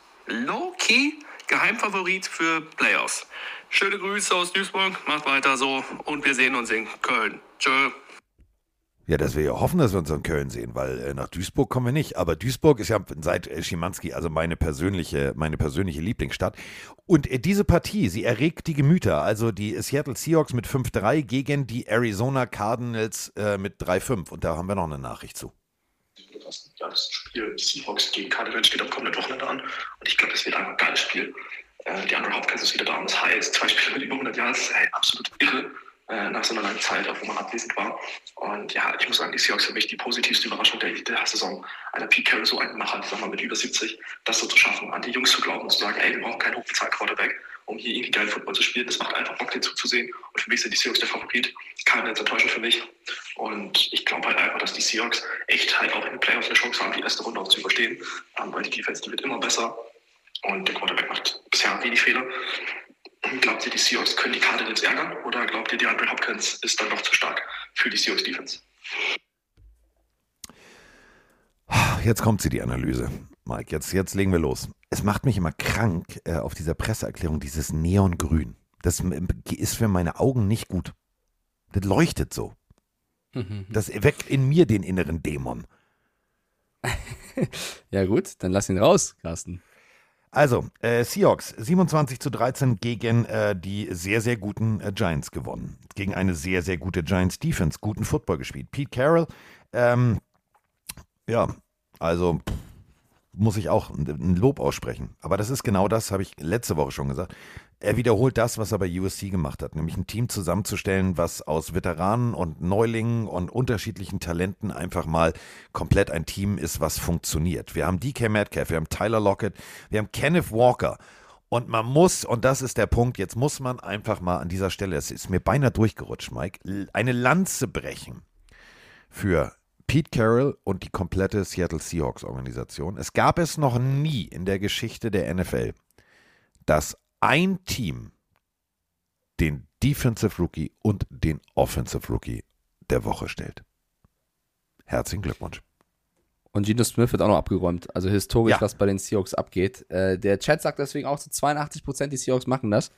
low-key Geheimfavorit für Playoffs. Schöne Grüße aus Duisburg, macht weiter so und wir sehen uns in Köln. Tschö. Ja, dass wir ja hoffen, dass wir uns in Köln sehen, weil äh, nach Duisburg kommen wir nicht. Aber Duisburg ist ja seit äh, Schimanski also meine persönliche, meine persönliche Lieblingsstadt. Und äh, diese Partie, sie erregt die Gemüter. Also die Seattle Seahawks mit fünf drei gegen die Arizona Cardinals äh, mit drei fünf. Und da haben wir noch eine Nachricht zu. Ja, das Spiel Seahawks gegen Cardinals steht am kommenden Wochenende an. Und ich glaube, das wird einfach ein geiles Spiel. Äh, die Andrew Hopkins ist wieder da und das heißt, zwei Spiele mit über hundert Jahren, das ist hey, absolut irre. Nach so einer langen Zeit, auch wo man abwesend war. Und ja, ich muss sagen, die Seahawks für mich die positivste Überraschung der, der Saison. Einer Pete Carroll, so einen Macher, ich sag mal mit über siebzig, das so zu schaffen, an die Jungs zu glauben und zu sagen, ey, wir brauchen keinen hochbezahlten Quarterback, um hier irgendwie geil Football zu spielen. Das macht einfach Bock, den zuzusehen. Und für mich sind die Seahawks der Favorit. Cardinals enttäuschend für mich. Und ich glaube halt einfach, dass die Seahawks echt halt auch in den Playoffs eine Chance haben, die erste Runde auch zu überstehen. Weil die Defense, die wird immer besser. Und der Quarterback macht bisher wenig Fehler. Glaubt ihr, die Seahawks können die Cardinals ärgern oder glaubt ihr, die Andrew Hopkins ist dann noch zu stark für die Seahawks Defense? Jetzt kommt sie, die Analyse. Mike, jetzt, jetzt legen wir los. Es macht mich immer krank äh, auf dieser Presseerklärung, dieses Neongrün. Das ist für meine Augen nicht gut. Das leuchtet so. Das weckt in mir den inneren Dämon. Ja gut, dann lass ihn raus, Carsten. Also, äh, Seahawks siebenundzwanzig zu dreizehn gegen äh, die sehr, sehr guten äh, Giants gewonnen. Gegen eine sehr, sehr gute Giants-Defense. Guten Football gespielt. Pete Carroll, ähm, ja, also pff, muss ich auch ein, ein Lob aussprechen. Aber das ist genau das, habe ich letzte Woche schon gesagt. Er wiederholt das, was er bei U S C gemacht hat, nämlich ein Team zusammenzustellen, was aus Veteranen und Neulingen und unterschiedlichen Talenten einfach mal komplett ein Team ist, was funktioniert. Wir haben D K Metcalf, wir haben Tyler Lockett, wir haben Kenneth Walker und man muss, und das ist der Punkt, jetzt muss man einfach mal an dieser Stelle, es ist mir beinahe durchgerutscht, Mike, eine Lanze brechen für Pete Carroll und die komplette Seattle Seahawks Organisation. Es gab es noch nie in der Geschichte der N F L, dass ein Team den Defensive Rookie und den Offensive Rookie der Woche stellt. Herzlichen Glückwunsch. Und Geno Smith wird auch noch abgeräumt. Also historisch, Ja. was bei den Seahawks abgeht. Äh, der Chat sagt deswegen auch zu zweiundachtzig Prozent, die Seahawks machen das.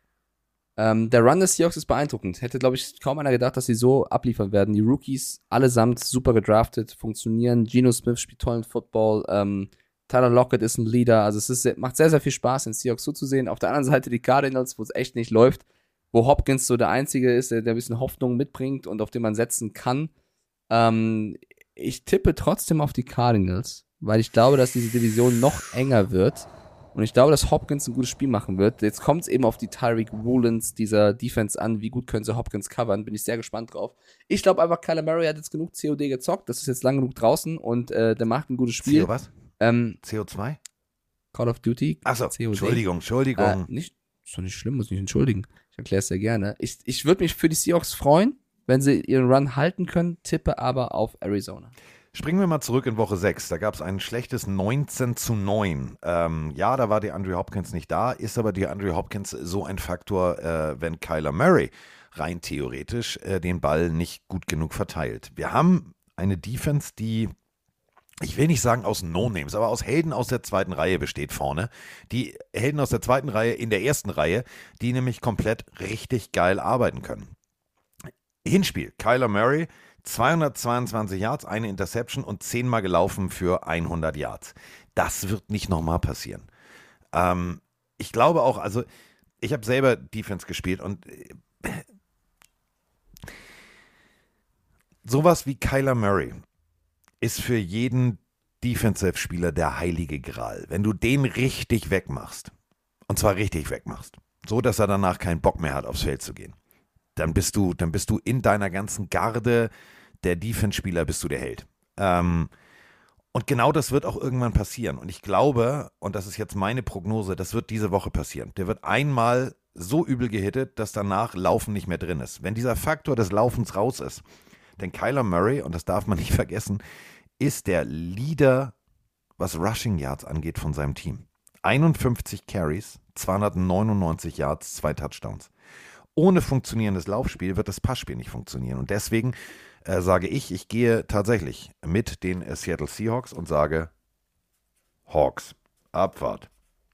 Ähm, der Run des Seahawks ist beeindruckend. Hätte, glaube ich, kaum einer gedacht, dass sie so abliefern werden. Die Rookies allesamt super gedraftet, funktionieren. Geno Smith spielt tollen Football. Ähm, Tyler Lockett ist ein Leader. Also es ist, sehr- macht sehr, sehr viel Spaß, den Seahawks zuzusehen. Auf der anderen Seite die Cardinals, wo es echt nicht läuft. Wo Hopkins so der Einzige ist, der, der ein bisschen Hoffnung mitbringt und auf den man setzen kann. Ähm, ich tippe trotzdem auf die Cardinals, weil ich glaube, dass diese Division noch enger wird. Und ich glaube, dass Hopkins ein gutes Spiel machen wird. Jetzt kommt es eben auf die Tyreek Woolens dieser Defense an. Wie gut können sie Hopkins covern? Bin ich sehr gespannt drauf. Ich glaube einfach, Kyler Murray hat jetzt genug C O D gezockt. Das ist jetzt lang genug draußen und äh, der macht ein gutes Spiel. C O was? Ähm, C O zwei? Call of Duty. Achso, C O D. Entschuldigung, Entschuldigung. Äh, nicht, ist doch nicht schlimm, muss mich entschuldigen. Ich erkläre es sehr gerne. Ich, ich würde mich für die Seahawks freuen, wenn sie ihren Run halten können, tippe aber auf Arizona. Springen wir mal zurück in Woche sechs. Da gab es ein schlechtes neunzehn zu neun. Ähm, ja, da war der Andrew Hopkins nicht da, ist aber der Andrew Hopkins so ein Faktor, äh, wenn Kyler Murray rein theoretisch äh, den Ball nicht gut genug verteilt. Wir haben eine Defense, die, ich will nicht sagen aus No-Names, aber aus Helden aus der zweiten Reihe besteht vorne. Die Helden aus der zweiten Reihe in der ersten Reihe, die nämlich komplett richtig geil arbeiten können. Hinspiel, Kyler Murray, zweihundertzweiundzwanzig Yards, eine Interception und zehnmal gelaufen für hundert Yards. Das wird nicht nochmal passieren. Ähm, ich glaube auch, also ich habe selber Defense gespielt und äh, sowas wie Kyler Murray ist für jeden Defensive-Spieler der heilige Gral. Wenn du den richtig wegmachst, und zwar richtig wegmachst, so dass er danach keinen Bock mehr hat, aufs Feld zu gehen, dann bist du, dann bist du in deiner ganzen Garde der Defense-Spieler bist du der Held. Ähm, und genau das wird auch irgendwann passieren. Und ich glaube, und das ist jetzt meine Prognose, das wird diese Woche passieren. Der wird einmal so übel gehittet, dass danach Laufen nicht mehr drin ist. Wenn dieser Faktor des Laufens raus ist, denn Kyler Murray, und das darf man nicht vergessen, ist der Leader, was Rushing Yards angeht von seinem Team. einundfünfzig Carries, zweihundertneunundneunzig Yards, zwei Touchdowns. Ohne funktionierendes Laufspiel wird das Passspiel nicht funktionieren. Und deswegen äh, sage ich, ich gehe tatsächlich mit den äh, Seattle Seahawks und sage Hawks, Abfahrt.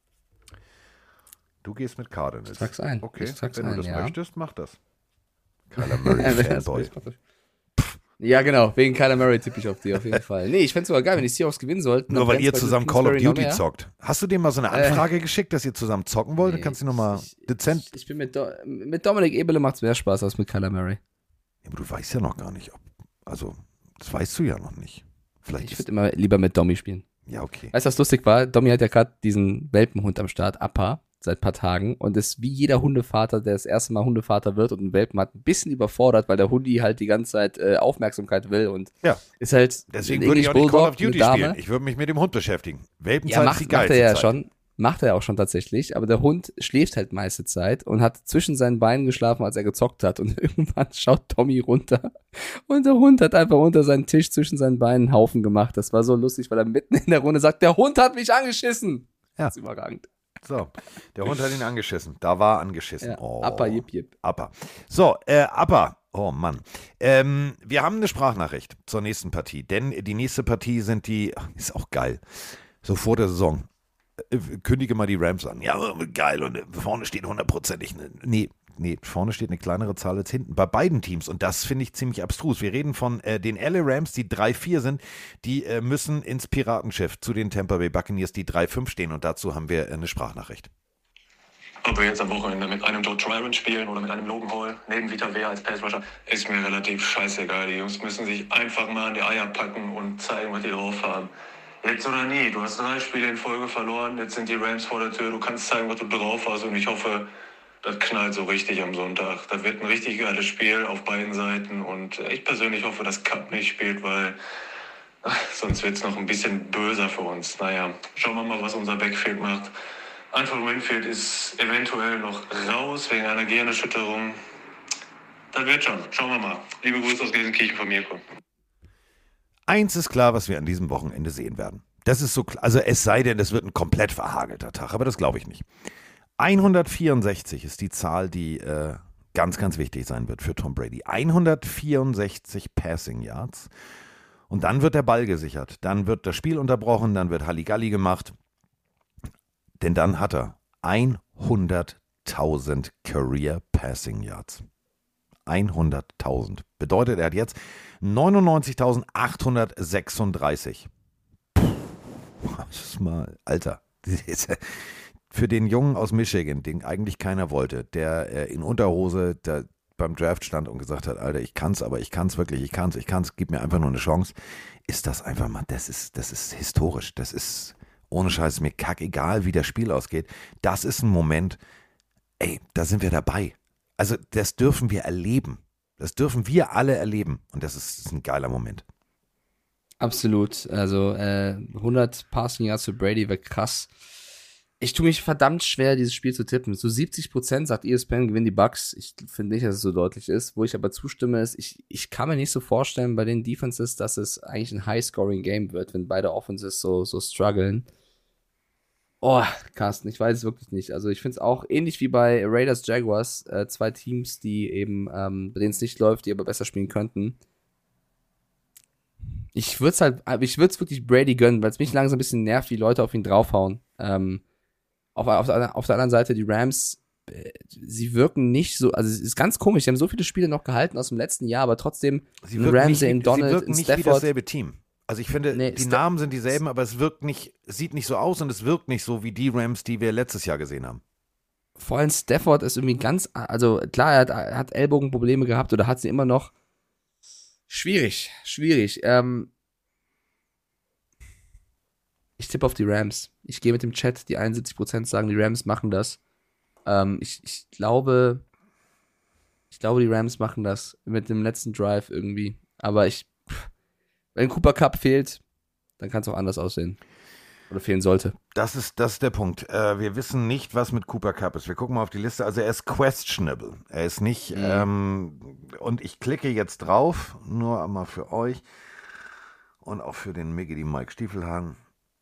Du gehst mit Cardinals. Ich trag's ein. Okay, Ich trag's wenn ein, du das ja. möchtest, mach das. Kyler Murray, Fanboy. Ja, genau. Wegen Kyler Murray tippe ich auf die, auf jeden Fall. Nee, ich fände es sogar geil, wenn die Seahawks gewinnen sollten. Nur dann weil wenn's ihr bei zusammen Call of Kingsbury noch Duty mehr. zockt. Hast du dem mal so eine Anfrage geschickt, dass ihr zusammen zocken wollt? Dann Nee, kannst du nochmal ich- dezent. Ich bin mit, Do mit Dominik Eberle macht es mehr Spaß als mit Kyler Murray. Ja, aber du weißt ja noch gar nicht, ob. Also, das weißt du ja noch nicht. Vielleicht Ich ist, würde immer lieber mit Domi spielen. ja, okay. Weißt du, was lustig war? Domi hat ja gerade diesen Welpenhund am Start, Appa, seit ein paar Tagen und ist wie jeder Hundevater, der das erste Mal Hundevater wird und einen Welpen hat, ein bisschen überfordert, weil der Hundi halt die ganze Zeit äh, Aufmerksamkeit will und Ja. ist halt Deswegen ein würde ich auch nicht Call of Bulldog, eine Duty Dame. spielen. Ich würde mich mit dem Hund beschäftigen. Welpenzeit Ja, ist macht, die macht geilste er ja Zeit. schon. Macht er auch schon tatsächlich, aber der Hund schläft halt meiste Zeit und hat zwischen seinen Beinen geschlafen, als er gezockt hat. Und irgendwann schaut Tommy runter und der Hund hat einfach unter seinen Tisch zwischen seinen Beinen einen Haufen gemacht. Das war so lustig, weil er mitten in der Runde sagt, der Hund hat mich angeschissen. Ja. Das ist überragend. So, der Hund hat ihn angeschissen. Da war angeschissen. Ja, Oh. Appa, jip, jip. Appa. So, äh, Appa. Oh Mann. Ähm, wir haben eine Sprachnachricht zur nächsten Partie, denn die nächste Partie sind die, ach, ist auch geil, So vor der Saison. Äh, Kündige mal die Rams an. Ja, geil. Und vorne steht hundertprozentig. Nee, nee, vorne steht eine kleinere Zahl als hinten. Bei beiden Teams. Und das finde ich ziemlich abstrus. Wir reden von äh, den L A Rams, die drei vier sind. Die äh, müssen ins Piratenschiff zu den Tampa Bay Buccaneers, die drei fünf stehen. Und dazu haben wir äh, eine Sprachnachricht. Ob wir jetzt am Wochenende mit einem Joe Tryon spielen oder mit einem Logan Hall neben Vita Vea als Pass-Rusher, ist mir relativ scheißegal. Die Jungs müssen sich einfach mal an die Eier packen und zeigen, was die drauf haben. Jetzt oder nie. Du hast drei Spiele in Folge verloren, jetzt sind die Rams vor der Tür. Du kannst zeigen, was du drauf hast und ich hoffe, das knallt so richtig am Sonntag. Das wird ein richtig geiles Spiel auf beiden Seiten und ich persönlich hoffe, dass Cup nicht spielt, weil ach, sonst wird es noch ein bisschen böser für uns. Naja, schauen wir mal, was unser Backfield macht. Antoine Winfield ist eventuell noch raus wegen einer Gehirnerschütterung. Das wird schon. Schauen wir mal. Liebe Grüße aus Gelsenkirchen von Mirko. Eins ist klar, was wir an diesem Wochenende sehen werden. Das ist so klar. Also es sei denn, es wird ein komplett verhagelter Tag, aber das glaube ich nicht. hundertvierundsechzig ist die Zahl, die äh, ganz, ganz wichtig sein wird für Tom Brady. hundertvierundsechzig Passing Yards. Und dann wird der Ball gesichert. Dann wird das Spiel unterbrochen, dann wird Halligalli gemacht. Denn dann hat er hunderttausend Career Passing Yards. hunderttausend. Bedeutet, er hat jetzt neunundneunzigtausendachthundertsechsunddreißig. Das ist mal, Alter. Für den Jungen aus Michigan, den eigentlich keiner wollte, der in Unterhose der beim Draft stand und gesagt hat, Alter, ich kann's, aber ich kann's wirklich, ich kann's, ich kann's, gib mir einfach nur eine Chance, ist das einfach mal, das ist, das ist historisch, das ist ohne Scheiß, mir kackegal, wie das Spiel ausgeht. Das ist ein Moment, ey, da sind wir dabei. Also das dürfen wir erleben. Das dürfen wir alle erleben. Und das ist, das ist ein geiler Moment. Absolut. Also äh, hundert Passing Yards für Brady wäre krass. Ich tue mich verdammt schwer, dieses Spiel zu tippen. So siebzig Prozent sagt E S P N, gewinnen die Bucks. Ich finde nicht, dass es so deutlich ist. Wo ich aber zustimme, ist, ich, ich kann mir nicht so vorstellen bei den Defenses, dass es eigentlich ein High-Scoring-Game wird, wenn beide Offenses so, so strugglen. Oh, Carsten, ich weiß es wirklich nicht. Also ich finde es auch ähnlich wie bei Raiders Jaguars, äh, zwei Teams, die eben, ähm, bei denen es nicht läuft, die aber besser spielen könnten. Ich würde es halt, ich würde es wirklich Brady gönnen, weil es mich langsam ein bisschen nervt, wie Leute auf ihn draufhauen. Ähm, auf, auf, der, auf der anderen Seite, die Rams, äh, sie wirken nicht so, also es ist ganz komisch, sie haben so viele Spiele noch gehalten aus dem letzten Jahr, aber trotzdem, sie wirken Ramsey, nicht, in Donald, sie wirken in nicht Stafford. wie dasselbe Team. Also ich finde, Nee, die Sta- Namen sind dieselben, aber es wirkt nicht, es sieht nicht so aus und es wirkt nicht so wie die Rams, die wir letztes Jahr gesehen haben. Vor allem Stafford ist irgendwie ganz, also klar, er hat, er hat Ellbogenprobleme gehabt oder hat sie immer noch. Schwierig, schwierig. Ähm, ich tippe auf die Rams. Ich gehe mit dem Chat, die einundsiebzig Prozent sagen, die Rams machen das. Ähm, ich, ich glaube, ich glaube, die Rams machen das mit dem letzten Drive irgendwie. Aber ich, wenn Cooper Kupp fehlt, dann kann es auch anders aussehen. Oder fehlen sollte. Das ist, das ist der Punkt. Äh, wir wissen nicht, was mit Cooper Kupp ist. Wir gucken mal auf die Liste. Also er ist questionable. Er ist nicht, Mhm. ähm, und ich klicke jetzt drauf, nur einmal für euch und auch für den Miggity Mike Stiefelhagen.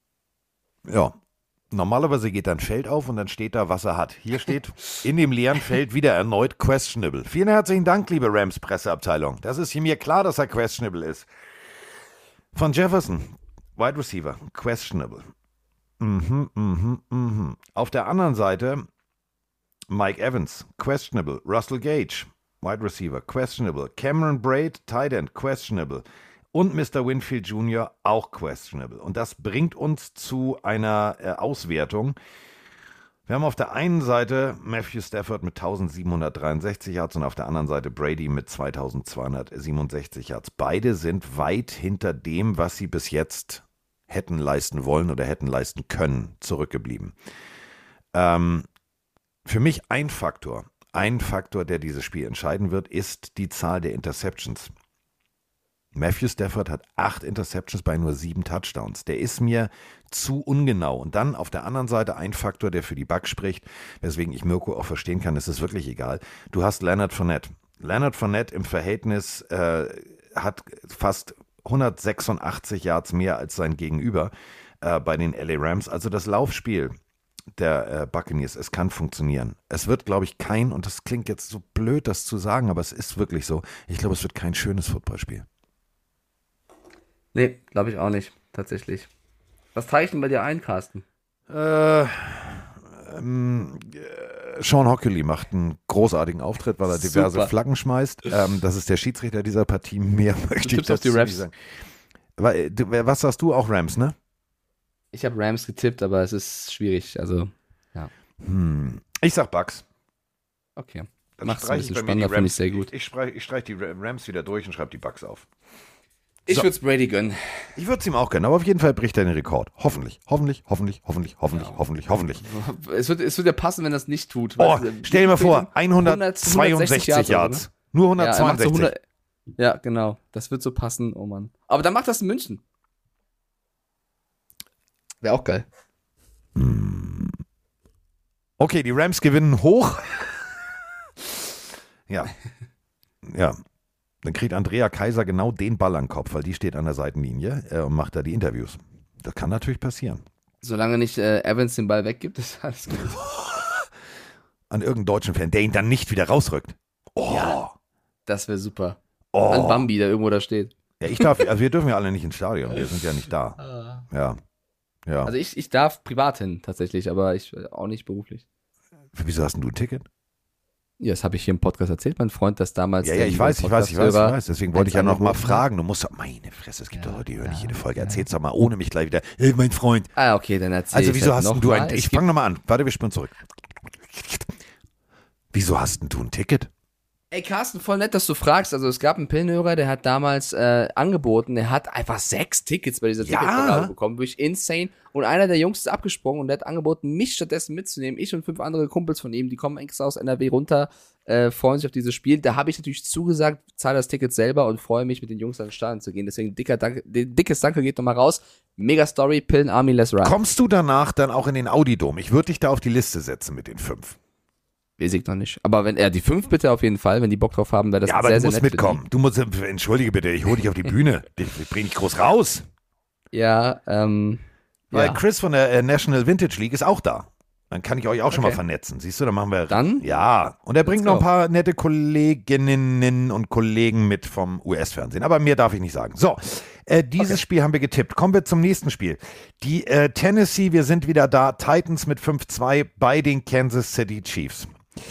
Ja, normalerweise geht dann Feld auf und dann steht da, was er hat. Hier steht in dem leeren Feld wieder erneut questionable. Vielen herzlichen Dank, liebe Rams Presseabteilung. Das ist mir klar, dass er questionable ist. Von Jefferson, Wide Receiver, questionable. Mhm, mhm, mhm. Auf der anderen Seite Mike Evans, questionable. Russell Gage, Wide Receiver, questionable. Cameron Braid, Tight End, questionable. Und Mister Winfield Junior auch questionable. Und das bringt uns zu einer äh, Auswertung. Wir haben auf der einen Seite Matthew Stafford mit eintausendsiebenhundertdreiundsechzig Yards und auf der anderen Seite Brady mit zweitausendzweihundertsiebenundsechzig Yards. Beide sind weit hinter dem, was sie bis jetzt hätten leisten wollen oder hätten leisten können, zurückgeblieben. Ähm, für mich ein Faktor, ein Faktor, der dieses Spiel entscheiden wird, ist die Zahl der Interceptions. Matthew Stafford hat acht Interceptions bei nur sieben Touchdowns. Der ist mir zu ungenau. Und dann auf der anderen Seite ein Faktor, der für die Bucks spricht, weswegen ich Mirko auch verstehen kann, es ist wirklich egal. Du hast Leonard Fournette. Leonard Fournette im Verhältnis äh, hat fast hundertsechsundachtzig Yards mehr als sein Gegenüber äh, bei den L A Rams. Also das Laufspiel der äh, Buccaneers, es kann funktionieren. Es wird, glaube ich, kein, und das klingt jetzt so blöd, das zu sagen, aber es ist wirklich so, ich glaube, es wird kein schönes Footballspiel. Nee, glaube ich auch nicht, tatsächlich. Was trage ich denn bei dir ein, Carsten? Äh, ähm, äh, Sean Hockley macht einen großartigen Auftritt, weil er diverse Super. Flaggen schmeißt. Ähm, das ist der Schiedsrichter dieser Partie. Mehr möchte ich tippst auf die dazu Rams. nicht sagen. Weil, du, was sagst du? Auch Rams, ne? Ich habe Rams getippt, aber es ist schwierig. Also, ja. Hm. Ich sag Bucks. Okay. Dann Macht's ein streich bisschen bei mir spannender, die finde ich Rams- sehr gut. Ich, ich streich, ich streich die Rams wieder durch und schreibe die Bucks auf. Ich So. würde es Brady gönnen. Ich würde es ihm auch gönnen, aber auf jeden Fall bricht er den Rekord. Hoffentlich, hoffentlich, hoffentlich, hoffentlich, hoffentlich, hoffentlich, hoffentlich. Es wird, es wird ja passen, wenn er es nicht tut. Oh, Weißt du, stell dir mal vor, hundert, hundertzweiundsechzig Yards. Yards. Nur Ja, er macht so hundertzweiundsechzig. hundert, ja, genau. Das wird so passen. Oh Mann. Aber dann macht das in München. Wäre auch geil. Okay, die Rams gewinnen hoch. Ja. Ja. Dann kriegt Andrea Kaiser genau den Ball an den Kopf, weil die steht an der Seitenlinie äh, und macht da die Interviews. Das kann natürlich passieren. Solange nicht äh, Evans den Ball weggibt, ist alles gut. An irgendeinen deutschen Fan, der ihn dann nicht wieder rausrückt. Oh. Ja, das wäre super. Oh. An Bambi, der irgendwo da steht. Ja, ich darf, also wir dürfen ja alle nicht ins Stadion, wir sind ja nicht da. Ja. Ja. Also ich, ich darf privat hin, tatsächlich, aber ich auch nicht beruflich. Wieso hast denn du ein Ticket? Ja, das habe ich hier im Podcast erzählt, mein Freund, das damals. Ja, ja, ich weiß, ich weiß, ich weiß, ich weiß. Deswegen wollte ich ja noch mal angeboten hat. fragen. Du musst doch, meine Fresse, es gibt Ja, doch Leute, die hören nicht ja, jede Folge. ja. Erzähl's doch mal ohne mich gleich wieder. Hey, mein Freund. Ah, okay, dann erzähl Also ich wieso halt hast denn noch du mal. ein, Es ich gibt- fang noch mal an. Warte, wir spielen zurück. Wieso hast denn du ein Ticket? Ey, Carsten, voll nett, dass du fragst. Also es gab einen Pillenhörer, der hat damals äh, angeboten, der hat einfach sechs Tickets bei dieser Ja. Ticketvergabe bekommen, wirklich insane. Und einer der Jungs ist abgesprungen und der hat angeboten, mich stattdessen mitzunehmen. Ich und fünf andere Kumpels von ihm, die kommen extra aus N R W runter, äh, freuen sich auf dieses Spiel. Da habe ich natürlich zugesagt, zahle das Ticket selber und freue mich, mit den Jungs an den Stadion zu gehen. Deswegen dicker Dank, dickes Danke geht nochmal raus. Mega Story, Pillen Army, let's ride. Kommst du danach dann auch in den Audi-Dom? Ich würde dich da auf die Liste setzen mit den fünf. Weiß ich noch nicht. Aber wenn er die fünf bitte auf jeden Fall, wenn die Bock drauf haben, wäre das Ja, aber sehr, du sehr musst nett für mitkommen. Du musst, entschuldige bitte, ich hole dich auf die Bühne. Ich, ich bring dich groß raus. die. Ja, ähm. Weil ja. Chris von der äh, National Vintage League ist auch da. Dann kann ich euch auch schon Okay. mal vernetzen. Siehst du, dann machen wir. Dann? Ja. Und er bringt Let's noch ein go. paar nette Kolleginnen und Kollegen mit vom U S-Fernsehen. Aber mehr darf ich nicht sagen. So, äh, dieses Okay. Spiel haben wir getippt. Kommen wir zum nächsten Spiel. Die äh, Tennessee, wir sind wieder da. Titans mit fünf zwei bei den Kansas City Chiefs.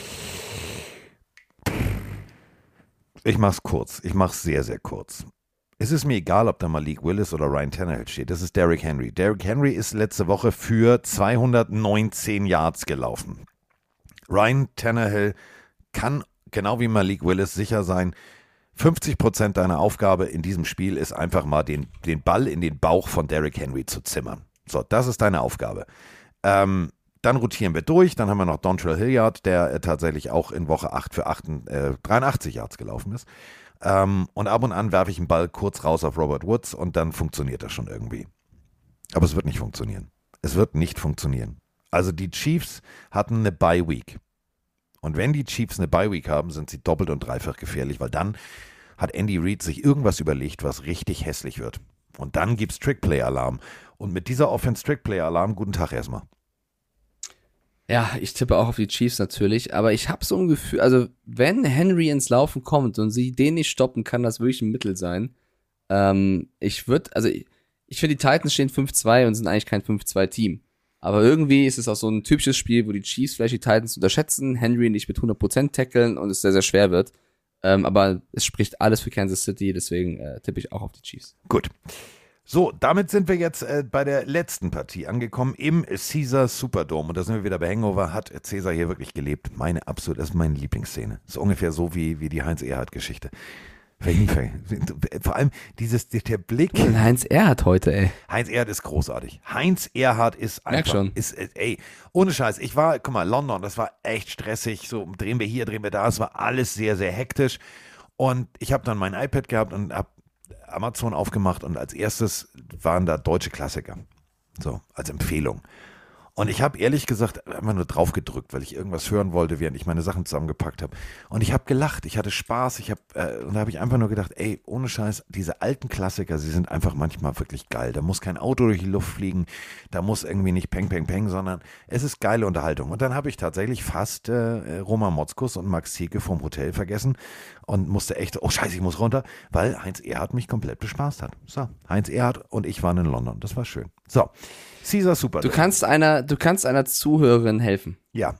Ich mach's kurz. Ich mach's sehr, sehr kurz. Es ist mir egal, ob da Malik Willis oder Ryan Tannehill steht. Das ist Derrick Henry. Derrick Henry ist letzte Woche für zweihundertneunzehn Yards gelaufen. Ryan Tannehill kann, genau wie Malik Willis, sicher sein, fünfzig Prozent deiner Aufgabe in diesem Spiel ist einfach mal den, den Ball in den Bauch von Derrick Henry zu zimmern. So, das ist deine Aufgabe. Ähm, dann rotieren wir durch. Dann haben wir noch Dontrell Hilliard, der äh, tatsächlich auch in Woche acht für acht, äh, dreiundachtzig Yards gelaufen ist. Ähm, und ab und an werfe ich einen Ball kurz raus auf Robert Woods und dann funktioniert das schon irgendwie. Aber es wird nicht funktionieren. Es wird nicht funktionieren. Also die Chiefs hatten eine Bye-Week. Und wenn die Chiefs eine Bye-Week haben, sind sie doppelt und dreifach gefährlich, weil dann hat Andy Reid sich irgendwas überlegt, was richtig hässlich wird. Und dann gibt's Trick-Play-Alarm. Und mit dieser Offense-Trick-Play-Alarm, guten Tag erstmal. Ja, ich tippe auch auf die Chiefs natürlich, aber ich habe so ein Gefühl, also wenn Henry ins Laufen kommt und sie den nicht stoppen, kann das wirklich ein Mittel sein. Ähm, ich würde, also ich, ich finde, die Titans stehen fünf zwei und sind eigentlich kein fünf zwei Team. Aber irgendwie ist es auch so ein typisches Spiel, wo die Chiefs vielleicht die Titans unterschätzen, Henry nicht mit hundert Prozent tackeln und es sehr, sehr schwer wird. Ähm, aber es spricht alles für Kansas City, deswegen äh, tippe ich auch auf die Chiefs. Gut. So, damit sind wir jetzt äh, bei der letzten Partie angekommen im Caesar Superdome. Und da sind wir wieder bei Hangover. Hat Caesar hier wirklich gelebt? Meine absolut, das ist meine Lieblingsszene. Das ist ungefähr so wie, wie die Heinz-Erhardt-Geschichte. Vor allem dieses, der Blick. Und Heinz Erhardt heute, ey. Heinz Erhardt ist großartig. Heinz Erhardt ist einfach. Merk schon. Ist, äh, ey, ohne Scheiß. Ich war, guck mal, London, das war echt stressig. So, drehen wir hier, drehen wir da. Es war alles sehr, sehr hektisch. Und ich habe dann mein iPad gehabt und habe Amazon aufgemacht und als erstes waren da deutsche Klassiker. So, als Empfehlung. Und ich habe ehrlich gesagt einfach nur drauf gedrückt, weil ich irgendwas hören wollte, während ich meine Sachen zusammengepackt habe. Und ich habe gelacht, ich hatte Spaß, ich habe äh, und da habe ich einfach nur gedacht, ey, ohne Scheiß, diese alten Klassiker, sie sind einfach manchmal wirklich geil. Da muss kein Auto durch die Luft fliegen, da muss irgendwie nicht Peng, Peng, Peng, sondern es ist geile Unterhaltung. Und dann habe ich tatsächlich fast äh, Roman Motzkus und Max Theke vom Hotel vergessen und musste echt, oh Scheiße, ich muss runter, weil Heinz Erhardt mich komplett bespaßt hat. So, Heinz Erhardt und ich waren in London, das war schön. So, Caesar Superdome. Du kannst einer, du kannst einer Zuhörerin helfen. Ja.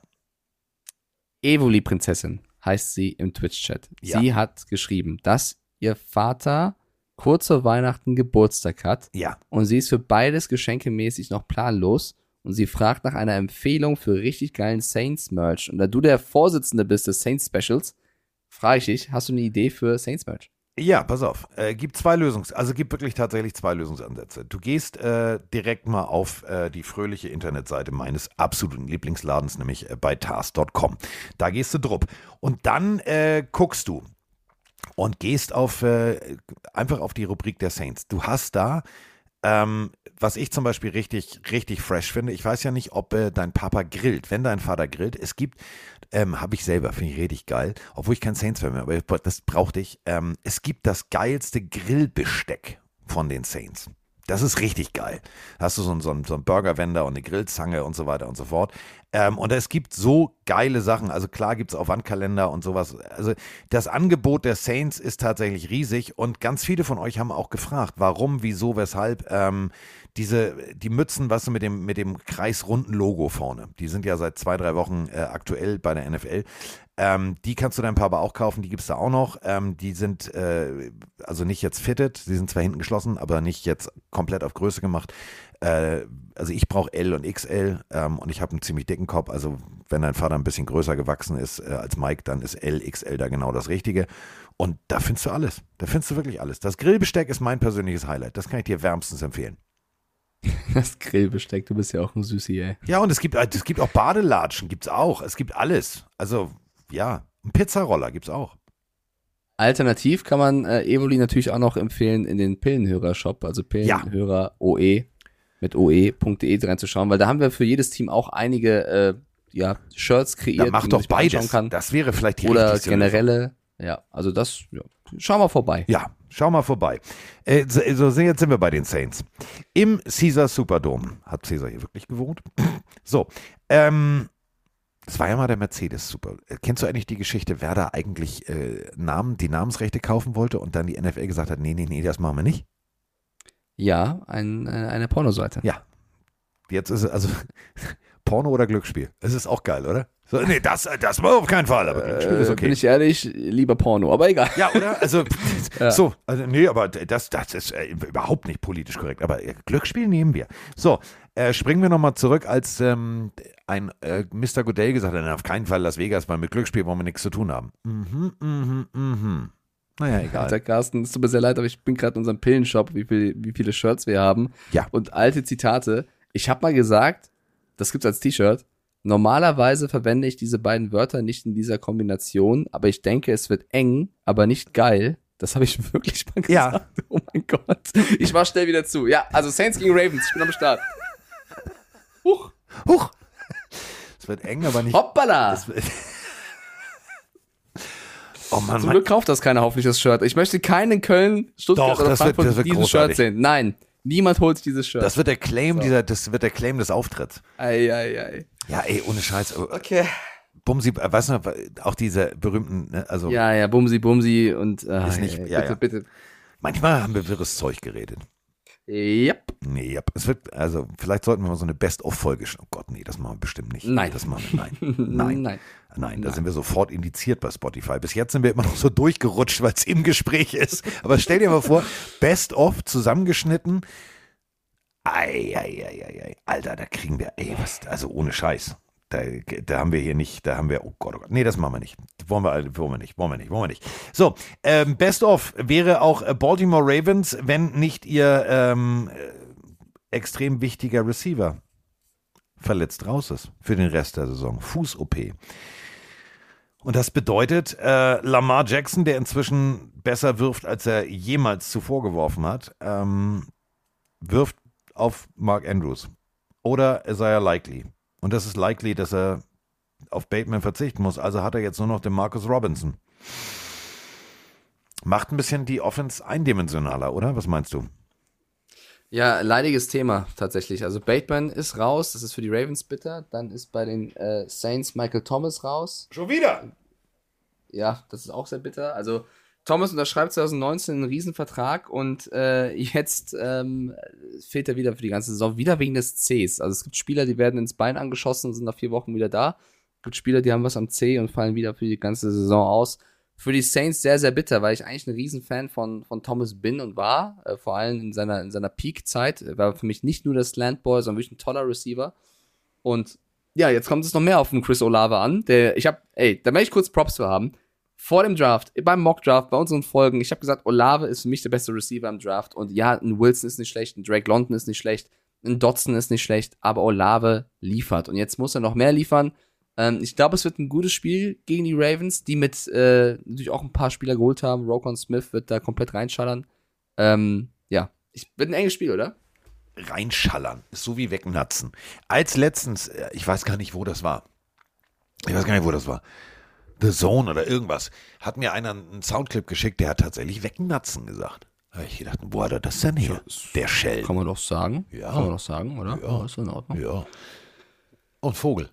Evoli-Prinzessin heißt sie im Twitch-Chat. Ja. Sie hat geschrieben, dass ihr Vater kurz vor Weihnachten Geburtstag hat. Ja. Und sie ist für beides geschenkemäßig noch planlos. Und sie fragt nach einer Empfehlung für richtig geilen Saints-Merch. Und da du der Vorsitzende bist des Saints-Specials, frage ich dich, hast du eine Idee für Saints-Merch? Ja, pass auf. Äh, gibt zwei Lösungs, also gibt wirklich tatsächlich zwei Lösungsansätze. Du gehst äh, direkt mal auf äh, die fröhliche Internetseite meines absoluten Lieblingsladens, nämlich äh, bei tars Punkt com. Da gehst du drupp. Und dann äh, guckst du und gehst auf äh, einfach auf die Rubrik der Saints. Du hast da, ähm, was ich zum Beispiel richtig, richtig fresh finde, ich weiß ja nicht, ob äh, dein Papa grillt. Wenn dein Vater grillt, es gibt, ähm, habe ich selber, finde ich richtig geil, obwohl ich kein Saints-Fan bin, aber das brauchte ich. Ähm, es gibt das geilste Grillbesteck von den Saints. Das ist richtig geil. Da hast du so einen, so einen, so einen Burgerwender und eine Grillzange und so weiter und so fort. Ähm, und es gibt so geile Sachen. Also klar gibt es auch Wandkalender und sowas. Also das Angebot der Saints ist tatsächlich riesig und ganz viele von euch haben auch gefragt, warum, wieso, weshalb. Ähm, diese, die Mützen, was weißt du, mit dem, mit dem kreisrunden Logo vorne, die sind ja seit zwei, drei Wochen äh, aktuell bei der N F L. Ähm, die kannst du deinem Papa auch kaufen, die gibt es da auch noch. Ähm, die sind äh, also nicht jetzt fitted, die sind zwar hinten geschlossen, aber nicht jetzt komplett auf Größe gemacht. Äh, also ich brauche L und X L ähm, und ich habe einen ziemlich dicken Kopf. Also wenn dein Vater ein bisschen größer gewachsen ist äh, als Mike, dann ist L, X L da genau das Richtige. Und da findest du alles. Da findest du wirklich alles. Das Grillbesteck ist mein persönliches Highlight. Das kann ich dir wärmstens empfehlen. Das Grillbesteck, du bist ja auch ein Süßi, ey. Ja, und es gibt, es gibt auch Badelatschen, gibt's auch. Es gibt alles. Also, ja, ein Pizzaroller gibt's auch. Alternativ kann man äh, Evoli natürlich auch noch empfehlen, in den Pillenhörer-Shop, also Pillenhörer O E mit oe punkt de reinzuschauen, weil da haben wir für jedes Team auch einige äh, ja, Shirts kreiert. Da mach die man doch sich mal anschauen beides. Kann. Das wäre vielleicht die Oder richtigste generelle, Lösung. Ja, also das, ja. Schau mal vorbei. Ja, schau mal vorbei. Äh, so, so, jetzt sind wir bei den Saints. Im Caesar Superdome. Hat Caesar hier wirklich gewohnt? So, ähm, das war ja mal der Mercedes Super. Kennst du eigentlich die Geschichte, wer da eigentlich äh, Namen, die Namensrechte kaufen wollte und dann die N F L gesagt hat, nee, nee, nee, das machen wir nicht? Ja, ein, eine Pornoseite. Ja. Jetzt ist es also Porno oder Glücksspiel. Es ist auch geil, oder? So, nee, das, das war auf keinen Fall, aber Glücksspiel ist okay. Bin ich ehrlich, lieber Porno, aber egal. Ja, oder? Also, ja. so, also, nee, aber das, das ist äh, überhaupt nicht politisch korrekt, aber äh, Glücksspiel nehmen wir. So, äh, springen wir nochmal zurück, als ähm, ein äh, Mister Goodell gesagt hat, auf keinen Fall Las Vegas, weil mit Glücksspiel wollen wir nichts zu tun haben. Mhm, mhm, mhm. Naja, egal. Alter Carsten, es tut mir sehr leid, aber ich bin gerade in unserem Pillenshop, wie, viel, wie viele Shirts wir haben. Ja. Und alte Zitate. Ich habe mal gesagt, das gibt's als T-Shirt, normalerweise verwende ich diese beiden Wörter nicht in dieser Kombination, aber ich denke, es wird eng, aber nicht geil. Das habe ich wirklich mal gesagt. Ja. Oh mein Gott. Ich mach schnell wieder zu. Ja, also Saints gegen Ravens, ich bin am Start. Huch. Huch. Es wird eng, aber nicht... Hoppala. Es wird oh Mann, Zum Glück kauft das keiner hoffentlich, das Shirt. Ich möchte keinen in Köln, Stuttgart Doch, oder das wird- Frankfurt das wird dieses großartig. Shirt sehen. Nein, niemand holt sich dieses Shirt. Das wird der Claim So. dieser, das wird der Claim des Auftritts. Ei, ei, ei. Ja, ey, ohne Scheiß. Okay. Bumsi, äh, weißt du, auch diese berühmten, ne, also Ja, ja, Bumsi, Bumsi und äh, Ist nicht- ey, ja, bitte, ja. bitte. manchmal haben wir wirres Zeug geredet. Yep. Nee, ja, es wird, also vielleicht sollten wir mal so eine Best-of-Folge, sch- oh Gott, nee, das machen wir bestimmt nicht. Nein. Das machen wir, nein. Nein. Nein. Nein, da Nein. sind wir sofort indiziert bei Spotify. Bis jetzt sind wir immer noch so durchgerutscht, weil es im Gespräch ist. Aber stell dir mal vor, Best-of zusammengeschnitten. Ei, ei, ei, ei, ei. Alter, da kriegen wir, ey, was, also ohne Scheiß. Da, da haben wir hier nicht, da haben wir, oh Gott, oh Gott, nee, das machen wir nicht. Wollen wir, wollen wir nicht, wollen wir nicht, wollen wir nicht. So, ähm, Best of wäre auch äh, Baltimore Ravens, wenn nicht ihr ähm, äh, extrem wichtiger Receiver verletzt raus ist für den Rest der Saison. Fuß-O P. Und das bedeutet, äh, Lamar Jackson, der inzwischen besser wirft, als er jemals zuvor geworfen hat, ähm, wirft auf Mark Andrews. oder Isaiah Likely. Und das ist likely, dass er auf Bateman verzichten muss. Also hat er jetzt nur noch den Marcus Robinson. Macht ein bisschen die Offense eindimensionaler, oder? Was meinst du? Ja, leidiges Thema tatsächlich. Also Bateman ist raus, das ist für die Ravens bitter. Dann ist bei den äh, Saints Michael Thomas raus. Schon wieder? Ja, das ist auch sehr bitter. Also Thomas unterschreibt zwanzig neunzehn einen Riesenvertrag und äh, jetzt ähm, fehlt er wieder für die ganze Saison, wieder wegen des Cs. Also es gibt Spieler, die werden ins Bein angeschossen und sind nach vier Wochen wieder da. Es gibt Spieler, die haben was am C und fallen wieder für die ganze Saison aus. Für die Saints sehr, sehr bitter, weil ich eigentlich ein Riesenfan von, von Thomas bin und war, äh, vor allem in seiner, in seiner Peak-Zeit. Er war für mich nicht nur der Slant-Boy, sondern wirklich ein toller Receiver. Und ja, jetzt kommt es noch mehr auf den Chris Olave an. Der, ich hab, ey, da möchte ich kurz Props für haben. Vor dem Draft, beim Mock-Draft, bei unseren Folgen, ich habe gesagt, Olave ist für mich der beste Receiver im Draft. Und ja, ein Wilson ist nicht schlecht, ein Drake London ist nicht schlecht, ein Dotson ist nicht schlecht, aber Olave liefert. Und jetzt muss er noch mehr liefern. Ähm, ich glaube, es wird ein gutes Spiel gegen die Ravens, die mit äh, natürlich auch ein paar Spieler geholt haben. Roquan Smith wird da komplett reinschallern. Ähm, ja, ich, wird ein enges Spiel, oder? Reinschallern, ist so wie wegnatzen. Als letztens, ich weiß gar nicht, wo das war. Ich weiß gar nicht, wo das war. The Zone oder irgendwas. Hat mir einer einen Soundclip geschickt, der hat tatsächlich wegnatzen gesagt. Da hab ich gedacht, wo hat er das denn her? Der Shell. Kann man doch sagen. Ja. Kann man doch sagen, oder? Ja. Ist in Ordnung. Ja. Und Vogel.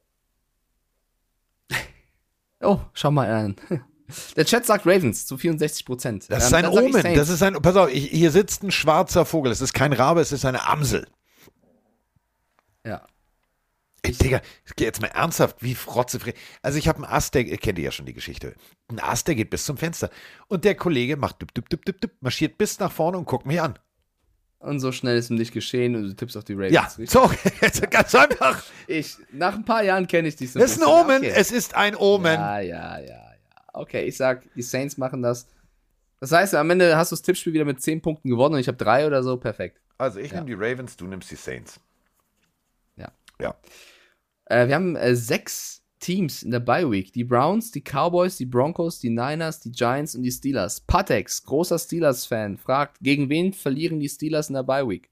Oh, schau mal an. Der Chat sagt Ravens zu vierundsechzig Prozent. Das ist ein ähm, Omen. Das ist ein, pass auf, ich, hier sitzt ein schwarzer Vogel. Es ist kein Rabe, es ist eine Amsel. Ja. Ey, Digga, jetzt mal ernsthaft, wie Frotzefrede. Also ich habe einen Ast, der, kennt ihr ja schon die Geschichte. Ein Ast, der geht bis zum Fenster. Und der Kollege macht düpp, düpp, düpp, düpp, düpp, marschiert bis nach vorne und guckt mich an. Und so schnell ist ihm nicht geschehen und du tippst auf die Ravens. Ja, richtig? so, jetzt ganz einfach. Ich, nach ein paar Jahren kenne ich dich so Das ist ein bisschen. Omen, Okay. es ist ein Omen. Ja, ja, ja, ja. Okay, ich sag, die Saints machen das. Das heißt, am Ende hast du das Tippspiel wieder mit zehn Punkten gewonnen und ich habe drei oder so, perfekt. Also ich Ja. nehme die Ravens, du nimmst die Saints. Ja. Ja. Äh, wir haben äh, sechs Teams in der Bye Week. Die Browns, die Cowboys, die Broncos, die Niners, die Giants und die Steelers. Patex, großer Steelers-Fan, fragt, gegen wen verlieren die Steelers in der Bye Week?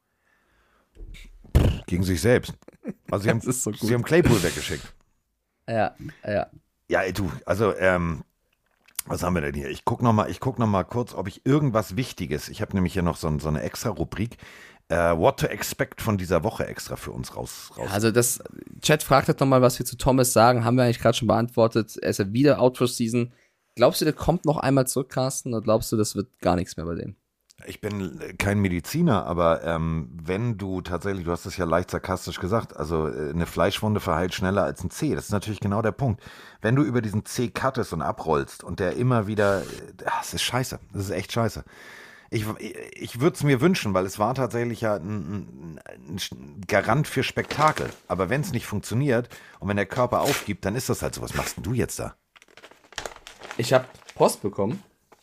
Gegen sich selbst. Also sie haben, Das ist so gut. sie haben Claypool weggeschickt. Ja, ja. Ja, ey, du, also, ähm, was haben wir denn hier? Ich gucke nochmal guck noch mal kurz, ob ich irgendwas Wichtiges, ich habe nämlich hier noch so, so eine extra Rubrik, äh, What to Expect von dieser Woche extra für uns raus. raus. Also das, Chat fragt jetzt nochmal, was wir zu Thomas sagen, haben wir eigentlich gerade schon beantwortet. Er ist ja wieder out for season. Glaubst du, der kommt noch einmal zurück, Carsten, oder glaubst du, das wird gar nichts mehr bei dem? Ich bin kein Mediziner, aber ähm, wenn du tatsächlich, du hast es ja leicht sarkastisch gesagt, also äh, eine Fleischwunde verheilt schneller als ein Zeh. Das ist natürlich genau der Punkt. Wenn du über diesen Zeh cuttest und abrollst und der immer wieder, äh, das ist scheiße, das ist echt scheiße. Ich, ich würde es mir wünschen, weil es war tatsächlich ja ein, ein, ein Garant für Spektakel. Aber wenn es nicht funktioniert und wenn der Körper aufgibt, dann ist das halt so. Was machst denn du jetzt da? Ich habe Post bekommen.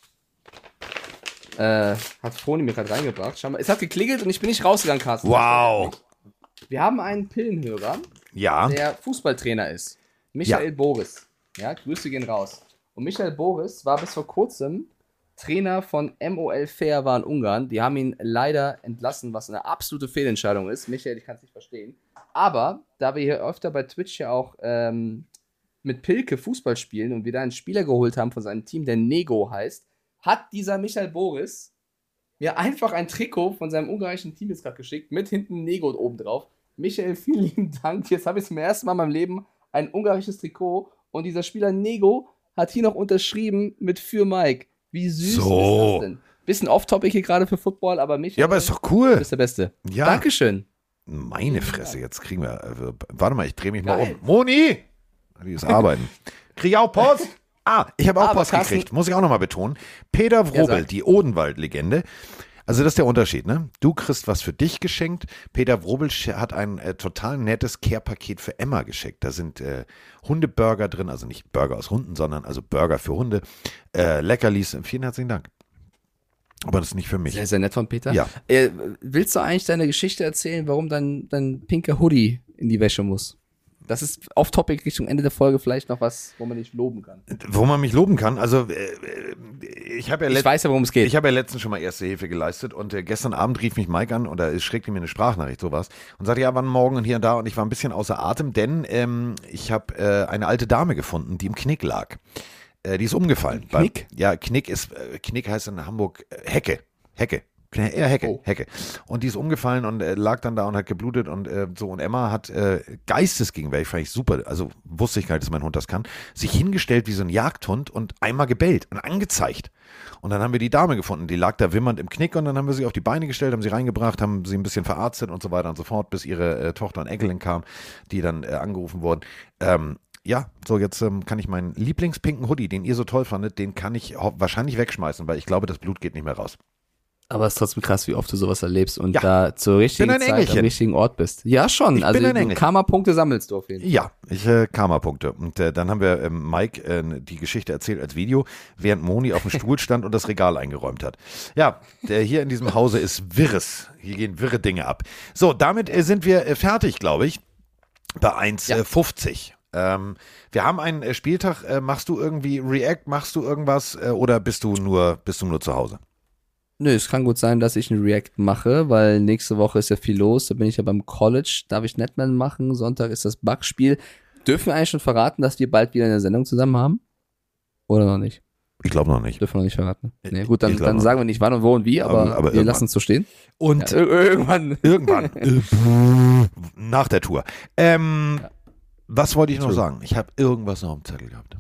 Äh, hat Froni mir gerade reingebracht. Schau mal, es hat geklingelt und ich bin nicht rausgegangen, Carsten. Wow. Wir haben einen Pillenhörer, Ja. der Fußballtrainer ist. Michael Ja. Boris. Ja, Grüße gehen raus. Und Michael Boris war bis vor kurzem Trainer von M O L Fair war in Ungarn. Die haben ihn leider entlassen, was eine absolute Fehlentscheidung ist. Michael, ich kann es nicht verstehen. Aber da wir hier öfter bei Twitch ja auch ähm, mit Pilke Fußball spielen und wir da einen Spieler geholt haben von seinem Team, der Nego heißt, hat dieser Michael Boris mir einfach ein Trikot von seinem ungarischen Team jetzt gerade geschickt, mit hinten Nego oben drauf. Michael, vielen lieben Dank. Jetzt habe ich zum ersten Mal in meinem Leben ein ungarisches Trikot und dieser Spieler Nego hat hier noch unterschrieben mit für Mike. Wie süß So. ist das denn? Bisschen off-topic hier gerade für Football, aber Michael, Ja, aber ist doch cool. du bist der Beste. Ja. Dankeschön. Meine Fresse, jetzt kriegen wir. Also, warte mal, ich drehe mich mal Geil. um. Moni! Die ist arbeiten. Krieg ich auch Post? Ah, ich habe auch Aber Post Carsten- gekriegt, muss ich auch nochmal betonen. Peter Wrobel, sag. die Odenwald-Legende. Also das ist der Unterschied, ne? Du kriegst was für dich geschenkt. Peter Wrobel sch- hat ein äh, total nettes Care-Paket für Emma geschickt. Da sind äh, Hundeburger drin, also nicht Burger aus Hunden, sondern also Burger für Hunde. Äh, Leckerlis, vielen herzlichen Dank. Aber das ist nicht für mich. Sehr, sehr nett von Peter. Ja. Äh, willst du eigentlich deine Geschichte erzählen, warum dein, dein pinker Hoodie in die Wäsche muss? Das ist off-topic Richtung Ende der Folge vielleicht noch was, wo man dich loben kann. Wo man mich loben kann, also äh, ich, hab ja ich let- weiß ja, worum es geht. Ich habe ja letztens schon mal Erste Hilfe geleistet und äh, gestern Abend rief mich Mike an oder schrägte mir eine Sprachnachricht, sowas, und sagte, ja, wann morgen und hier und da, und ich war ein bisschen außer Atem, denn ähm, ich habe äh, eine alte Dame gefunden, die im Knick lag. Äh, die ist umgefallen. Knick? Bei, ja, Knick ist, äh, Knick heißt in Hamburg äh, Hecke. Hecke. Ja, Hecke, Oh. Hecke. Und die ist umgefallen und äh, lag dann da und hat geblutet und äh, so. Und Emma hat äh, geistesgegenwärtig, fand ich super, also wusste ich gar nicht, dass mein Hund das kann, sich hingestellt wie so ein Jagdhund und einmal gebellt und angezeigt. Und dann haben wir die Dame gefunden, die lag da wimmernd im Knick, und dann haben wir sie auf die Beine gestellt, haben sie reingebracht, haben sie ein bisschen verarztet und so weiter und so fort, bis ihre äh, Tochter und Enkelin kam, die dann äh, angerufen wurden. Ähm, ja, so jetzt ähm, kann ich meinen Lieblingspinken Hoodie, den ihr so toll fandet, den kann ich ho- wahrscheinlich wegschmeißen, weil ich glaube, das Blut geht nicht mehr raus. Aber es ist trotzdem krass, wie oft du sowas erlebst und Ja. da zur richtigen Bin ein Zeit Engelchen. am richtigen Ort bist. Ja, schon. Ich also bin ein du Engelchen. Karma-Punkte sammelst du auf jeden Fall. Ja, ich äh, Karma-Punkte. Und äh, dann haben wir ähm, Mike äh, die Geschichte erzählt als Video, während Moni auf dem Stuhl stand und das Regal eingeräumt hat. Ja, der hier in diesem Hause ist Wirres. Hier gehen wirre Dinge ab. So, damit äh, sind wir äh, fertig, glaube ich, bei eins fünfzig. Ähm, wir haben einen äh, Spieltag. Äh, machst du irgendwie React? Machst du irgendwas? Äh, oder bist du nur, bist du nur zu Hause? Nö, es kann gut sein, dass ich einen React mache, weil nächste Woche ist ja viel los. Da bin ich ja beim College. Darf ich Netman machen? Sonntag ist das Bugspiel. Dürfen wir eigentlich schon verraten, dass wir bald wieder eine Sendung zusammen haben? Oder noch nicht? Ich glaube noch nicht. Dürfen wir noch nicht verraten. Nee, gut, dann, Ich glaub dann noch sagen wir nicht wann und wo und wie, aber, Aber- aber wir irgendwann. lassen es so stehen. Und Ja, ir- irgendwann. irgendwann. äh, nach der Tour. Ähm, Was wollte ich noch sagen? Ich habe irgendwas noch am Zettel gehabt.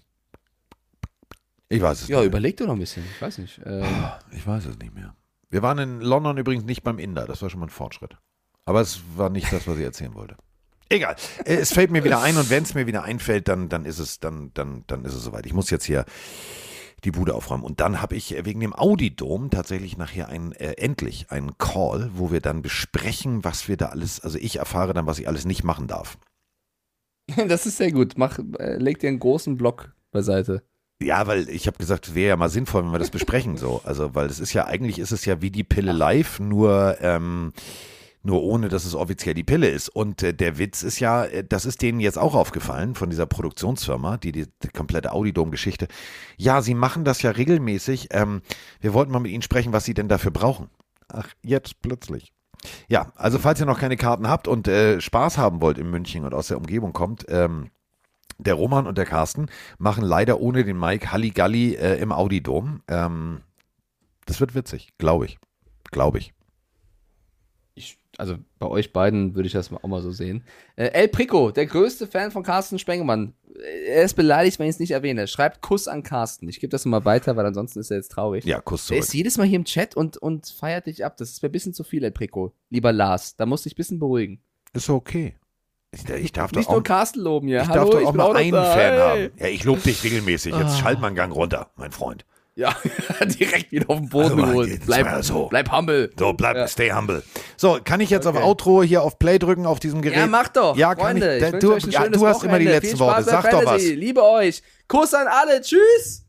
Ich weiß es Ja, nicht. überleg doch noch ein bisschen. Ich weiß nicht. Ähm, Ich weiß es nicht mehr. Wir waren in London übrigens nicht beim Inder. Das war schon mal ein Fortschritt. Aber es war nicht das, was ich erzählen wollte. Egal. Äh, Es fällt mir wieder ein, und wenn es mir wieder einfällt, dann, dann ist es, dann, dann, dann ist es soweit. Ich muss jetzt hier die Bude aufräumen. Und dann habe ich wegen dem Audi-Dom tatsächlich nachher ein, äh, endlich einen Call, wo wir dann besprechen, was wir da alles, also ich erfahre dann, was ich alles nicht machen darf. das ist sehr gut. Mach, äh, leg dir einen großen Block beiseite. Ja, weil ich habe gesagt, es wäre ja mal sinnvoll, wenn wir das besprechen so. Also, weil es ist ja, eigentlich ist es ja wie die Pille live, nur, ähm, nur ohne, dass es offiziell die Pille ist. Und äh, der Witz ist ja, äh, das ist denen jetzt auch aufgefallen von dieser Produktionsfirma, die die, die komplette Audidom-Geschichte. Ja, sie machen das ja regelmäßig. Ähm, wir wollten mal mit ihnen sprechen, was sie denn dafür brauchen. Ach, jetzt plötzlich. Ja, also falls ihr noch keine Karten habt und äh, Spaß haben wollt in München und aus der Umgebung kommt, ähm, der Roman und der Carsten machen leider ohne den Mike Halligalli äh, im Audi-Dom. Ähm, das wird witzig, glaube ich. Glaube ich. Ich, also bei euch beiden würde ich das auch mal so sehen. Äh, El Prico, der größte Fan von Carsten Spengemann. Er ist beleidigt, wenn ich es nicht erwähne. Schreibt Kuss an Carsten. Ich gebe das mal weiter, weil ansonsten ist er jetzt traurig. Ja, Kuss Er zurück. ist jedes Mal hier im Chat und, und feiert dich ab. Das ist mir ein bisschen zu viel, El Prico. Lieber Lars, da musst du dich ein bisschen beruhigen. Ist okay. Ich, ich darf Nicht doch auch, nur Carsten loben hier. ich Hallo, darf doch ich auch bin mal noch einen da. Fan Hey. haben. Ja, ich lobe dich regelmäßig. Jetzt Ah. schalt mal einen Gang runter, mein Freund. Ja, direkt wieder auf den Boden Also mal, geholt. jetzt Bleib, mal so. bleib humble. So, bleib, Ja. stay humble. So, kann ich jetzt Okay. auf Outro hier auf Play drücken auf diesem Gerät? Ja, mach doch. Ja, kann Freunde, ich. ich du wünsche euch ein ja, schönes du hast immer die Wochenende. letzten Viel Spaß Worte. bei Sag doch was. Fantasy. Liebe euch. Kuss an alle. Tschüss.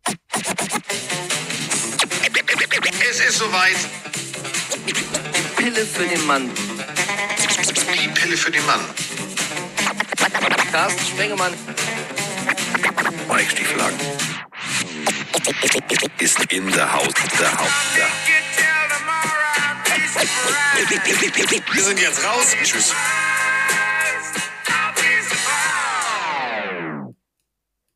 Es ist soweit. Die Pille für den Mann. Die Pille für den Mann. Carsten Spengemann. Mike Stieflagen. Ist in der Haus. Der Haus. Ja. Wir sind jetzt raus. Tschüss.